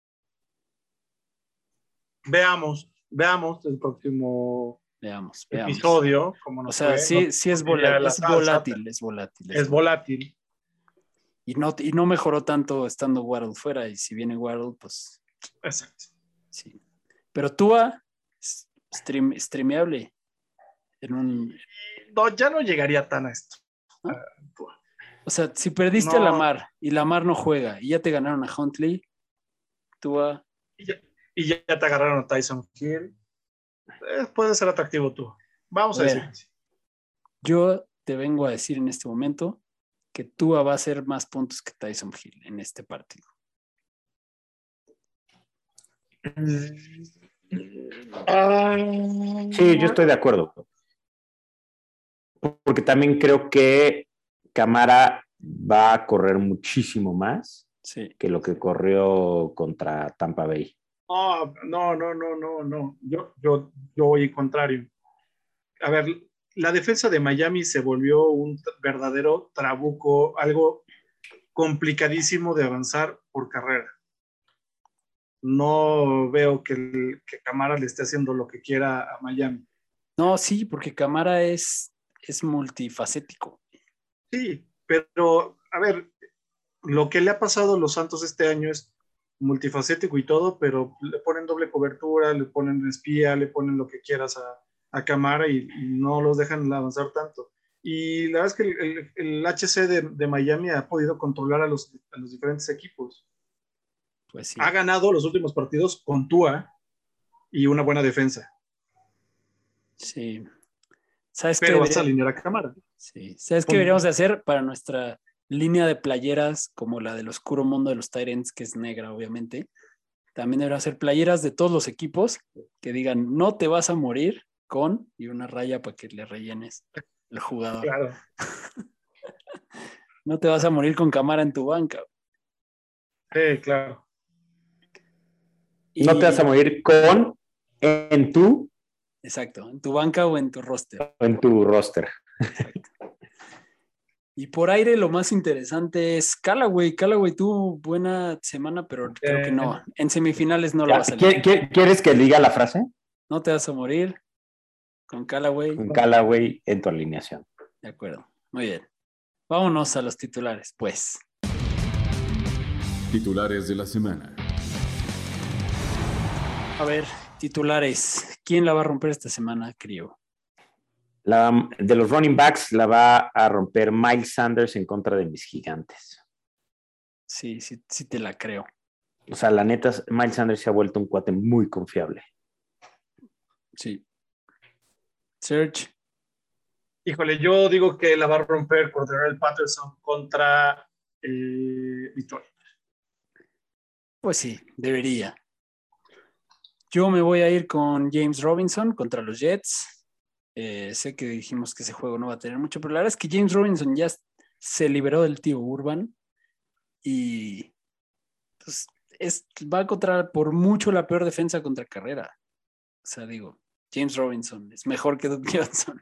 S4: Veamos, veamos el próximo
S1: Veamos, veamos.
S4: episodio, como
S1: O
S4: nos
S1: sea,
S4: fue.
S1: sí,
S4: No
S1: sí es,
S4: diría
S1: vola-
S4: la
S1: es
S4: salsa,
S1: volátil, es volátil.
S4: Es volátil.
S1: Y no, y no mejoró tanto estando Waddle fuera, y si viene Waddle, pues
S4: Exacto.
S1: sí. Pero Tua, es stream, streameable. En un,
S4: No, ya no llegaría tan a esto.
S1: ¿no?
S4: Ah,
S1: O sea, si perdiste
S4: No.
S1: a Lamar y Lamar no juega y ya te ganaron a Huntley, Tua,
S4: y, ya, y ya te agarraron a Tyson Hill. Eh, puede ser atractivo tú. Vamos
S1: A
S4: a,
S1: ver.
S4: decir que sí.
S1: yo te vengo a decir en este momento que Tua va a hacer más puntos que Tyson Hill en este partido.
S3: Sí, yo estoy de acuerdo. Porque también creo que Camara va a correr muchísimo más
S1: Sí.
S3: que lo que corrió contra Tampa Bay.
S4: No, no, no, no, no, no. Yo, yo, yo voy contrario. A ver, la defensa de Miami se volvió un verdadero trabuco, algo complicadísimo de avanzar por carrera. No veo que, el, que Camara le esté haciendo lo que quiera a Miami.
S1: No, sí, porque Camara es, es multifacético.
S4: Sí, pero a ver, lo que le ha pasado a los Santos este año es multifacético y todo, pero le ponen doble cobertura, le ponen espía, le ponen lo que quieras a, a Camara y, y no los dejan avanzar tanto. Y la verdad es que el, el, el H C de, de Miami ha podido controlar a los, a los diferentes equipos.
S1: Pues sí.
S4: Ha ganado los últimos partidos con Tua y una buena defensa.
S1: Sí. ¿Sabes
S4: Pero
S1: qué
S4: vas a
S1: debería-
S4: alinear a Camara.
S1: Sí. ¿Sabes qué deberíamos de hacer para nuestra línea de playeras como la del oscuro mundo de los Tyrants, que es negra, obviamente? También deberíamos hacer playeras de todos los equipos que digan, no te vas a morir con, y una raya para que le rellenes el jugador.
S4: Claro.
S1: No te vas a morir con Camara en tu banca.
S4: Sí, claro.
S1: Y-
S3: No te vas a morir con en tu,
S1: Exacto, en tu banca o en tu roster.
S3: en tu roster.
S1: Exacto. Y por aire lo más interesante es Callaway. Callaway tuvo buena semana, pero creo que no. En semifinales no lo
S3: Ya,
S1: va a salir.
S3: ¿qui- qui- ¿Quieres que diga la frase?
S1: No te vas a morir con Callaway.
S3: Con Callaway en tu alineación.
S1: De acuerdo. Muy bien. Vámonos a los titulares, pues.
S2: Titulares de la semana.
S1: A ver, titulares. ¿Quién la va a romper esta semana, Crío?
S3: La, de los running backs la va a romper Miles Sanders en contra de mis gigantes.
S1: Sí, sí, sí te la creo.
S3: O sea, la neta, Miles Sanders se ha vuelto un cuate muy confiable.
S1: Sí. Serge.
S4: Híjole, yo digo que la va a romper Cordell Patterson contra eh, Detroit.
S1: Pues sí, debería. Yo me voy a ir con James Robinson contra los Jets. Eh, sé que dijimos que ese juego no va a tener mucho, pero la verdad es que James Robinson ya se liberó del tío Urban y pues, es, va a encontrar por mucho la peor defensa contra carrera. O sea, digo, James Robinson es mejor que Doug Johnson.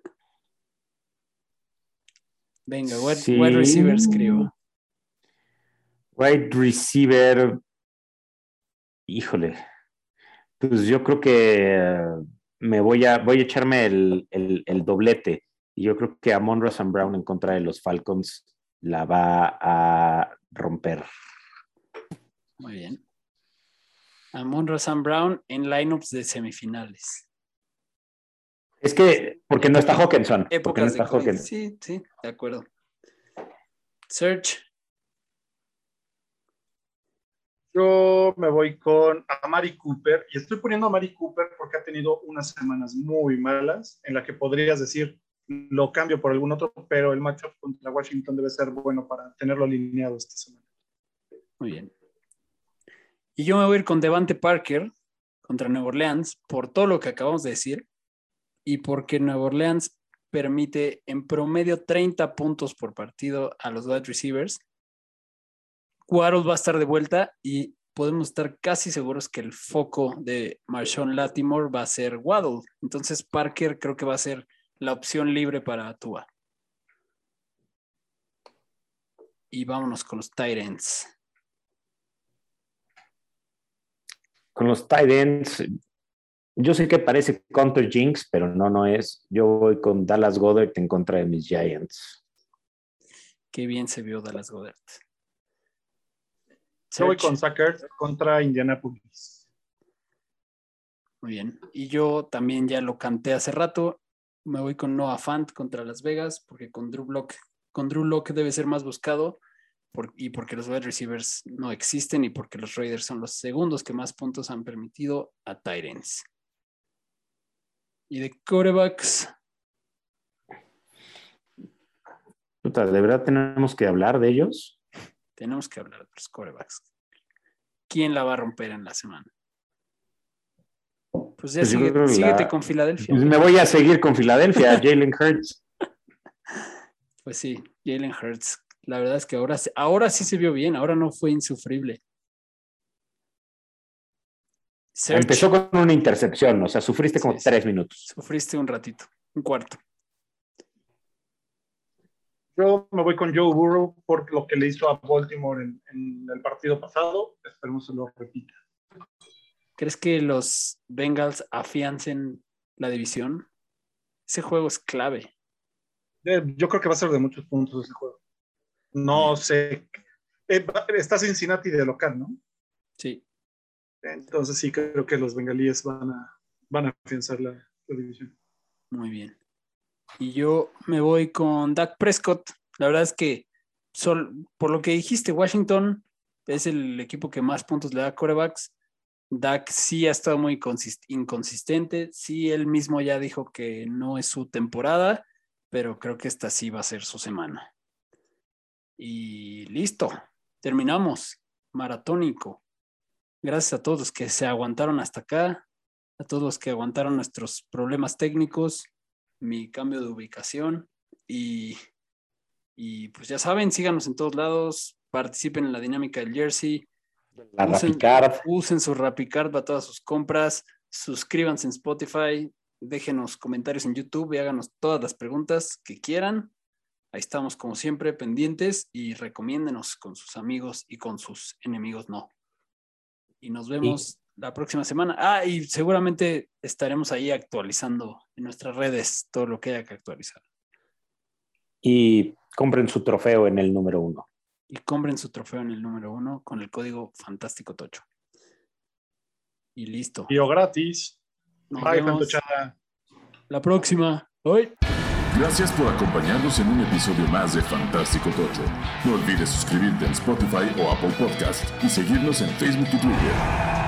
S1: Venga, wide,
S3: Sí.
S1: wide receivers, creo.
S3: Wide receiver. Híjole. Pues yo creo que uh, me voy a, voy a echarme el, el, el doblete. Y yo creo que Amon-Ra Saint Brown en contra de los Falcons la va a romper.
S1: Muy bien. Amon-Ra Saint Brown en lineups de semifinales.
S3: Es que, porque no está Hawkinson. Porque no
S1: Épocas
S3: está
S1: de COVID.
S3: Hawkinson.
S1: Sí, sí, de acuerdo. Search.
S4: Yo me voy con Amari Cooper y estoy poniendo a Amari Cooper porque ha tenido unas semanas muy malas en las que podrías decir lo cambio por algún otro, pero el matchup contra Washington debe ser bueno para tenerlo alineado esta semana.
S1: Muy bien. Y yo me voy a ir con Devante Parker contra Nueva Orleans por todo lo que acabamos de decir y porque Nueva Orleans permite en promedio treinta puntos por partido a los wide receivers. Waddle va a estar de vuelta y podemos estar casi seguros que el foco de Marshawn Lattimore va a ser Waddle. Entonces Parker creo que va a ser la opción libre para Tua. Y vámonos con los tight ends.
S3: Con los tight ends, yo sé que parece counter jinx, pero no, no es. Yo voy con Dallas Goedert en contra de mis Giants.
S1: Qué bien se vio Dallas Goedert.
S4: Yo voy con Zach Ertz contra Indianapolis.
S1: Muy bien. Y yo también ya lo canté hace rato. Me voy con Noah Fant contra Las Vegas, porque con Drew Lock, con Drew Lock debe ser más buscado, por, y porque los wide receivers no existen, y porque los Raiders son los segundos que más puntos han permitido a tight ends. Y de quarterbacks.
S3: Puta, ¿de verdad tenemos que hablar de ellos?
S1: Tenemos que hablar de los quarterbacks. ¿Quién la va a romper en la semana? Pues ya
S3: Pues
S1: sigue,
S3: la...
S1: síguete con Filadelfia.
S3: Pues me voy a seguir con Filadelfia, Jalen Hurts.
S1: Pues sí, Jalen Hurts. La verdad es que ahora, ahora sí se vio bien, ahora no fue insufrible. Search.
S3: Empezó con una intercepción, o sea, sufriste como
S1: sí,
S3: tres
S1: sí.
S3: minutos.
S1: Sufriste un ratito, un cuarto.
S4: Yo me voy con Joe Burrow por lo que le hizo a Baltimore en, en el partido pasado. Esperemos se lo repita.
S1: ¿Crees que los Bengals afiancen la división? Ese juego es clave.
S4: Eh, yo creo que va a ser de muchos puntos ese juego. No sé. Eh, está Cincinnati de local, ¿no?
S1: Sí.
S4: Entonces sí creo que los bengalíes van a, van a afianzar la, la división.
S1: Muy bien. Y yo me voy con Dak Prescott. La verdad es que, sol, por lo que dijiste, Washington es el equipo que más puntos le da a quarterbacks. Dak sí ha estado muy consist- inconsistente. Sí, él mismo ya dijo que no es su temporada, pero creo que esta sí va a ser su semana. Y listo. Terminamos. Maratónico. Gracias a todos los que se aguantaron hasta acá, a todos los que aguantaron nuestros problemas técnicos, mi cambio de ubicación y, y pues ya saben, síganos en todos lados, participen en la dinámica del jersey,
S3: La
S1: usen,
S3: RapiCard.
S1: usen su RapiCard para todas sus compras, suscríbanse en Spotify, déjenos comentarios en YouTube y háganos todas las preguntas que quieran. Ahí estamos como siempre pendientes y recomiéndenos con sus amigos y con sus enemigos no. Y nos vemos y... la próxima semana. Ah, y seguramente estaremos ahí actualizando en nuestras redes todo lo que haya que actualizar.
S3: Y compren su trofeo en el número uno.
S1: Y compren su trofeo en el número uno con el código Fantástico Tocho. Y listo.
S4: Y o gratis.
S1: Nos
S4: Bye,
S1: vemos
S4: Fantochada.
S1: la próxima. Hoy.
S2: Gracias por acompañarnos en un episodio más de Fantástico Tocho. No olvides suscribirte en Spotify o Apple Podcast y seguirnos en Facebook y Twitter.